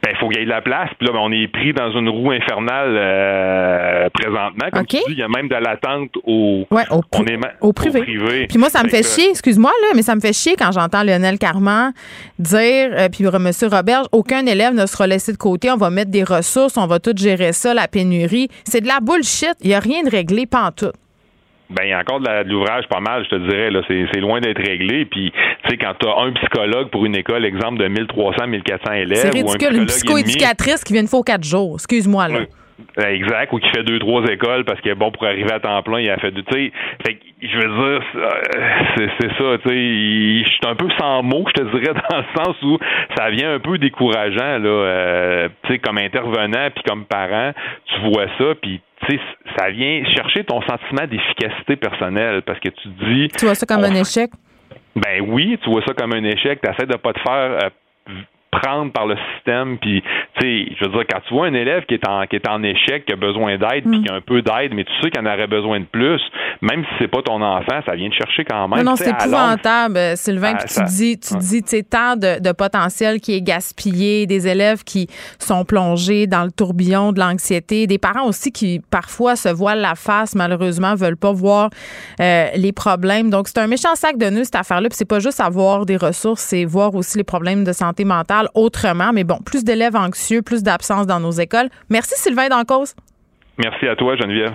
ben, il faut qu'il y ait de la place. Puis là, ben, on est pris dans une roue infernale euh, présentement. Comme okay. tu dis, il y a même de l'attente au, ouais, au, on est ma- au, privé. au privé. Puis moi, ça me fait, fait chier, excuse-moi, là, mais ça me fait chier quand j'entends Lionel Carman dire, euh, puis M. Roberge, aucun élève ne sera laissé de côté, on va mettre des ressources, on va tout gérer ça, la pénurie. C'est de la bullshit. Il n'y a rien de réglé pantoute. Ben, il y a encore de, la, de l'ouvrage pas mal, je te dirais. Là, c'est, c'est loin d'être réglé. Puis, tu sais, quand tu as un psychologue pour une école, exemple de mille trois cents, mille quatre cents élèves. C'est ridicule, ou un une psychoéducatrice qui vient une fois aux quatre jours. Excuse-moi, là. Oui. Exact, ou qui fait deux, trois écoles parce que, bon, pour arriver à temps plein, il a fait deux. Tu sais, fait que, je veux dire, c'est, c'est ça, tu sais, je suis un peu sans mots, je te dirais, dans le sens où ça vient un peu décourageant, là, euh, tu sais, comme intervenant puis comme parent, tu vois ça, puis tu sais, ça vient chercher ton sentiment d'efficacité personnelle parce que tu dis... Tu vois ça comme on, un échec? Ben oui, tu vois ça comme un échec. Tu essaies de pas te faire euh, prendre par le système. Puis, tu sais, je veux dire, quand tu vois un élève qui est en, qui est en échec, qui a besoin d'aide, mm. puis qui a un peu d'aide, mais tu sais qu'il en aurait besoin de plus, même si c'est pas ton enfant, ça vient te chercher quand même. Non, non, c'est épouvantable, Sylvain. Ah, puis tu ça, dis, tu ouais. dis, tu sais, tant de, de potentiel qui est gaspillé, des élèves qui sont plongés dans le tourbillon de l'anxiété, des parents aussi qui, parfois, se voilent la face, malheureusement, veulent pas voir euh, les problèmes. Donc, c'est un méchant sac de nœuds, cette affaire-là. Puis c'est pas juste avoir des ressources, c'est voir aussi les problèmes de santé mentale autrement. Mais bon, plus d'élèves anxieux, plus d'absence dans nos écoles. Merci, Sylvain Dancause. Merci à toi, Geneviève.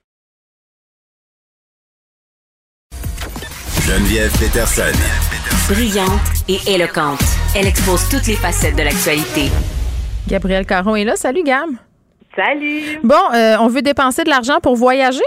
Geneviève Peterson. Brillante et éloquente. Elle expose toutes les facettes de l'actualité. Gabrielle Caron est là. Salut, Gab. Salut. Bon, euh, on veut dépenser de l'argent pour voyager?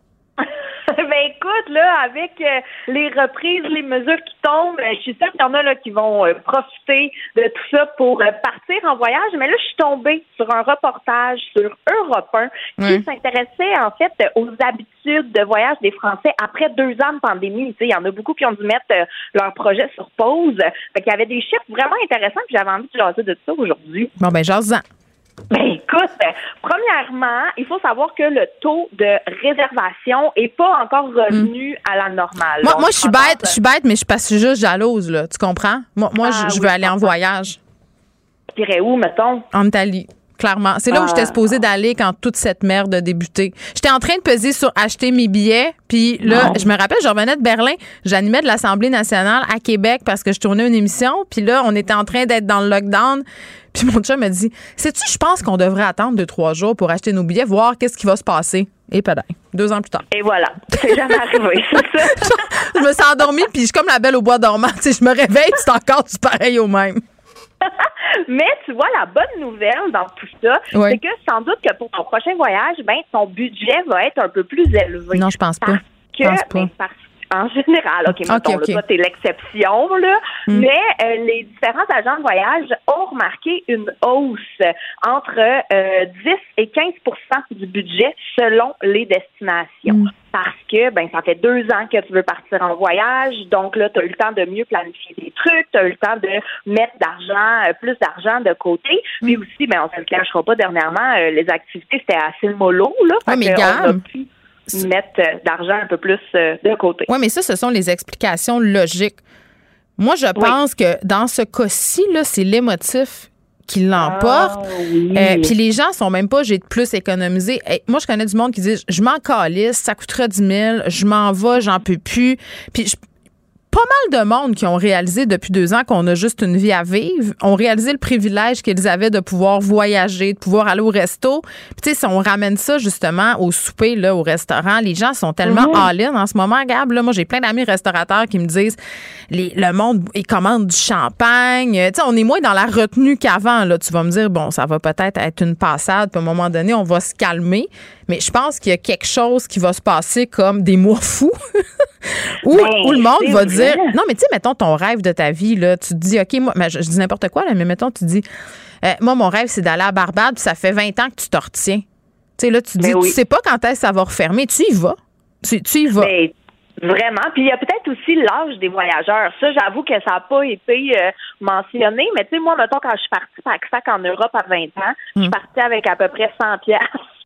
Ben écoute, là, avec euh, les reprises, les mesures qui tombent, euh, je suis sûre qu'il y en a là qui vont euh, profiter de tout ça pour euh, partir en voyage. Mais là, je suis tombée sur un reportage sur Europe un qui mmh. s'intéressait en fait aux habitudes de voyage des Français après deux ans de pandémie. Tu sais, il y en a beaucoup qui ont dû mettre euh, leur projet sur pause. Fait qu'il y avait des chiffres vraiment intéressants puis j'avais envie de jaser de ça aujourd'hui. Bon, ben jase-en. Ben écoute, premièrement, il faut savoir que le taux de réservation est pas encore revenu mmh. à la normale. Moi, Donc, moi je suis bête, je suis bête, mais je suis juste jalouse, là. Tu comprends? Moi, moi ah, je, je veux oui, aller en voyage. Tu irais où, mettons? En Italie. Clairement. C'est là ah. où j'étais supposée d'aller quand toute cette merde a débuté. J'étais en train de peser sur acheter mes billets, puis là, non. je me rappelle, je revenais de Berlin, j'animais de l'Assemblée nationale à Québec parce que je tournais une émission, puis là, on était en train d'être dans le lockdown, puis mon chum m'a dit, sais-tu, je pense qu'on devrait attendre deux, trois jours pour acheter nos billets, voir qu'est-ce qui va se passer. Et padin, deux ans plus tard. Et voilà, c'est jamais arrivé, c'est ça. Je me suis endormie, puis je suis comme la belle au bois dormant, tu sais, je me réveille, c'est encore du pareil au même. Mais tu vois, la bonne nouvelle dans tout ça, oui. c'est que sans doute que pour ton prochain voyage, ben ton budget va être un peu plus élevé. Non, je pense pas. Parce que, pense pas. Ben, parce, en général, OK, mettons, okay, okay. là, toi, t'es l'exception, là, mm. mais euh, les différents agents de voyage ont remarqué une hausse entre euh, dix et quinze pour cent du budget selon les destinations. Mm. Parce que, ben, ça fait deux ans que tu veux partir en voyage, donc là, tu as eu le temps de mieux planifier des trucs, tu as eu le temps de mettre d'argent, euh, plus d'argent de côté. Mm. Puis aussi, ben, on se le cachera pas, dernièrement, euh, les activités, c'était assez mollo, là. Oui, mais gamme. Mettre d'argent un peu plus de côté. Oui, mais ça, ce sont les explications logiques. Moi, je pense oui. que dans ce cas-ci, là, c'est l'émotif qui l'emporte. Ah, oui. euh, Puis les gens sont même pas, j'ai de plus économisé. Hey, moi, je connais du monde qui dit, je m'en calisse, ça coûtera dix mille, je m'en vais, j'en peux plus. Puis je pas mal de monde qui ont réalisé depuis deux ans qu'on a juste une vie à vivre, ont réalisé le privilège qu'ils avaient de pouvoir voyager, de pouvoir aller au resto. Puis tu sais, si on ramène ça justement au souper, là, au restaurant, les gens sont tellement mm-hmm. all-in en ce moment, Gab. Là, moi, j'ai plein d'amis restaurateurs qui me disent, les, le monde, ils commandent du champagne. Tu sais, on est moins dans la retenue qu'avant. Là, tu vas me dire, bon, ça va peut-être être une passade, puis à un moment donné, on va se calmer. Mais je pense qu'il y a quelque chose qui va se passer comme des mois fous où, ben, où le monde va dire non, mais tu sais, mettons ton rêve de ta vie, là, tu te dis, OK, moi, je, je dis n'importe quoi, là, mais mettons, tu dis, euh, moi, mon rêve, c'est d'aller à Barbade, puis ça fait vingt ans que tu te retiens. Tu sais, là, tu te dis, oui. tu sais pas quand est-ce que ça va refermer, tu y vas. Tu, tu y vas. Mais, vraiment. Puis il y a peut-être aussi l'âge des voyageurs. Ça, j'avoue que ça n'a pas été euh, mentionné, mais tu sais, moi, mettons, quand je suis partie par sac en Europe à vingt ans, mm. je suis partie avec à peu près cent piastres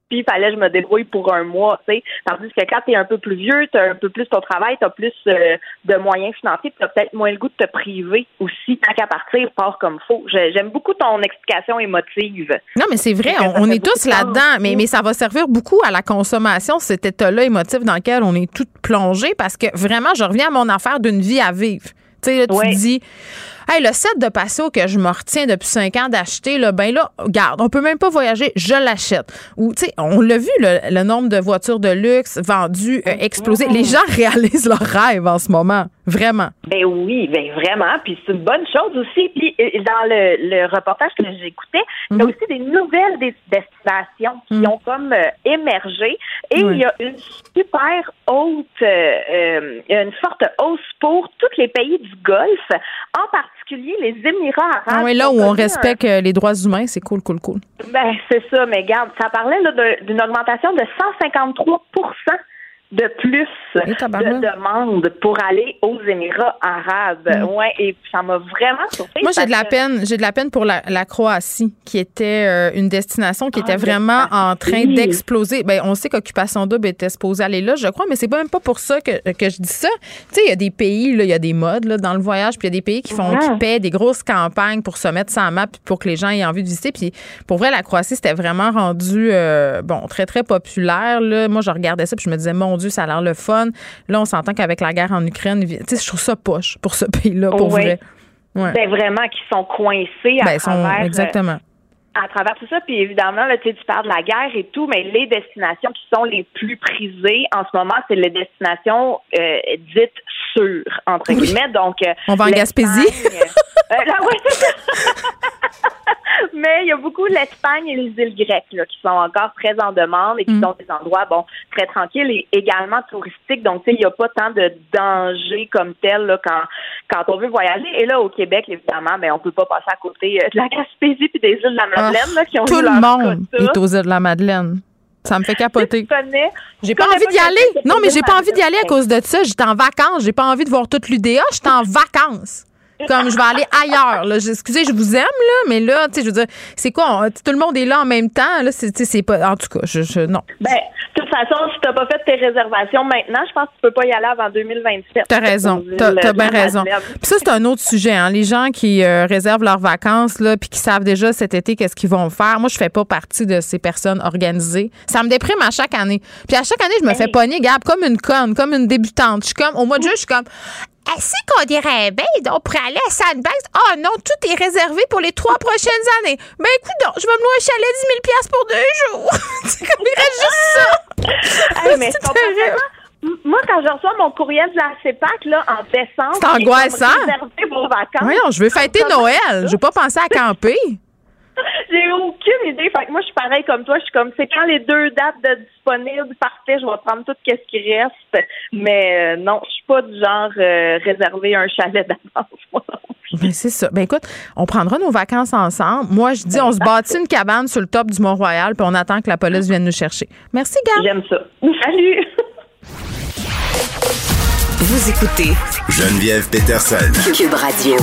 puis il fallait que je me débrouille pour un mois, tu sais. Tandis que quand tu es un peu plus vieux, tu as un peu plus ton travail, tu as plus euh, de moyens financiers, tu as peut-être moins le goût de te priver aussi. Tant qu'à partir, part comme faut. Je, j'aime beaucoup ton explication émotive. Non, mais c'est vrai, on, on est tous là-dedans, mais, mais ça va servir beaucoup à la consommation, cet état-là émotif dans lequel on est toutes plongées, parce que vraiment, je reviens à mon affaire d'une vie à vivre. Tu sais, là, tu ouais. te dis... Hey, le set de patio que je me retiens depuis cinq ans d'acheter, là, ben là, regarde, on peut même pas voyager, je l'achète. Ou, tu sais, on l'a vu, le, le nombre de voitures de luxe vendues, euh, exploser. Les gens réalisent leurs rêves en ce moment. Vraiment. Ben oui, ben vraiment. Puis c'est une bonne chose aussi. Puis dans le, le reportage que j'écoutais, mm-hmm. il y a aussi des nouvelles des destinations qui mm-hmm. ont comme euh, émergé. Et oui. il y a une super haute, euh, euh, une forte hausse pour tous les pays du Golfe, en particulier les Émirats arabes. Ah oui, là où on respecte un... les droits humains, c'est cool, cool, cool. Ben c'est ça, mais regarde, ça parlait là, de, d'une augmentation de cent cinquante-trois pour cent de plus et de demandes pour aller aux Émirats arabes. Mm. Ouais, et ça m'a vraiment surpris. Moi, j'ai de la que... peine, j'ai de la peine pour la, la Croatie, qui était euh, une destination qui ah, était vraiment en train oui. d'exploser. Ben, on sait qu'Occupation Double était supposée aller là, je crois, mais c'est pas même pas pour ça que, que je dis ça. Tu sais, il y a des pays, là, il y a des modes là, dans le voyage, puis il y a des pays qui font, mm. qui paient des grosses campagnes pour se mettre sur la map, pour que les gens aient envie de visiter. Puis pour vrai, la Croatie, c'était vraiment rendu, euh, bon, très, très populaire. Là. Moi, je regardais ça, puis je me disais, mon Dieu, ça a l'air le fun. Là, on s'entend qu'avec la guerre en Ukraine, tu sais, je trouve ça poche pour ce pays-là, pour oui. vrai. Ouais. Ben vraiment, qui sont coincés à ben, travers... Sont, exactement. Euh, à travers tout ça, puis évidemment, là, tu parles de la guerre et tout, mais les destinations qui sont les plus prisées en ce moment, c'est les destinations euh, dites sûres, entre oui. guillemets. Donc, euh, on va en Gaspésie. euh, là, ouais, c'est ça. Mais il y a beaucoup l'Espagne et les îles grecques là, qui sont encore très en demande et qui mm. sont des endroits bon très tranquilles et également touristiques. Donc, tu sais, il n'y a pas tant de danger comme tel là, quand quand on veut voyager. Et là, au Québec, évidemment, ben on peut pas passer à côté de la Gaspésie puis des îles de la Madeleine là, qui ont tout eu le leur monde quota. Est aux îles de la Madeleine. Ça me fait capoter. Tu connais, j'ai pas envie d'y aller. Non, mais j'ai pas envie d'y aller à cause de ça. J'étais en vacances. J'ai pas envie de voir toute l'U D A. J'étais en vacances. Comme je vais aller ailleurs. Là. Excusez, je vous aime, là, mais là, tu sais, je veux dire, c'est quoi? On, tout le monde est là en même temps. Là, c'est, c'est pas. En tout cas, je, je non. Ben, de toute façon, si t'as pas fait tes réservations maintenant, je pense que tu peux pas y aller avant deux mille vingt-sept. T'as raison. T'as, t'as bien raison. Puis ça, c'est un autre sujet. Hein. Les gens qui euh, réservent leurs vacances, là, puis qui savent déjà cet été qu'est-ce qu'ils vont faire. Moi, je fais pas partie de ces personnes organisées. Ça me déprime à chaque année. Puis à chaque année, je me fais pogner, Gab, comme une conne, comme une débutante. Je suis comme, au mois de juin, je suis comme. Est-ce qu'on dirait bien, donc, pour aller à Sandbags? Ah oh, non, tout est réservé pour les trois prochaines années. Ben, écoute, donc, je vais me louer un chalet dix mille dollars pour deux jours. C'est comme, il reste juste ça. Hey, mais c'est terrible. Moi, quand je reçois mon courriel de la C E P A C, là, en décembre, c'est angoissant. Réservé vos vacances. Voyons, je veux fêter Noël. Je veux pas penser à camper. J'ai aucune idée. Fait que moi, je suis pareil comme toi. Je suis comme, c'est quand les deux dates de disponibles, parfait, je vais prendre tout ce qui reste. Mais euh, non, je suis pas du genre euh, réserver un chalet d'avance. Moi. Ben, c'est ça. Ben écoute, on prendra nos vacances ensemble. Moi, je dis, ben, on se bâtit une cabane sur le top du Mont-Royal, puis on attend que la police vienne nous chercher. Merci, Gab. J'aime ça. Salut. Vous écoutez Geneviève Peterson. Cube Radio.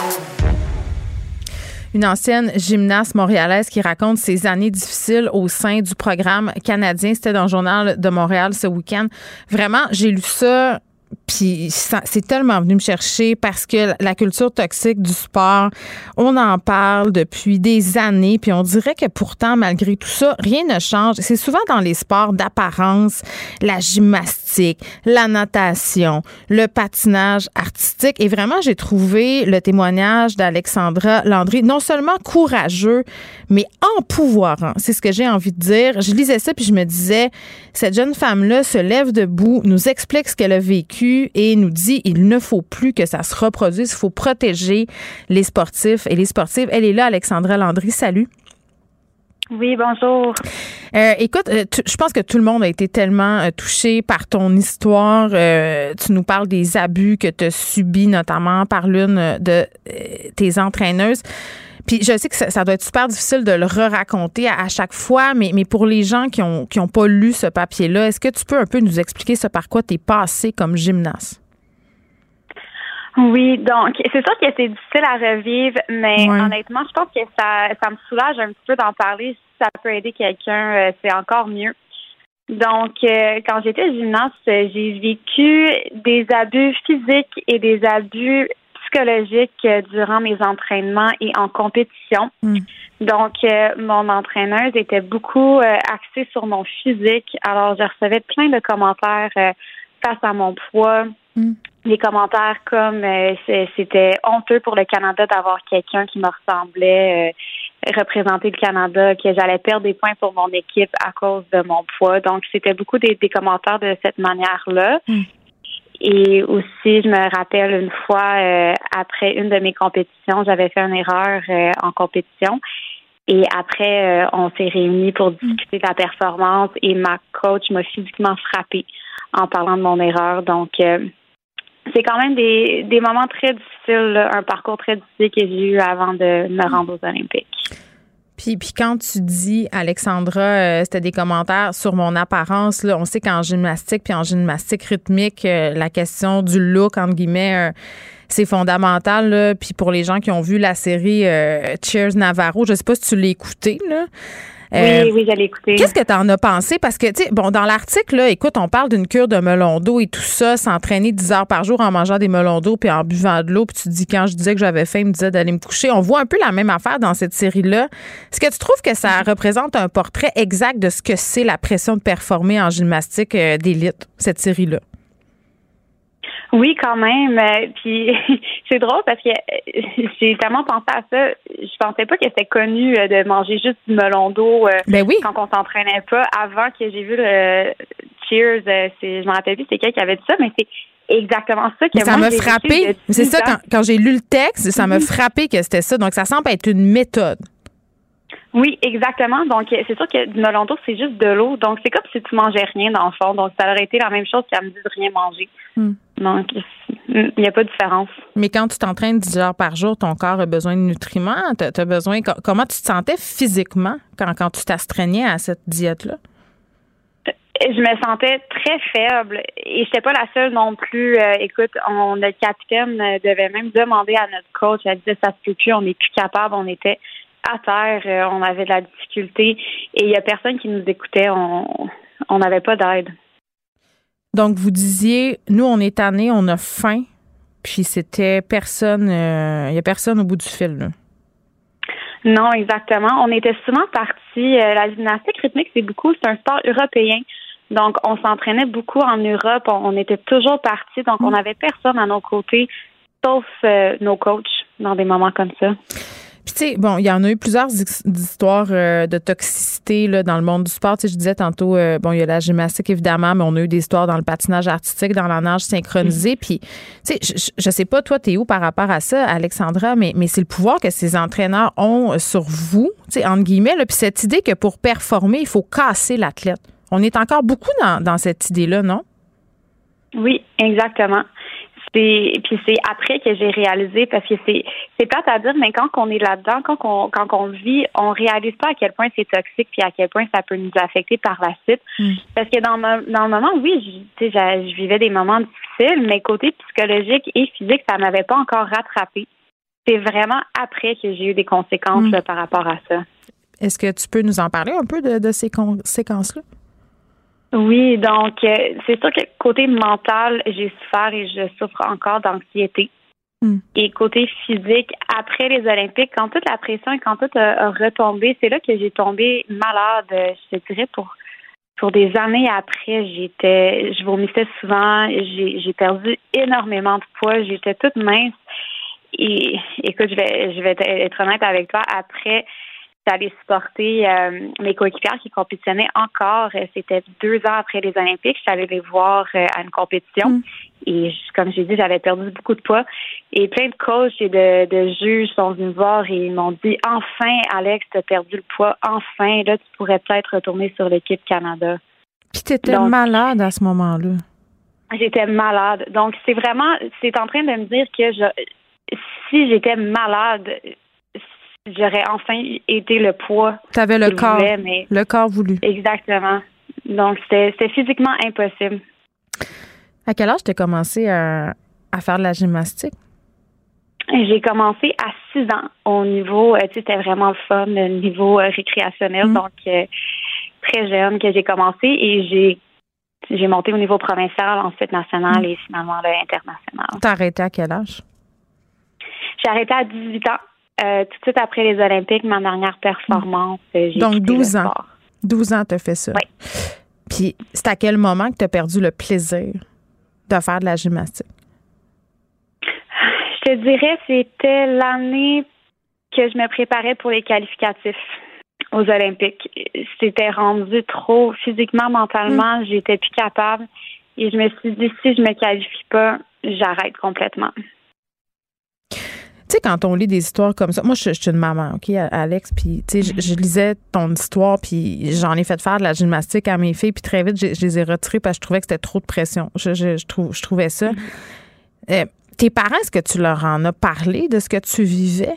Une ancienne gymnaste montréalaise qui raconte ses années difficiles au sein du programme canadien. C'était dans le Journal de Montréal ce week-end. Vraiment, j'ai lu ça, puis c'est tellement venu me chercher parce que la culture toxique du sport, on en parle depuis des années, puis on dirait que pourtant, malgré tout ça, rien ne change. C'est souvent dans les sports d'apparence, la gymnastique, la natation, le patinage artistique. Et vraiment, j'ai trouvé le témoignage d'Alexandra Landry non seulement courageux, mais empouvoirant. C'est ce que j'ai envie de dire. Je lisais ça, puis je me disais, cette jeune femme-là se lève debout, nous explique ce qu'elle a vécu et nous dit il ne faut plus que ça se reproduise. Il faut protéger les sportifs et les sportives. Elle est là, Alexandra Landry. Salut. Oui, bonjour. Euh, écoute, euh, tu, je pense que tout le monde a été tellement euh, touché par ton histoire. Euh, tu nous parles des abus que tu as subis, notamment par l'une de euh, tes entraîneuses. Puis je sais que ça, ça doit être super difficile de le re-raconter à, à chaque fois, mais, mais pour les gens qui ont qui ont pas lu ce papier-là, est-ce que tu peux un peu nous expliquer ce par quoi tu es passée comme gymnaste? Oui, donc c'est sûr que c'est difficile à revivre, mais ouais. honnêtement, je pense que ça, ça me soulage un petit peu d'en parler. Si ça peut aider quelqu'un, euh, c'est encore mieux. Donc, euh, quand j'étais gymnaste, j'ai vécu des abus physiques et des abus psychologiques durant mes entraînements et en compétition. Mm. Donc, euh, mon entraîneuse était beaucoup euh, axée sur mon physique. Alors, je recevais plein de commentaires euh, face à mon poids. Mm. Des commentaires comme euh, c'était honteux pour le Canada d'avoir quelqu'un qui me ressemblait, euh, représenter le Canada, que j'allais perdre des points pour mon équipe à cause de mon poids. Donc, c'était beaucoup des, des commentaires de cette manière-là. Mm. Et aussi, je me rappelle une fois, euh, après une de mes compétitions, j'avais fait une erreur euh, en compétition. Et après, euh, on s'est réunis pour discuter de la performance et ma coach m'a physiquement frappée en parlant de mon erreur. Donc, euh, c'est quand même des, des moments très difficiles, là, un parcours très difficile que j'ai eu avant de me rendre aux Olympiques. Puis, puis quand tu dis, Alexandra, euh, c'était des commentaires sur mon apparence, là, on sait qu'en gymnastique puis en gymnastique rythmique, euh, la question du look, entre guillemets, euh, c'est fondamental. Là. Puis pour les gens qui ont vu la série euh, Cheers Navarro, je sais pas si tu l'as écouté, là. Euh, oui, oui, j'allais écouter. Qu'est-ce que tu en as pensé? Parce que, tu sais, bon, dans l'article, là, écoute, on parle d'une cure de melon d'eau et tout ça, s'entraîner dix heures par jour en mangeant des melons d'eau puis en buvant de l'eau. Puis tu dis, quand je disais que j'avais faim, il me disait d'aller me coucher. On voit un peu la même affaire dans cette série-là. Est-ce que tu trouves que ça représente un portrait exact de ce que c'est la pression de performer en gymnastique euh, d'élite, cette série-là? Oui, quand même. Euh, puis c'est drôle parce que euh, j'ai tellement pensé à ça. Je pensais pas que c'était connu euh, de manger juste du melon d'eau euh, ben oui. quand on s'entraînait pas. Avant que j'ai vu le euh, Cheers, euh, c'est, je me rappelle plus c'est quelqu'un qui avait dit ça, mais c'est exactement ça que mais ça moi, m'a frappé. C'est ça, quand, quand j'ai lu le texte, ça m'a mm-hmm. frappé que c'était ça. Donc, ça semble être une méthode. Oui, exactement. Donc, c'est sûr que du melon d'eau, c'est juste de l'eau. Donc, c'est comme si tu mangeais rien dans le fond. Donc, ça aurait été la même chose qu'elle me dit de rien manger. Mm. Donc, il n'y a pas de différence. Mais quand tu t'entraînes dix heures par jour, ton corps a besoin de nutriments. Tu as besoin. Comment tu te sentais physiquement quand, quand tu t'astreignais à cette diète-là? Je me sentais très faible et j'étais pas la seule non plus. Euh, écoute, on, notre capitaine devait même demander à notre coach. Elle disait ça se peut plus, on n'est plus capable, on était à terre, euh, on avait de la difficulté et il y a personne qui nous écoutait. On on n'avait pas d'aide. Donc vous disiez, nous on est tannés, on a faim, puis c'était personne, il euh, y a personne au bout du fil là. Non, exactement. On était souvent partis. Euh, la gymnastique rythmique, c'est beaucoup, c'est un sport européen. Donc, on s'entraînait beaucoup en Europe. On, on était toujours partis. Donc, on n'avait personne à nos côtés, sauf euh, nos coachs dans des moments comme ça. Puis, tu sais, bon, il y en a eu plusieurs histoires euh, de toxicité là, dans le monde du sport. Tu sais, je disais tantôt, euh, bon, il y a la gymnastique, évidemment, mais on a eu des histoires dans le patinage artistique, dans la nage synchronisée. Puis, tu sais, je, je sais pas, toi, t'es où par rapport à ça, Alexandra, mais, mais c'est le pouvoir que ces entraîneurs ont sur vous, tu sais, entre guillemets, là, puis cette idée que pour performer, il faut casser l'athlète. On est encore beaucoup dans, dans cette idée-là, non? Oui, exactement. C'est, puis c'est après que j'ai réalisé, parce que c'est c'est plate à dire, mais quand on est là-dedans, quand on quand on le vit, on réalise pas à quel point c'est toxique puis à quel point ça peut nous affecter par la suite. Mm. Parce que dans le, dans le moment, oui, je, tu sais, je vivais des moments difficiles, mais côté psychologique et physique, ça m'avait pas encore rattrapé. C'est vraiment après que j'ai eu des conséquences mm. là, par rapport à ça. Est-ce que tu peux nous en parler un peu de, de ces conséquences-là? Oui, donc euh, c'est sûr que côté mental, j'ai souffert et je souffre encore d'anxiété. Mm. Et côté physique, après les Olympiques, quand toute la pression et quand tout a, a retombé, c'est là que j'ai tombé malade, je te dirais, pour pour des années après. J'étais, je vomissais souvent, j'ai, j'ai perdu énormément de poids, j'étais toute mince. Et écoute, je vais, je vais être honnête avec toi, après... J'allais supporter euh, mes coéquipières qui compétitionnaient encore. C'était deux ans après les Olympiques. Je suis allée les voir euh, à une compétition. Mm. Et je, comme j'ai dit, j'avais perdu beaucoup de poids. Et plein de coachs et de, de juges sont venus me voir et ils m'ont dit « Enfin, Alex, tu as perdu le poids. Enfin, là, tu pourrais peut-être retourner sur l'équipe Canada. » Puis tu étais malade à ce moment-là. J'étais malade. Donc, c'est vraiment... C'est en train de me dire que je, si j'étais malade... j'aurais enfin été le poids. Tu avais le corps, voulais, mais le corps voulu. Exactement. Donc, c'était, c'était physiquement impossible. À quel âge tu as commencé à, à faire de la gymnastique? J'ai commencé à six ans au niveau, euh, tu sais, c'était vraiment le fun, le niveau euh, récréationnel, mmh. donc euh, très jeune que j'ai commencé et j'ai j'ai monté au niveau provincial, ensuite national mmh. et finalement là, international. T'as arrêté à quel âge? J'ai arrêté à dix-huit ans, euh, tout de suite après les Olympiques, ma dernière performance. Mmh. J'ai donc douze ans. douze ans, t'as fait ça. Oui. Puis c'est à quel moment que t'as perdu le plaisir de faire de la gymnastique? Je te dirais, c'était l'année que je me préparais pour les qualificatifs aux Olympiques. C'était rendu trop physiquement, mentalement, mmh. j'étais plus capable. Et je me suis dit, si je me qualifie pas, j'arrête complètement. Tu sais, quand on lit des histoires comme ça, moi, je, je suis une maman, OK, Alex, puis tu sais, je, je lisais ton histoire, puis j'en ai fait faire de la gymnastique à mes filles, puis très vite, je, je les ai retirées parce que je trouvais que c'était trop de pression. Je, je, je, trouve, je trouvais ça. Mmh. Euh, tes parents, est-ce que tu leur en as parlé de ce que tu vivais?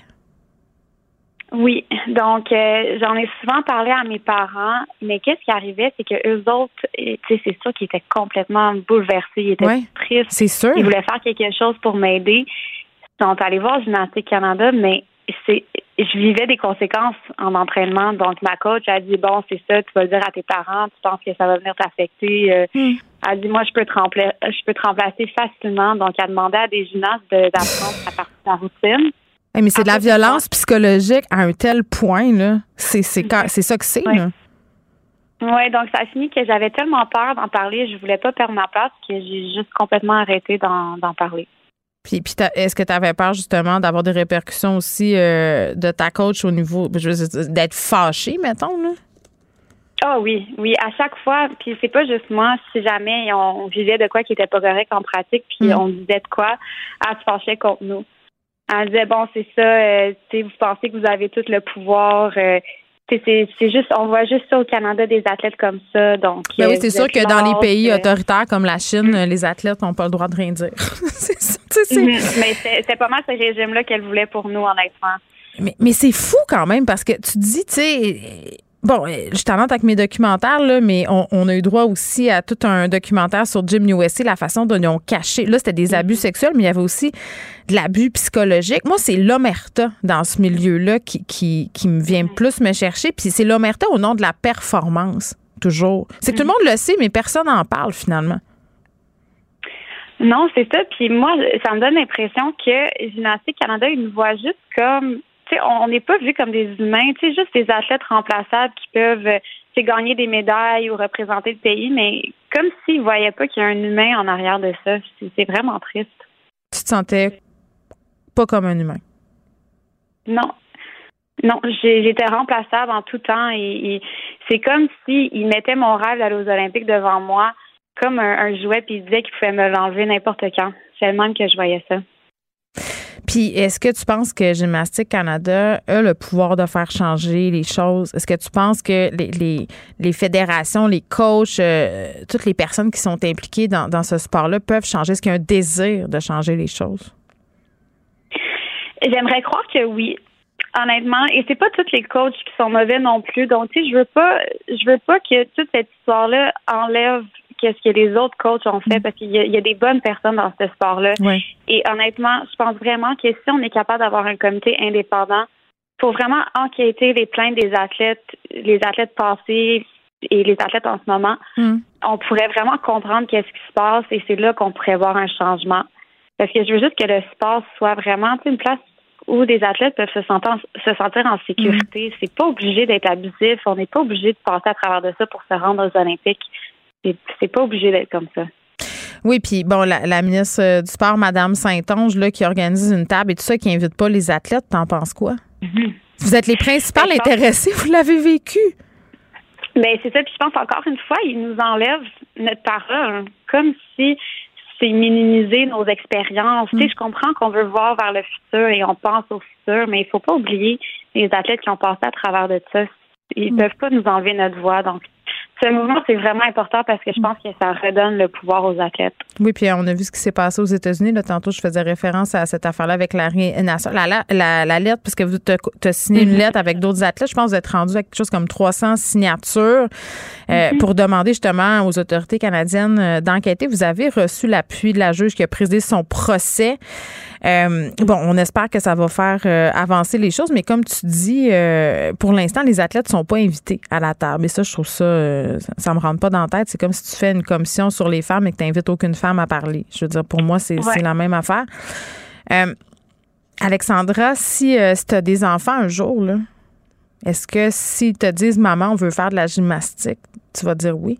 Oui, donc euh, j'en ai souvent parlé à mes parents, mais qu'est-ce qui arrivait, c'est que eux autres, tu sais, c'est sûr qu'ils étaient complètement bouleversés, ils étaient ouais, tristes. C'est sûr. Ils voulaient faire quelque chose pour m'aider. Ils sont allés voir Gymnastique Canada, mais c'est, je vivais des conséquences en entraînement. Donc ma coach a dit bon, c'est ça, tu vas le dire à tes parents, tu penses que ça va venir t'affecter. Euh, mm. Elle a dit moi je peux te remplacer, je peux te remplacer facilement. Donc elle demandait à des gymnastes de, d'apprendre à partir de la routine. Hey, mais c'est de la violence psychologique à un tel point, là. C'est, c'est, c'est ça que c'est, ouais. là. Oui, donc ça a fini que j'avais tellement peur d'en parler, je voulais pas perdre ma place que j'ai juste complètement arrêté d'en, d'en parler. Puis, puis est-ce que tu avais peur, justement, d'avoir des répercussions aussi euh, de ta coach au niveau, je veux dire, d'être fâchée, mettons, là? Ah oh, oui, oui, à chaque fois, puis c'est pas juste moi, si jamais on vivait de quoi qui était pas correct en pratique, puis mm. on disait de quoi, elle se fâchait contre nous. Elle disait, bon, c'est ça, euh, tu sais, vous pensez que vous avez tout le pouvoir, euh, tu sais, c'est, c'est juste, on voit juste ça au Canada, des athlètes comme ça, donc... Ben euh, oui, c'est sûr que dans les pays euh... autoritaires comme la Chine, mm. les athlètes n'ont pas le droit de rien dire. c'est ça, tu sais, c'est... Mm-hmm. Mais c'est, c'est pas mal ce régime-là qu'elle voulait pour nous, honnêtement. Mais, mais c'est fou quand même, parce que tu dis, tu sais... Bon, je t'annonce avec mes documentaires, là, mais on, on a eu droit aussi à tout un documentaire sur Gym U S A, la façon dont ils ont caché. Là, c'était des abus sexuels, mais il y avait aussi de l'abus psychologique. Moi, c'est l'omerta dans ce milieu-là qui, qui, qui me vient plus me chercher. Puis c'est l'omerta au nom de la performance, toujours. C'est que tout le monde le sait, mais personne n'en parle, finalement. Non, c'est ça. Puis moi, ça me donne l'impression que Gymnastique Canada, ils nous voient juste comme... Tu sais, on n'est pas vu comme des humains, tu sais, juste des athlètes remplaçables qui peuvent tu sais, gagner des médailles ou représenter le pays, mais comme s'ils ne voyaient pas qu'il y a un humain en arrière de ça. C'est, c'est vraiment triste. Tu te sentais pas comme un humain? Non. Non, j'ai, j'étais remplaçable en tout temps et, et c'est comme s'ils mettaient mon rêve d'aller aux Olympiques devant moi comme un, un jouet puis ils disaient qu'ils pouvaient me l'enlever n'importe quand. C'est le même que je voyais ça. Puis, est-ce que tu penses que Gymnastique Canada a le pouvoir de faire changer les choses? Est-ce que tu penses que les, les, les fédérations, les coachs, euh, toutes les personnes qui sont impliquées dans, dans ce sport-là peuvent changer? Est-ce qu'il y a un désir de changer les choses? J'aimerais croire que oui, honnêtement. Et c'est pas tous les coachs qui sont mauvais non plus. Donc, tu sais, je veux pas, je veux pas que toute cette histoire-là enlève qu'est-ce que les autres coachs ont fait, parce qu'il y a, il y a des bonnes personnes dans ce sport-là. Oui. Et honnêtement, je pense vraiment que si on est capable d'avoir un comité indépendant pour vraiment enquêter les plaintes des athlètes, les athlètes passés et les athlètes en ce moment, mm. on pourrait vraiment comprendre qu'est-ce qui se passe et c'est là qu'on pourrait voir un changement. Parce que je veux juste que le sport soit vraiment une place où des athlètes peuvent se sentir, se sentir en sécurité. Mm. C'est pas obligé d'être abusif. On n'est pas obligé de passer à travers de ça pour se rendre aux Olympiques. C'est, c'est pas obligé d'être comme ça. Oui, puis bon, la, la ministre du Sport, Mme Saint-Onge, là, qui organise une table et tout ça, qui invite pas les athlètes, t'en penses quoi? Mm-hmm. Vous êtes les principales ben, intéressées, vous l'avez vécu. Ben c'est ça, puis je pense encore une fois, ils nous enlèvent notre parole, comme si c'est minimiser nos expériences. Mm. Tu sais, je comprends qu'on veut voir vers le futur et on pense au futur, mais il faut pas oublier les athlètes qui ont passé à travers de ça. Ils mm. peuvent pas nous enlever notre voix, donc ce mouvement, c'est vraiment important parce que je pense que ça redonne le pouvoir aux athlètes. Oui, puis on a vu ce qui s'est passé aux États-Unis. Là, tantôt, je faisais référence à cette affaire-là avec Larry Nassar. La, la, la, la lettre, puisque vous tu as signé une lettre avec d'autres athlètes. Je pense que vous êtes rendu avec quelque chose comme trois cents signatures euh, mm-hmm. pour demander justement aux autorités canadiennes d'enquêter. Vous avez reçu l'appui de la juge qui a présidé son procès. Euh, bon, on espère que ça va faire euh, avancer les choses, mais comme tu dis, euh, pour l'instant, les athlètes sont pas invités à la table. Et ça, je trouve ça, euh, ça me rentre pas dans la tête. C'est comme si tu fais une commission sur les femmes et que tu n'invites aucune femme à parler. Je veux dire, pour moi, c'est, ouais. c'est la même affaire. Euh, Alexandra, si, euh, si tu as des enfants un jour, là, est-ce que s'ils te disent « Maman, on veut faire de la gymnastique », tu vas dire oui?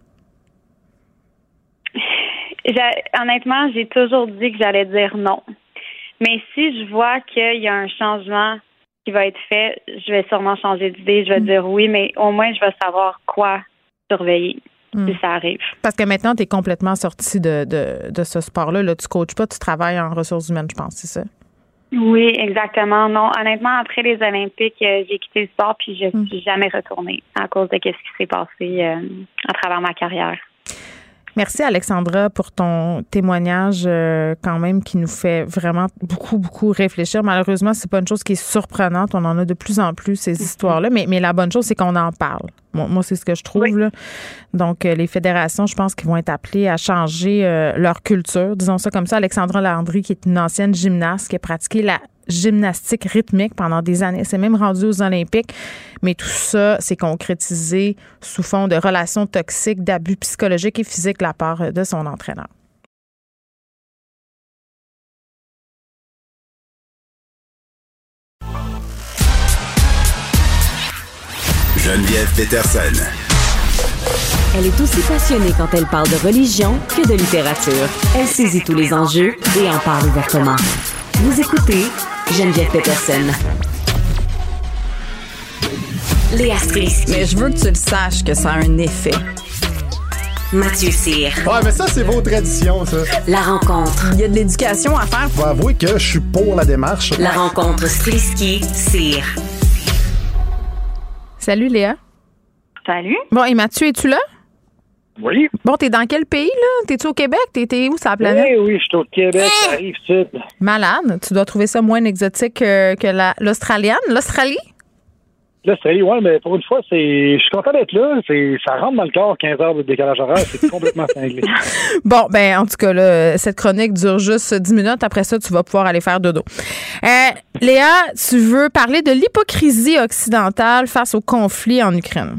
J'ai, honnêtement, j'ai toujours dit que j'allais dire non. Mais si je vois qu'il y a un changement qui va être fait, je vais sûrement changer d'idée. Je vais mmh. dire oui, mais au moins, je vais savoir quoi surveiller mmh. si ça arrive. Parce que maintenant, tu es complètement sortie de, de, de ce sport-là. Là, tu ne coaches pas, tu travailles en ressources humaines, je pense, c'est ça? Oui, exactement. Non, honnêtement, après les Olympiques, euh, j'ai quitté le sport puis je ne suis mmh. jamais retournée à cause de ce qui s'est passé euh, à travers ma carrière. Merci, Alexandra, pour ton témoignage euh, quand même qui nous fait vraiment beaucoup, beaucoup réfléchir. Malheureusement, c'est pas une chose qui est surprenante. On en a de plus en plus, ces histoires-là. Mais, mais la bonne chose, c'est qu'on en parle. Moi, moi c'est ce que je trouve. Oui. Là. Donc, euh, les fédérations, je pense qu'ils vont être appelées à changer euh, leur culture. Disons ça comme ça. Alexandra Landry, qui est une ancienne gymnaste, qui a pratiqué la gymnastique rythmique pendant des années. C'est même rendu aux Olympiques. Mais tout ça, c'est concrétisé sous fond de relations toxiques, d'abus psychologiques et physiques de la part de son entraîneur. Geneviève Peterson. Elle est aussi passionnée quand elle parle de religion que de littérature. Elle saisit tous les enjeux et en parle ouvertement. Vous écoutez Geneviève Peterson. Léa Strisky. Mais je veux que tu le saches que ça a un effet. Mathieu Cyr. Ouais, mais ça, c'est vos traditions, ça. La rencontre. Il y a de l'éducation à faire. Faut avouer que je suis pour la démarche. La rencontre Strisky-Cyr. Salut, Léa. Salut. Bon, et Mathieu, es-tu là? Oui. Bon, t'es dans quel pays, là? T'es-tu au Québec? T'es où, sur la planète? Oui, oui, je suis au Québec, ça arrive sud. Malade. Tu dois trouver ça moins exotique que, que la, l'Australienne. L'Australie? L'Australie, oui, mais pour une fois, c'est, je suis content d'être là. C'est, ça rentre dans le corps, quinze heures de décalage horaire. C'est complètement cinglé. Bon, ben, en tout cas, là, cette chronique dure juste dix minutes. Après ça, tu vas pouvoir aller faire dodo. Euh, Léa, tu veux parler de l'hypocrisie occidentale face au conflit en Ukraine?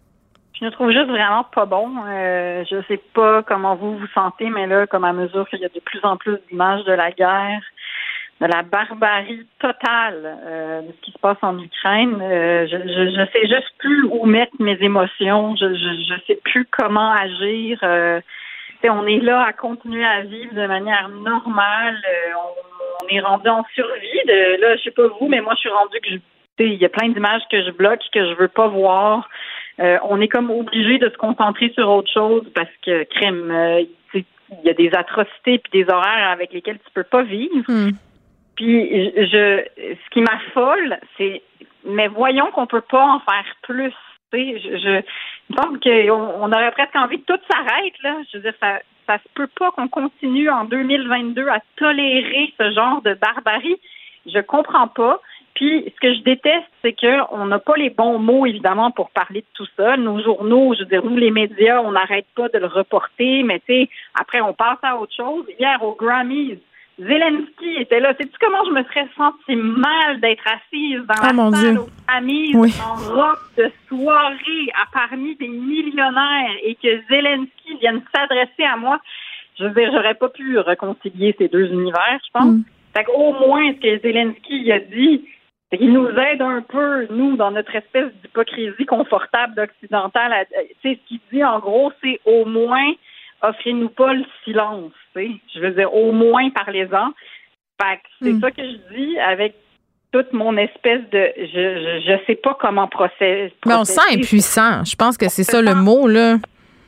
Je me trouve juste vraiment pas bon. Euh, je sais pas comment vous vous sentez, mais là, comme à mesure qu'il y a de plus en plus d'images de la guerre, de la barbarie totale euh, de ce qui se passe en Ukraine, euh, je, je je sais juste plus où mettre mes émotions. Je je, je sais plus comment agir. Euh, on est là à continuer à vivre de manière normale. Euh, on, on est rendu en survie. De, là, je sais pas vous, mais moi, je suis rendue que je, il y a plein d'images que je bloque, que je veux pas voir. Euh, on est comme obligé de se concentrer sur autre chose parce que, crème, euh, il y a des atrocités puis des horaires avec lesquels tu peux pas vivre. Mm. Puis, je, ce qui m'affole, c'est, mais voyons qu'on peut pas en faire plus. Tu sais, je, je, il me semble qu'on on aurait presque envie que tout s'arrête, là. Je veux dire, ça, ça se peut pas qu'on continue en deux mille vingt-deux à tolérer ce genre de barbarie. Je comprends pas. Puis, ce que je déteste, c'est qu'on n'a pas les bons mots, évidemment, pour parler de tout ça. Nos journaux, je veux dire, nous, les médias, on n'arrête pas de le reporter, mais tu sais, après, on passe à autre chose. Hier, aux Grammys, Zelensky était là. Sais-tu comment je me serais sentie mal d'être assise dans oh la salle aux Grammys oui. en robe de soirée à parmi des millionnaires et que Zelensky vienne s'adresser à moi? Je veux dire, j'aurais pas pu réconcilier ces deux univers, je pense. Mm. Fait qu'au moins, ce que Zelensky a dit, c'est qu'il nous aide un peu, nous, dans notre espèce d'hypocrisie confortable d'occidentale. Tu sais, ce qu'il dit, en gros, c'est au moins, offrez-nous pas le silence, tu sais. Je veux dire, au moins, parlez-en. Fait que c'est mm. ça que je dis avec toute mon espèce de... Je, je, je sais pas comment procéder. Mais on se sent impuissant. Je pense que c'est ça le mot, là.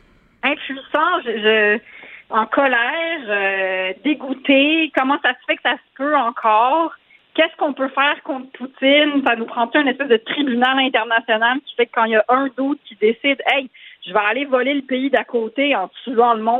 Impuissant, je... je en colère, euh, dégoûté. Comment ça se fait que ça se peut encore? Qu'est-ce qu'on peut faire contre Poutine? Ça nous prend une espèce de tribunal international qui fait que quand il y a un d'autre qui décide, hey, je vais aller voler le pays d'à côté en tuant le monde.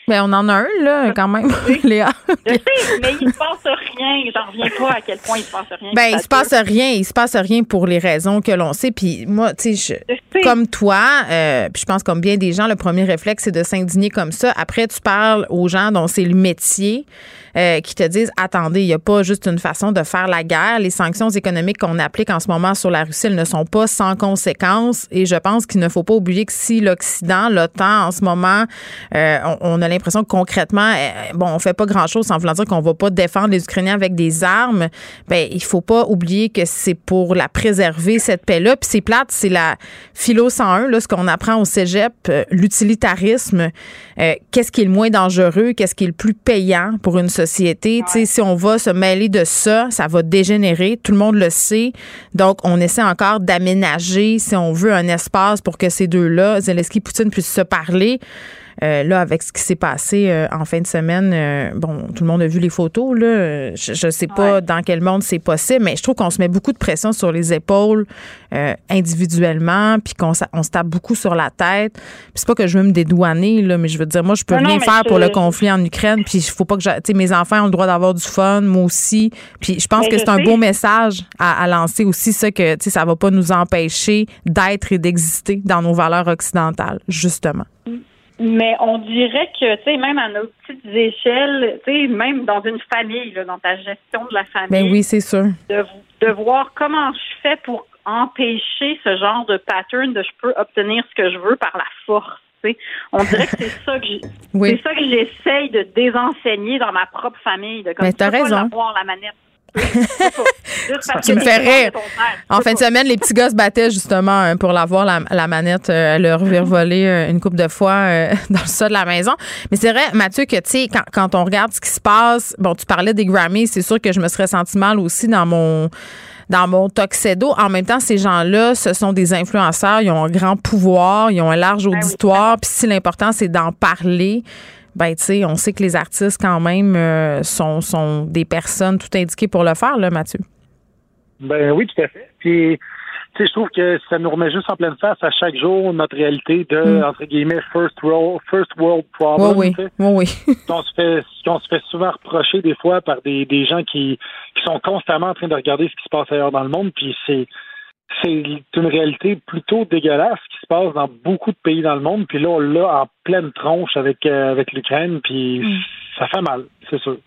Mais on en a un, là, quand même, Léa. Je sais, mais il se passe rien. J'en reviens pas à quel point il se passe rien. Ben, il se passe rien. Il se passe rien pour les raisons que l'on sait. Puis moi, tu sais, comme toi, euh, puis je pense comme bien des gens, le premier réflexe, c'est de s'indigner comme ça. Après, tu parles aux gens dont c'est le métier. Euh, qui te disent, attendez, il n'y a pas juste une façon de faire la guerre. Les sanctions économiques qu'on applique en ce moment sur la Russie, elles ne sont pas sans conséquences. Et je pense qu'il ne faut pas oublier que si l'Occident, l'OTAN, en ce moment, euh, on, on a l'impression que concrètement, euh, bon, on fait pas grand-chose sans vouloir dire qu'on va pas défendre les Ukrainiens avec des armes, ben il faut pas oublier que c'est pour la préserver, cette paix-là. Puis c'est plate, c'est la philo cent un, là, ce qu'on apprend au cégep, euh, l'utilitarisme. Euh, qu'est-ce qui est le moins dangereux? Qu'est-ce qui est le plus payant pour une société? Société, tu sais, si on va se mêler de ça, ça va dégénérer. Tout le monde le sait. Donc, on essaie encore d'aménager, si on veut, un espace pour que ces deux-là, Zelensky et Poutine, puissent se parler. Euh, là, avec ce qui s'est passé euh, en fin de semaine, euh, bon, tout le monde a vu les photos, là. Je ne sais pas ouais. dans quel monde c'est possible, mais je trouve qu'on se met beaucoup de pression sur les épaules euh, individuellement, puis qu'on on se tape beaucoup sur la tête. Puis c'est pas que je veux me dédouaner, là, mais je veux dire, moi, je peux non, rien non, faire je... pour le conflit en Ukraine, puis il faut pas que, tu sais, mes enfants ont le droit d'avoir du fun, moi aussi. Puis je pense mais que c'est un sais. beau message à, à lancer aussi, ça, que, tu sais, ça va pas nous empêcher d'être et d'exister dans nos valeurs occidentales, justement. Mm. Mais on dirait que, tu sais, même à nos petites échelles, tu sais, même dans une famille, là, dans ta gestion de la famille. Ben oui, c'est sûr. De, de voir comment je fais pour empêcher ce genre de pattern de je peux obtenir ce que je veux par la force. Tu sais. On dirait que c'est ça que j'ai, oui. c'est ça que j'essaye de désenseigner dans ma propre famille. De, comme, Mais t'as tu peux raison. pas l'avoir, la manette. Tu me fais rire. En fin de semaine, les petits gars se battaient justement pour l'avoir, la, la manette, euh, leur revolée une couple de fois euh, dans le sol de la maison. Mais c'est vrai, Mathieu, que tu sais, quand, quand on regarde ce qui se passe, bon, tu parlais des Grammys, c'est sûr que je me serais senti mal aussi dans mon dans mon tuxedo. En même temps, ces gens-là, ce sont des influenceurs, ils ont un grand pouvoir, ils ont un large auditoire, puis si l'important, c'est d'en parler, ben tu sais, on sait que les artistes quand même euh, sont, sont des personnes tout indiquées pour le faire, là, Mathieu. Ben oui, tout à fait. Puis, tu sais, je trouve que ça nous remet juste en pleine face à chaque jour notre réalité de, mm. entre guillemets, first world, first world problem. Oui, oui, oui, oui. qu'on se fait, qu'on se fait souvent reprocher des fois par des, des gens qui, qui sont constamment en train de regarder ce qui se passe ailleurs dans le monde, puis c'est c'est une réalité plutôt dégueulasse qui se passe dans beaucoup de pays dans le monde. Puis là, on l'a en pleine tronche avec, euh, avec l'Ukraine. Puis mm. ça fait mal, c'est sûr.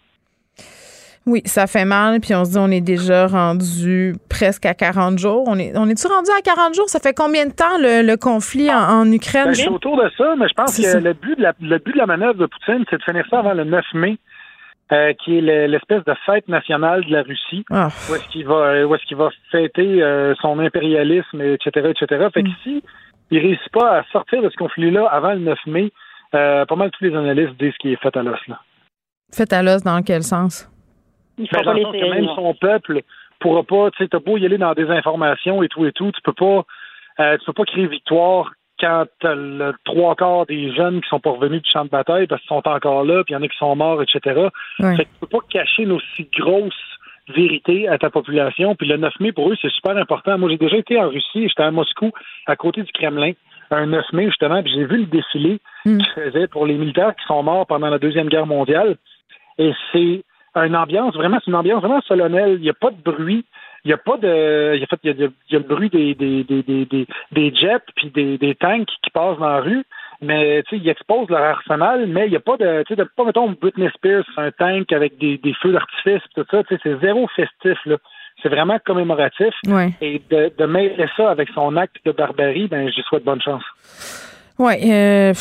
Oui, ça fait mal. Puis on se dit, on est déjà rendu presque à quarante jours. On est, on est-tu rendu à quarante jours? Ça fait combien de temps le, le conflit en, en Ukraine? Ben, je suis autour de ça, mais je pense c'est que ça. le but de la, le but de la manœuvre de Poutine, c'est de finir ça avant le neuf mai. Euh, qui est le, l'espèce de fête nationale de la Russie, oh. où est-ce qu'il va, où est-ce qu'il va fêter euh, son impérialisme, et cetera, et cetera. Fait que mm. si il réussit pas à sortir de ce conflit-là avant le neuf mai, euh, pas mal tous les analystes disent qu'il est fait à l'os, là. Fait à l'os dans quel sens? Il faut ben, pas dans le sens que même son peuple pourra pas, tu sais, t'as beau y aller dans des informations et tout et tout, tu peux pas, euh, tu peux pas créer victoire quand t'as le trois quarts des jeunes qui sont pas revenus du champ de bataille parce qu'ils sont encore là, puis il y en a qui sont morts, et cetera. Ouais. Fait que tu peux pas cacher une aussi grosse vérité à ta population. Puis le neuf mai, pour eux, c'est super important. Moi, j'ai déjà été en Russie, j'étais à Moscou, à côté du Kremlin, un neuf mai, justement, puis j'ai vu le défilé mm. qu'ils faisaient pour les militaires qui sont morts pendant la Deuxième Guerre mondiale. Et c'est une ambiance, vraiment, c'est une ambiance vraiment solennelle. Il n'y a pas de bruit. Il n'y a pas de. Il y a, fait, il y a, il y a le bruit des, des, des, des, des, des jets puis des, des tanks qui passent dans la rue, mais tu sais, ils exposent leur arsenal, mais il n'y a pas de. Tu sais, pas, mettons, Britney Spears, un tank avec des, des feux d'artifice, tout ça, tu sais, c'est zéro festif, là. C'est vraiment commémoratif. Ouais. Et de, de mêler ça avec son acte de barbarie, ben, je lui souhaite bonne chance. Oui, euh,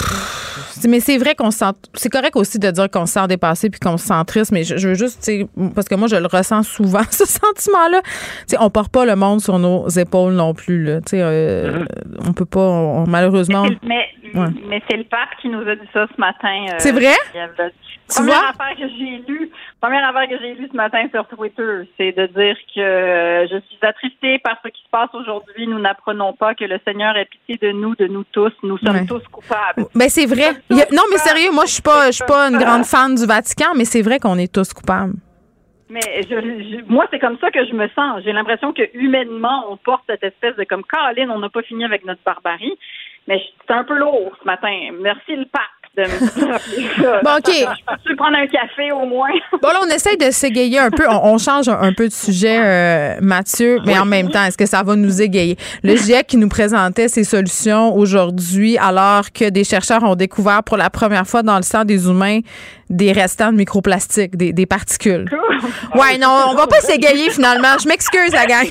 mais c'est vrai qu'on se sent, c'est correct aussi de dire qu'on se sent dépassé puis qu'on se sent triste, mais je, je veux juste, tu sais, parce que moi je le ressens souvent, ce sentiment-là. Tu sais, on porte pas le monde sur nos épaules non plus, là. Tu sais, euh, mm-hmm. on peut pas, on, malheureusement. Mais, mais, ouais. mais c'est le pape qui nous a dit ça ce matin. Euh, c'est vrai? Tu première vois? affaire que j'ai lue, première affaire que j'ai lue ce matin sur Twitter, c'est de dire que euh, je suis attristée par ce qui se passe aujourd'hui. Nous n'apprenons pas que le Seigneur ait pitié de nous, de nous tous. Nous sommes ouais. tous coupables. Ben c'est vrai. Il y a, non, mais sérieux, moi je suis pas, je suis pas une grande fan du Vatican, mais c'est vrai qu'on est tous coupables. Mais je, je, moi, c'est comme ça que je me sens. J'ai l'impression que humainement, on porte cette espèce de comme Caroline, on n'a pas fini avec notre barbarie. Mais c'est un peu lourd ce matin. Merci le pape. de me rappeler ça. Bon, OK. Je peux prendre un café au moins. Bon, là, on essaye de s'égayer un peu. On, on change un, un peu de sujet, euh, Mathieu, mais en même temps, est-ce que ça va nous égayer? Le GIEC qui nous présentait ses solutions aujourd'hui, alors que des chercheurs ont découvert pour la première fois dans le sang des humains des restants de microplastiques, des, des particules. Ouais, non, on va pas s'égayer finalement. Je m'excuse, la gang.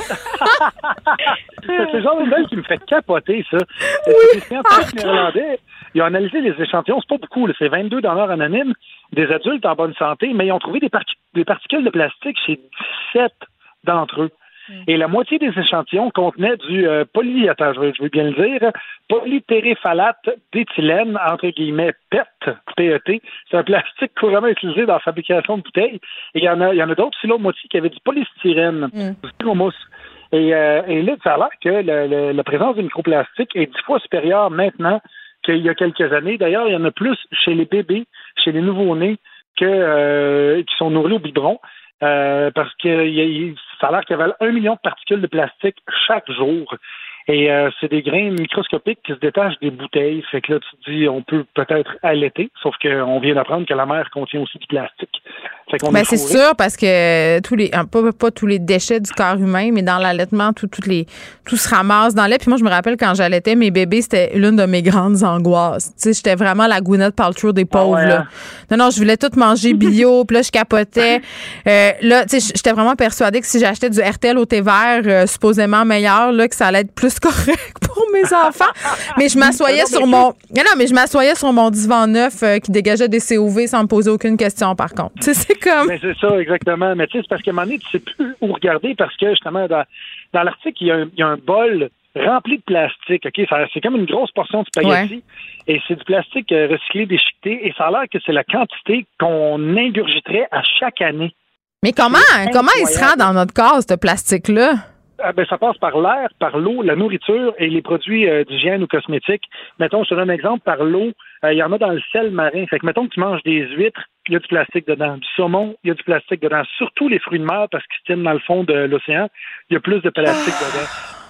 C'est le genre de nouvelle qui me fait capoter, ça. Oui. Les scientifiques néerlandais, ils ont analysé les échantillons, c'est pas beaucoup, là, c'est vingt-deux donneurs anonymes, des adultes en bonne santé, mais ils ont trouvé des, par- des particules de plastique chez dix-sept d'entre eux. Mm. Et la moitié des échantillons contenaient du euh, poly, attends, je veux, je veux bien le dire, polytéréphtalate d'éthylène, entre guillemets, P E T, P E T. C'est un plastique couramment utilisé dans la fabrication de bouteilles. Et il y en a, il y en a d'autres, c'est l'autre moitié qui avait du polystyrène, mm. du styromousse. Et, euh, et là, ça a l'air que le, le, la présence de microplastique est dix fois supérieure maintenant qu'il y a quelques années. D'ailleurs, il y en a plus chez les bébés, chez les nouveau-nés, que, euh, qui sont nourris au biberon. Euh, parce que y a, ça a l'air qu'il y avait un million de particules de plastique chaque jour. Et euh, c'est des grains microscopiques qui se détachent des bouteilles. Fait que là, tu te dis, on peut peut-être allaiter, sauf qu'on vient d'apprendre que la mer contient aussi du plastique. Fait qu'on ben, est c'est fourré. sûr, parce que tous les, pas, pas tous les déchets du corps humain, mais dans l'allaitement, tout, tout, les, tout se ramasse dans le lait. Puis moi, je me rappelle quand j'allaitais mes bébés, c'était l'une de mes grandes angoisses. Tu sais, j'étais vraiment la Gwyneth Paltrow des pauvres, ah ouais, là. Non, non, je voulais tout manger bio, puis là, je capotais. Euh, là, tu sais, j'étais vraiment persuadée que si j'achetais du R T L au thé vert, euh, supposément meilleur, là, que ça allait être plus correct pour mes enfants. Mais je m'assoyais sur mon, non, non, mais je m'assoyais sur mon divan neuf euh, qui dégageait des C O V sans me poser aucune question, par contre. Tu sais, c'est comme. Mais c'est ça, exactement. Mais tu sais, c'est parce qu'à un moment donné, tu sais plus où regarder parce que, justement, dans, dans l'article, il y, a un, il y a un bol rempli de plastique, OK? Ça, c'est comme une grosse portion de spaghetti. Ouais. Et c'est du plastique euh, recyclé, déchiqueté. Et ça a l'air que c'est la quantité qu'on ingurgiterait à chaque année. Mais comment, comment il se rend dans notre corps, ce plastique-là? Ah ben, ça passe par l'air, par l'eau, la nourriture et les produits euh, d'hygiène ou cosmétiques. Mettons, je te donne un exemple, par l'eau, il euh, y en a dans le sel marin. Fait que, mettons que tu manges des huîtres, il y a du plastique dedans. Du saumon, il y a du plastique dedans. Surtout les fruits de mer, parce qu'ils se tiennent dans le fond de l'océan, il y a plus de plastique ah. dedans.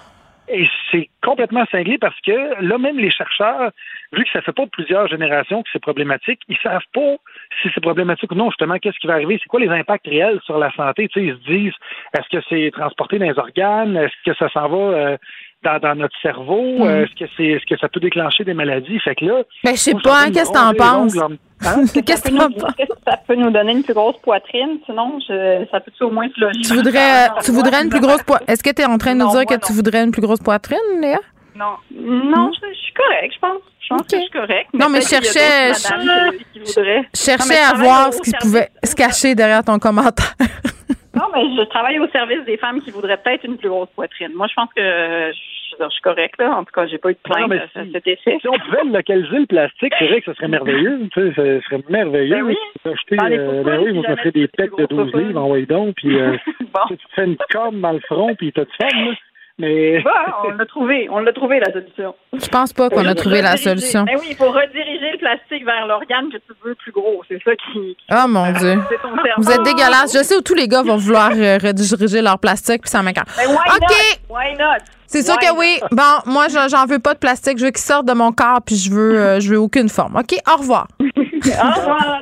Et c'est complètement cinglé parce que là, même les chercheurs, vu que ça fait pas plusieurs générations que c'est problématique, ils savent pas si c'est problématique ou non, justement, qu'est-ce qui va arriver, c'est quoi les impacts réels sur la santé. Tu sais, ils se disent, est-ce que c'est transporté dans les organes, est-ce que ça s'en va euh, dans, dans notre cerveau, mmh. est-ce que c'est est-ce que ça peut déclencher des maladies? Fait que là, ben, je sais pas, hein, qu'est-ce que t'en penses? Hein? Qu'est-ce que t'en penses? Ça peut nous donner une plus grosse poitrine, sinon je, ça peut au moins se loger. Tu voudrais, tu voudrais une plus grosse poitrine? Est-ce que tu es en train de nous non, dire que non. tu voudrais une plus grosse poitrine, Léa? Non, non, je, je suis correcte, je pense. Je pense okay. que je suis correcte. Non, mais je cherchais, je, qui je cherchais à voir ce qui pouvait se cacher derrière ton commentaire. Non, mais je travaille au service des femmes qui voudraient peut-être une plus grosse poitrine. Moi, je pense que je, je suis correcte, là. En tout cas, j'ai pas eu de plainte non, à si, cet effet. Si on pouvait localiser le plastique, c'est vrai que ce serait merveilleux. Tu sais, ce serait merveilleux. Ben oui. Acheter, euh, ben oui, vous m'offrez des pecs de douze livres, envoyez donc, puis euh, bon. tu te fais une corne dans le front, puis t'as du fun, là. Mais... Bon, on l'a trouvé, on l'a trouvé la solution. Je pense pas qu'on a trouvé la solution. Mais oui, il faut rediriger le plastique vers l'organe que tu veux plus gros. C'est ça qui. Oh mon Dieu. Vous êtes dégueulasse. Je sais où tous les gars vont vouloir euh, rediriger leur plastique puis ça m'écoeure. Mais why OK. Not? Why not? C'est sûr why que oui. Not? Bon, moi j'en veux pas de plastique. Je veux qu'il sorte de mon corps puis je veux euh, je veux aucune forme. OK, au revoir. Au revoir.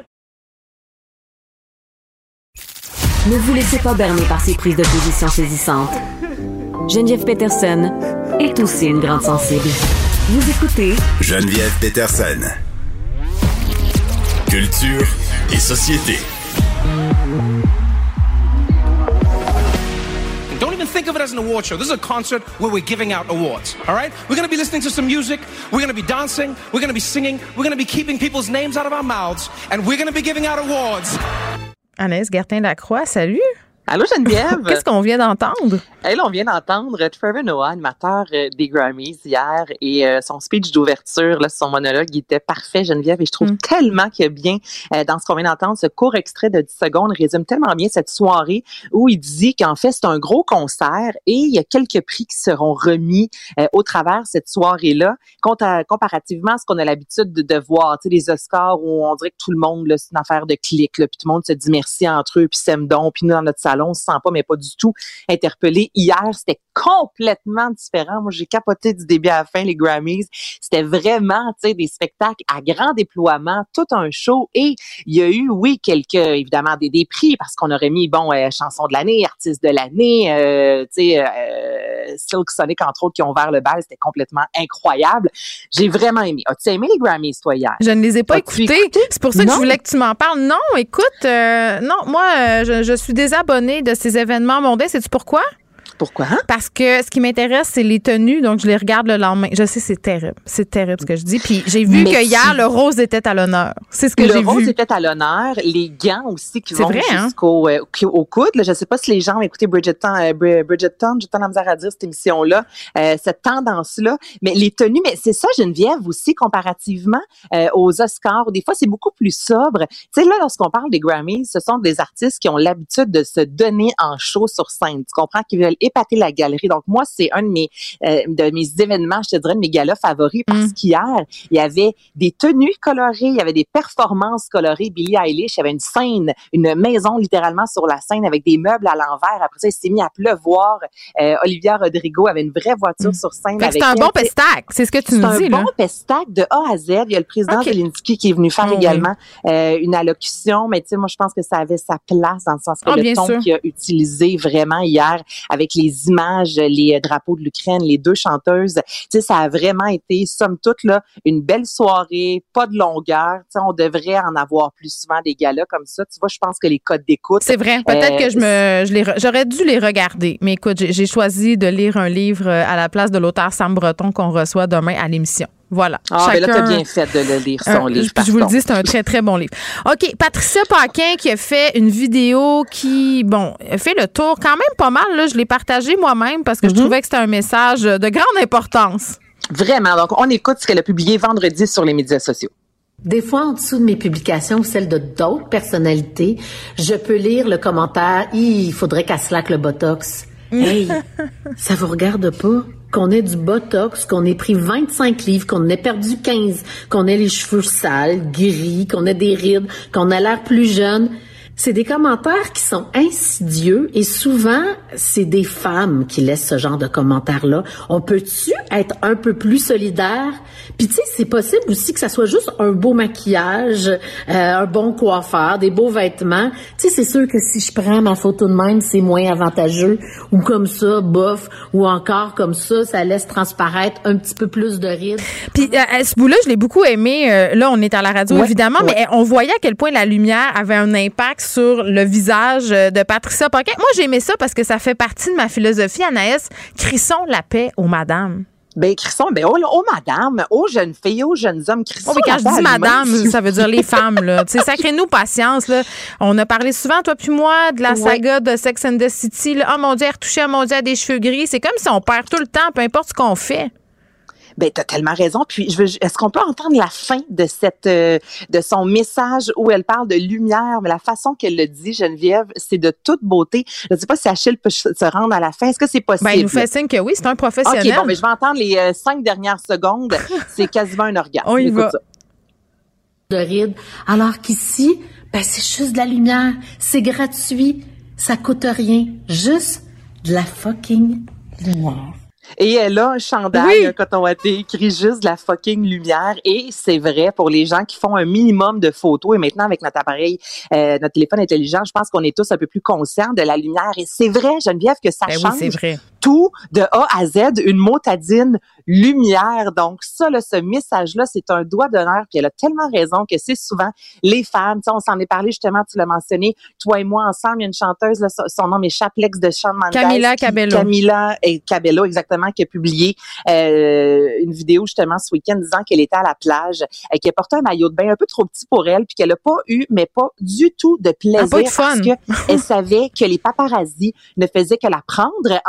Ne vous laissez pas berner par ces prises de position saisissantes. Geneviève Peterson est aussi une grande sensible. Vous écoutez Geneviève Peterson. Culture et société. Don't even think of it as an award show. This is a concert where we're giving out awards, all right? We're going to be listening to some music, we're going to be dancing, we're going to be singing, we're going to be keeping people's names out of our mouths, and we're going to be giving out awards. Anaïs Gertin-Lacroix, salut! Allô Geneviève! Qu'est-ce qu'on vient d'entendre? Hey, là, on vient d'entendre Trevor Noah, animateur euh, des Grammys hier, et euh, son speech d'ouverture, là, son monologue, il était parfait, Geneviève, et je trouve mm. tellement que bien, euh, dans ce qu'on vient d'entendre, ce court extrait de dix secondes résume tellement bien cette soirée où il dit qu'en fait, c'est un gros concert et il y a quelques prix qui seront remis euh, au travers de cette soirée-là, compar- comparativement à ce qu'on a l'habitude de, de voir, tu sais, les Oscars où on dirait que tout le monde, là, c'est une affaire de clics, là, puis tout le monde se dit merci entre eux, puis s'aime donc, puis nous, dans notre salon, pantalon, on se sent pas, mais pas du tout interpellé. Hier, c'était complètement différent. Moi, j'ai capoté du début à la fin, les Grammys. C'était vraiment, tu sais, des spectacles à grand déploiement, tout un show. Et il y a eu, oui, quelques, évidemment, des, des prix, parce qu'on aurait mis, bon, euh, chanson de l'année, artiste de l'année, euh, tu sais, euh, Silk Sonic, entre autres, qui ont ouvert le bal. C'était complètement incroyable. J'ai vraiment aimé. As-tu aimé les Grammys, toi, hier? Je ne les ai pas As-tu écoutés. écouté? C'est pour ça que Non? je voulais que tu m'en parles. Non, écoute, euh, non, moi, euh, je, je suis désabonnée de ces événements mondains. Sais-tu pourquoi? Pourquoi? Parce que ce qui m'intéresse, c'est les tenues, donc je les regarde le lendemain. Je sais, c'est terrible. C'est terrible ce que je dis. Puis j'ai vu Mais que si- hier, le rose était à l'honneur. C'est ce que j'ai Le rose vu. était à l'honneur. Les gants aussi qui C'est vont vrai, hein? jusqu'au euh, au- au coude. Là, je ne sais pas si les gens ont écouté Bridgerton, euh, Bri- Bridgerton, j'ai tant de misère à dire cette émission-là, euh, cette tendance-là. Mais les tenues, mais c'est ça, Geneviève, aussi, comparativement euh, aux Oscars. Des fois, c'est beaucoup plus sobre. Tu sais, là, lorsqu'on parle des Grammys, ce sont des artistes qui ont l'habitude de se donner en show sur scène. Tu comprends? Qui veulent épater la galerie. Donc, moi, c'est un de mes, euh, de mes événements, je te dirais, de mes galas favoris, parce qu'hier, il y avait des tenues colorées, il y avait des performances colorées. Billie Eilish, il y avait une scène, une maison littéralement sur la scène avec des meubles à l'envers. Après ça, il s'est mis à pleuvoir. Euh, Olivia Rodrigo avait une vraie voiture sur scène. Fait que avec c'est un elle. bon pestac, c'est ce que tu nous dis, C'est un là. bon pestac de A à Z. Il y a le président Ok. Zelensky qui est venu faire Oh, également euh, une allocution, mais tu sais, moi, je pense que ça avait sa place dans le sens que Ah, le bien ton sûr. qu'il a utilisé vraiment hier avec les images, les euh, drapeaux de l'Ukraine, les deux chanteuses, tu sais, ça a vraiment été, somme toute, là, une belle soirée, pas de longueur. Tu sais, on devrait en avoir plus souvent des galas comme ça. Tu vois, je pense que les codes d'écoute. C'est vrai. Peut-être euh, que je me, je les, re- j'aurais dû les regarder. Mais écoute, j'ai, j'ai choisi de lire un livre euh, à la place de l'auteur Sam Breton qu'on reçoit demain à l'émission. Voilà. Ah, ben là, Chacun- t'as bien fait de le lire, son Un- livre. puis je vous le par dis, contre. c'est un très, très bon livre. OK, Patricia Paquin qui a fait une vidéo qui, bon, a fait le tour quand même pas mal. Là. Je l'ai partagée moi-même parce que je trouvais que c'était un message de grande importance. Vraiment. Donc, on écoute ce qu'elle a publié vendredi sur les médias sociaux. Des fois, en dessous de mes publications ou celles de d'autres personnalités, je peux lire le commentaire « Il faudrait qu'elle slack le Botox ». Hey, ça vous regarde pas? Qu'on ait du Botox, qu'on ait pris vingt-cinq livres, qu'on ait perdu quinze, qu'on ait les cheveux sales, gris, qu'on ait des rides, qu'on a l'air plus jeune. C'est des commentaires qui sont insidieux et souvent, c'est des femmes qui laissent ce genre de commentaires-là. On peut-tu être un peu plus solidaire? Puis tu sais, c'est possible aussi que ça soit juste un beau maquillage, euh, un bon coiffeur, des beaux vêtements. Tu sais, c'est sûr que si je prends ma photo de même, c'est moins avantageux. Ou comme ça, bof. Ou encore comme ça, ça laisse transparaître un petit peu plus de rides. Puis euh, ce bout-là, je l'ai beaucoup aimé. Euh, là, on est à la radio, Ouais, évidemment, ouais. mais on voyait à quel point la lumière avait un impact sur le visage de Patricia Paquin. Moi, j'ai aimé ça parce que ça fait partie de ma philosophie, Anaïs. Crissons la paix aux madames. Ben, crissons, ben, oh, oh, madame, aux jeunes filles, aux jeunes hommes, crissons. Oh, mais quand je la dis paix à madame, l'humain. ça veut dire les femmes, là. Tu sais, sacrez-nous patience, là. On a parlé souvent, toi puis moi, de la Ouais. saga de Sex and the City, là. Oh mon Dieu, elle retouchée, oh mon Dieu, elle a des cheveux gris. C'est comme si on perd tout le temps, peu importe ce qu'on fait. Ben, t'as tellement raison. Puis, je veux, est-ce qu'on peut entendre la fin de cette, euh, de son message où elle parle de lumière, mais la façon qu'elle le dit, Geneviève, c'est de toute beauté. Je ne sais pas si Achille peut se se rendre à la fin. Est-ce que c'est possible? Ben, il nous fait signe que oui, c'est un professionnel. OK, bon, mais je vais entendre les euh, cinq dernières secondes. C'est quasiment un orgasme. On y Écoute va. ça. de rides. Alors qu'ici, ben, c'est juste de la lumière. C'est gratuit. Ça coûte rien. Juste de la fucking lumière. Et elle a un chandail, Oui. un coton ouaté, écrit juste de la fucking lumière. Et c'est vrai pour les gens qui font un minimum de photos. Et maintenant, avec notre appareil, euh, notre téléphone intelligent, je pense qu'on est tous un peu plus conscients de la lumière. Et c'est vrai, Geneviève, que ça Ben oui, change c'est vrai. tout de A à Z, une motadine lumière. Donc ça, là, ce message-là, c'est un doigt d'honneur. Puis elle a tellement raison que c'est souvent les femmes. Tu sais, on s'en est parlé justement, tu l'as mentionné, toi et moi ensemble. Il y a une chanteuse, là, son, son nom m'échappe, l'ex de Shawn Mendes. Camila qui- Cabello. Camila et Cabello, exactement, qui a publié euh, une vidéo justement ce week-end disant qu'elle était à la plage, euh, qu'elle portait un maillot de bain un peu trop petit pour elle, puis qu'elle n'a pas eu, mais pas du tout de plaisir Ah, pas de fun. parce qu'elle savait que les paparazzis ne faisaient que la prendre en photo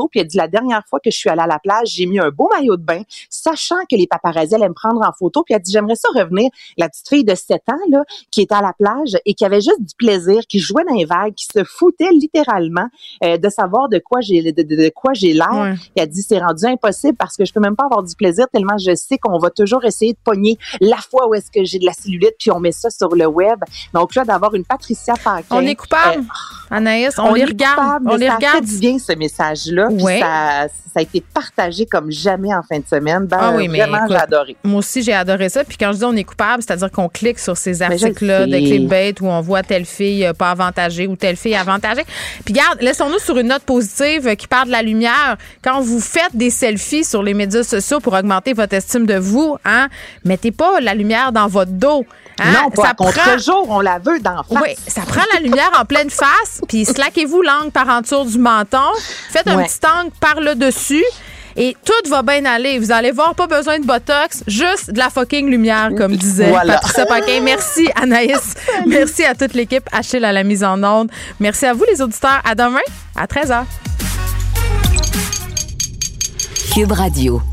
photos, puis elle dit, la dernière fois que je suis allée à la plage, j'ai mis un beau maillot de bain, sachant que les paparazzis allaient me prendre en photo, puis elle dit, j'aimerais ça revenir, la petite fille de sept ans, là, qui était à la plage et qui avait juste du plaisir, qui jouait dans les vagues, qui se foutait littéralement euh, de savoir de quoi j'ai de, de, de quoi j'ai l'air. Ouais. Et elle dit, c'est rendu impossible parce que je peux même pas avoir du plaisir tellement je sais qu'on va toujours essayer de pogner la fois où est-ce que j'ai de la cellulite, puis on met ça sur le web. Donc là, d'avoir une Patricia Paquin. On est coupable, euh, Anaïs, on, on les regarde. Coupable, on les regarde. Ça fait du bien, ce message-là. Puis ouais. ça, ça a été partagé comme jamais en fin de semaine. Ben, ah oui, mais vraiment, écoute, j'ai adoré. Moi aussi, j'ai adoré ça. Puis quand je dis on est coupable, c'est-à-dire qu'on clique sur ces articles-là de clickbait où on voit telle fille pas avantagée ou telle fille avantagée. Puis regarde, laissons-nous sur une note positive qui parle de la lumière. Quand vous faites des selfies sur les médias sociaux pour augmenter votre estime de vous, hein, mettez pas la lumière dans votre dos. Hein? Non, pas ça contre-jour, on la veut d'en face. Oui, ça prend la lumière en pleine face, puis slaquez-vous l'angle par en dessous du menton, faites un ouais. petit angle par le dessus. Et tout va bien aller. Vous allez voir, pas besoin de Botox, juste de la fucking lumière, comme disait voilà. Patricia Paquin. Merci, Anaïs. Merci à toute l'équipe. Achille à la mise en onde. Merci à vous, les auditeurs. À demain, à treize heures. Cube Radio.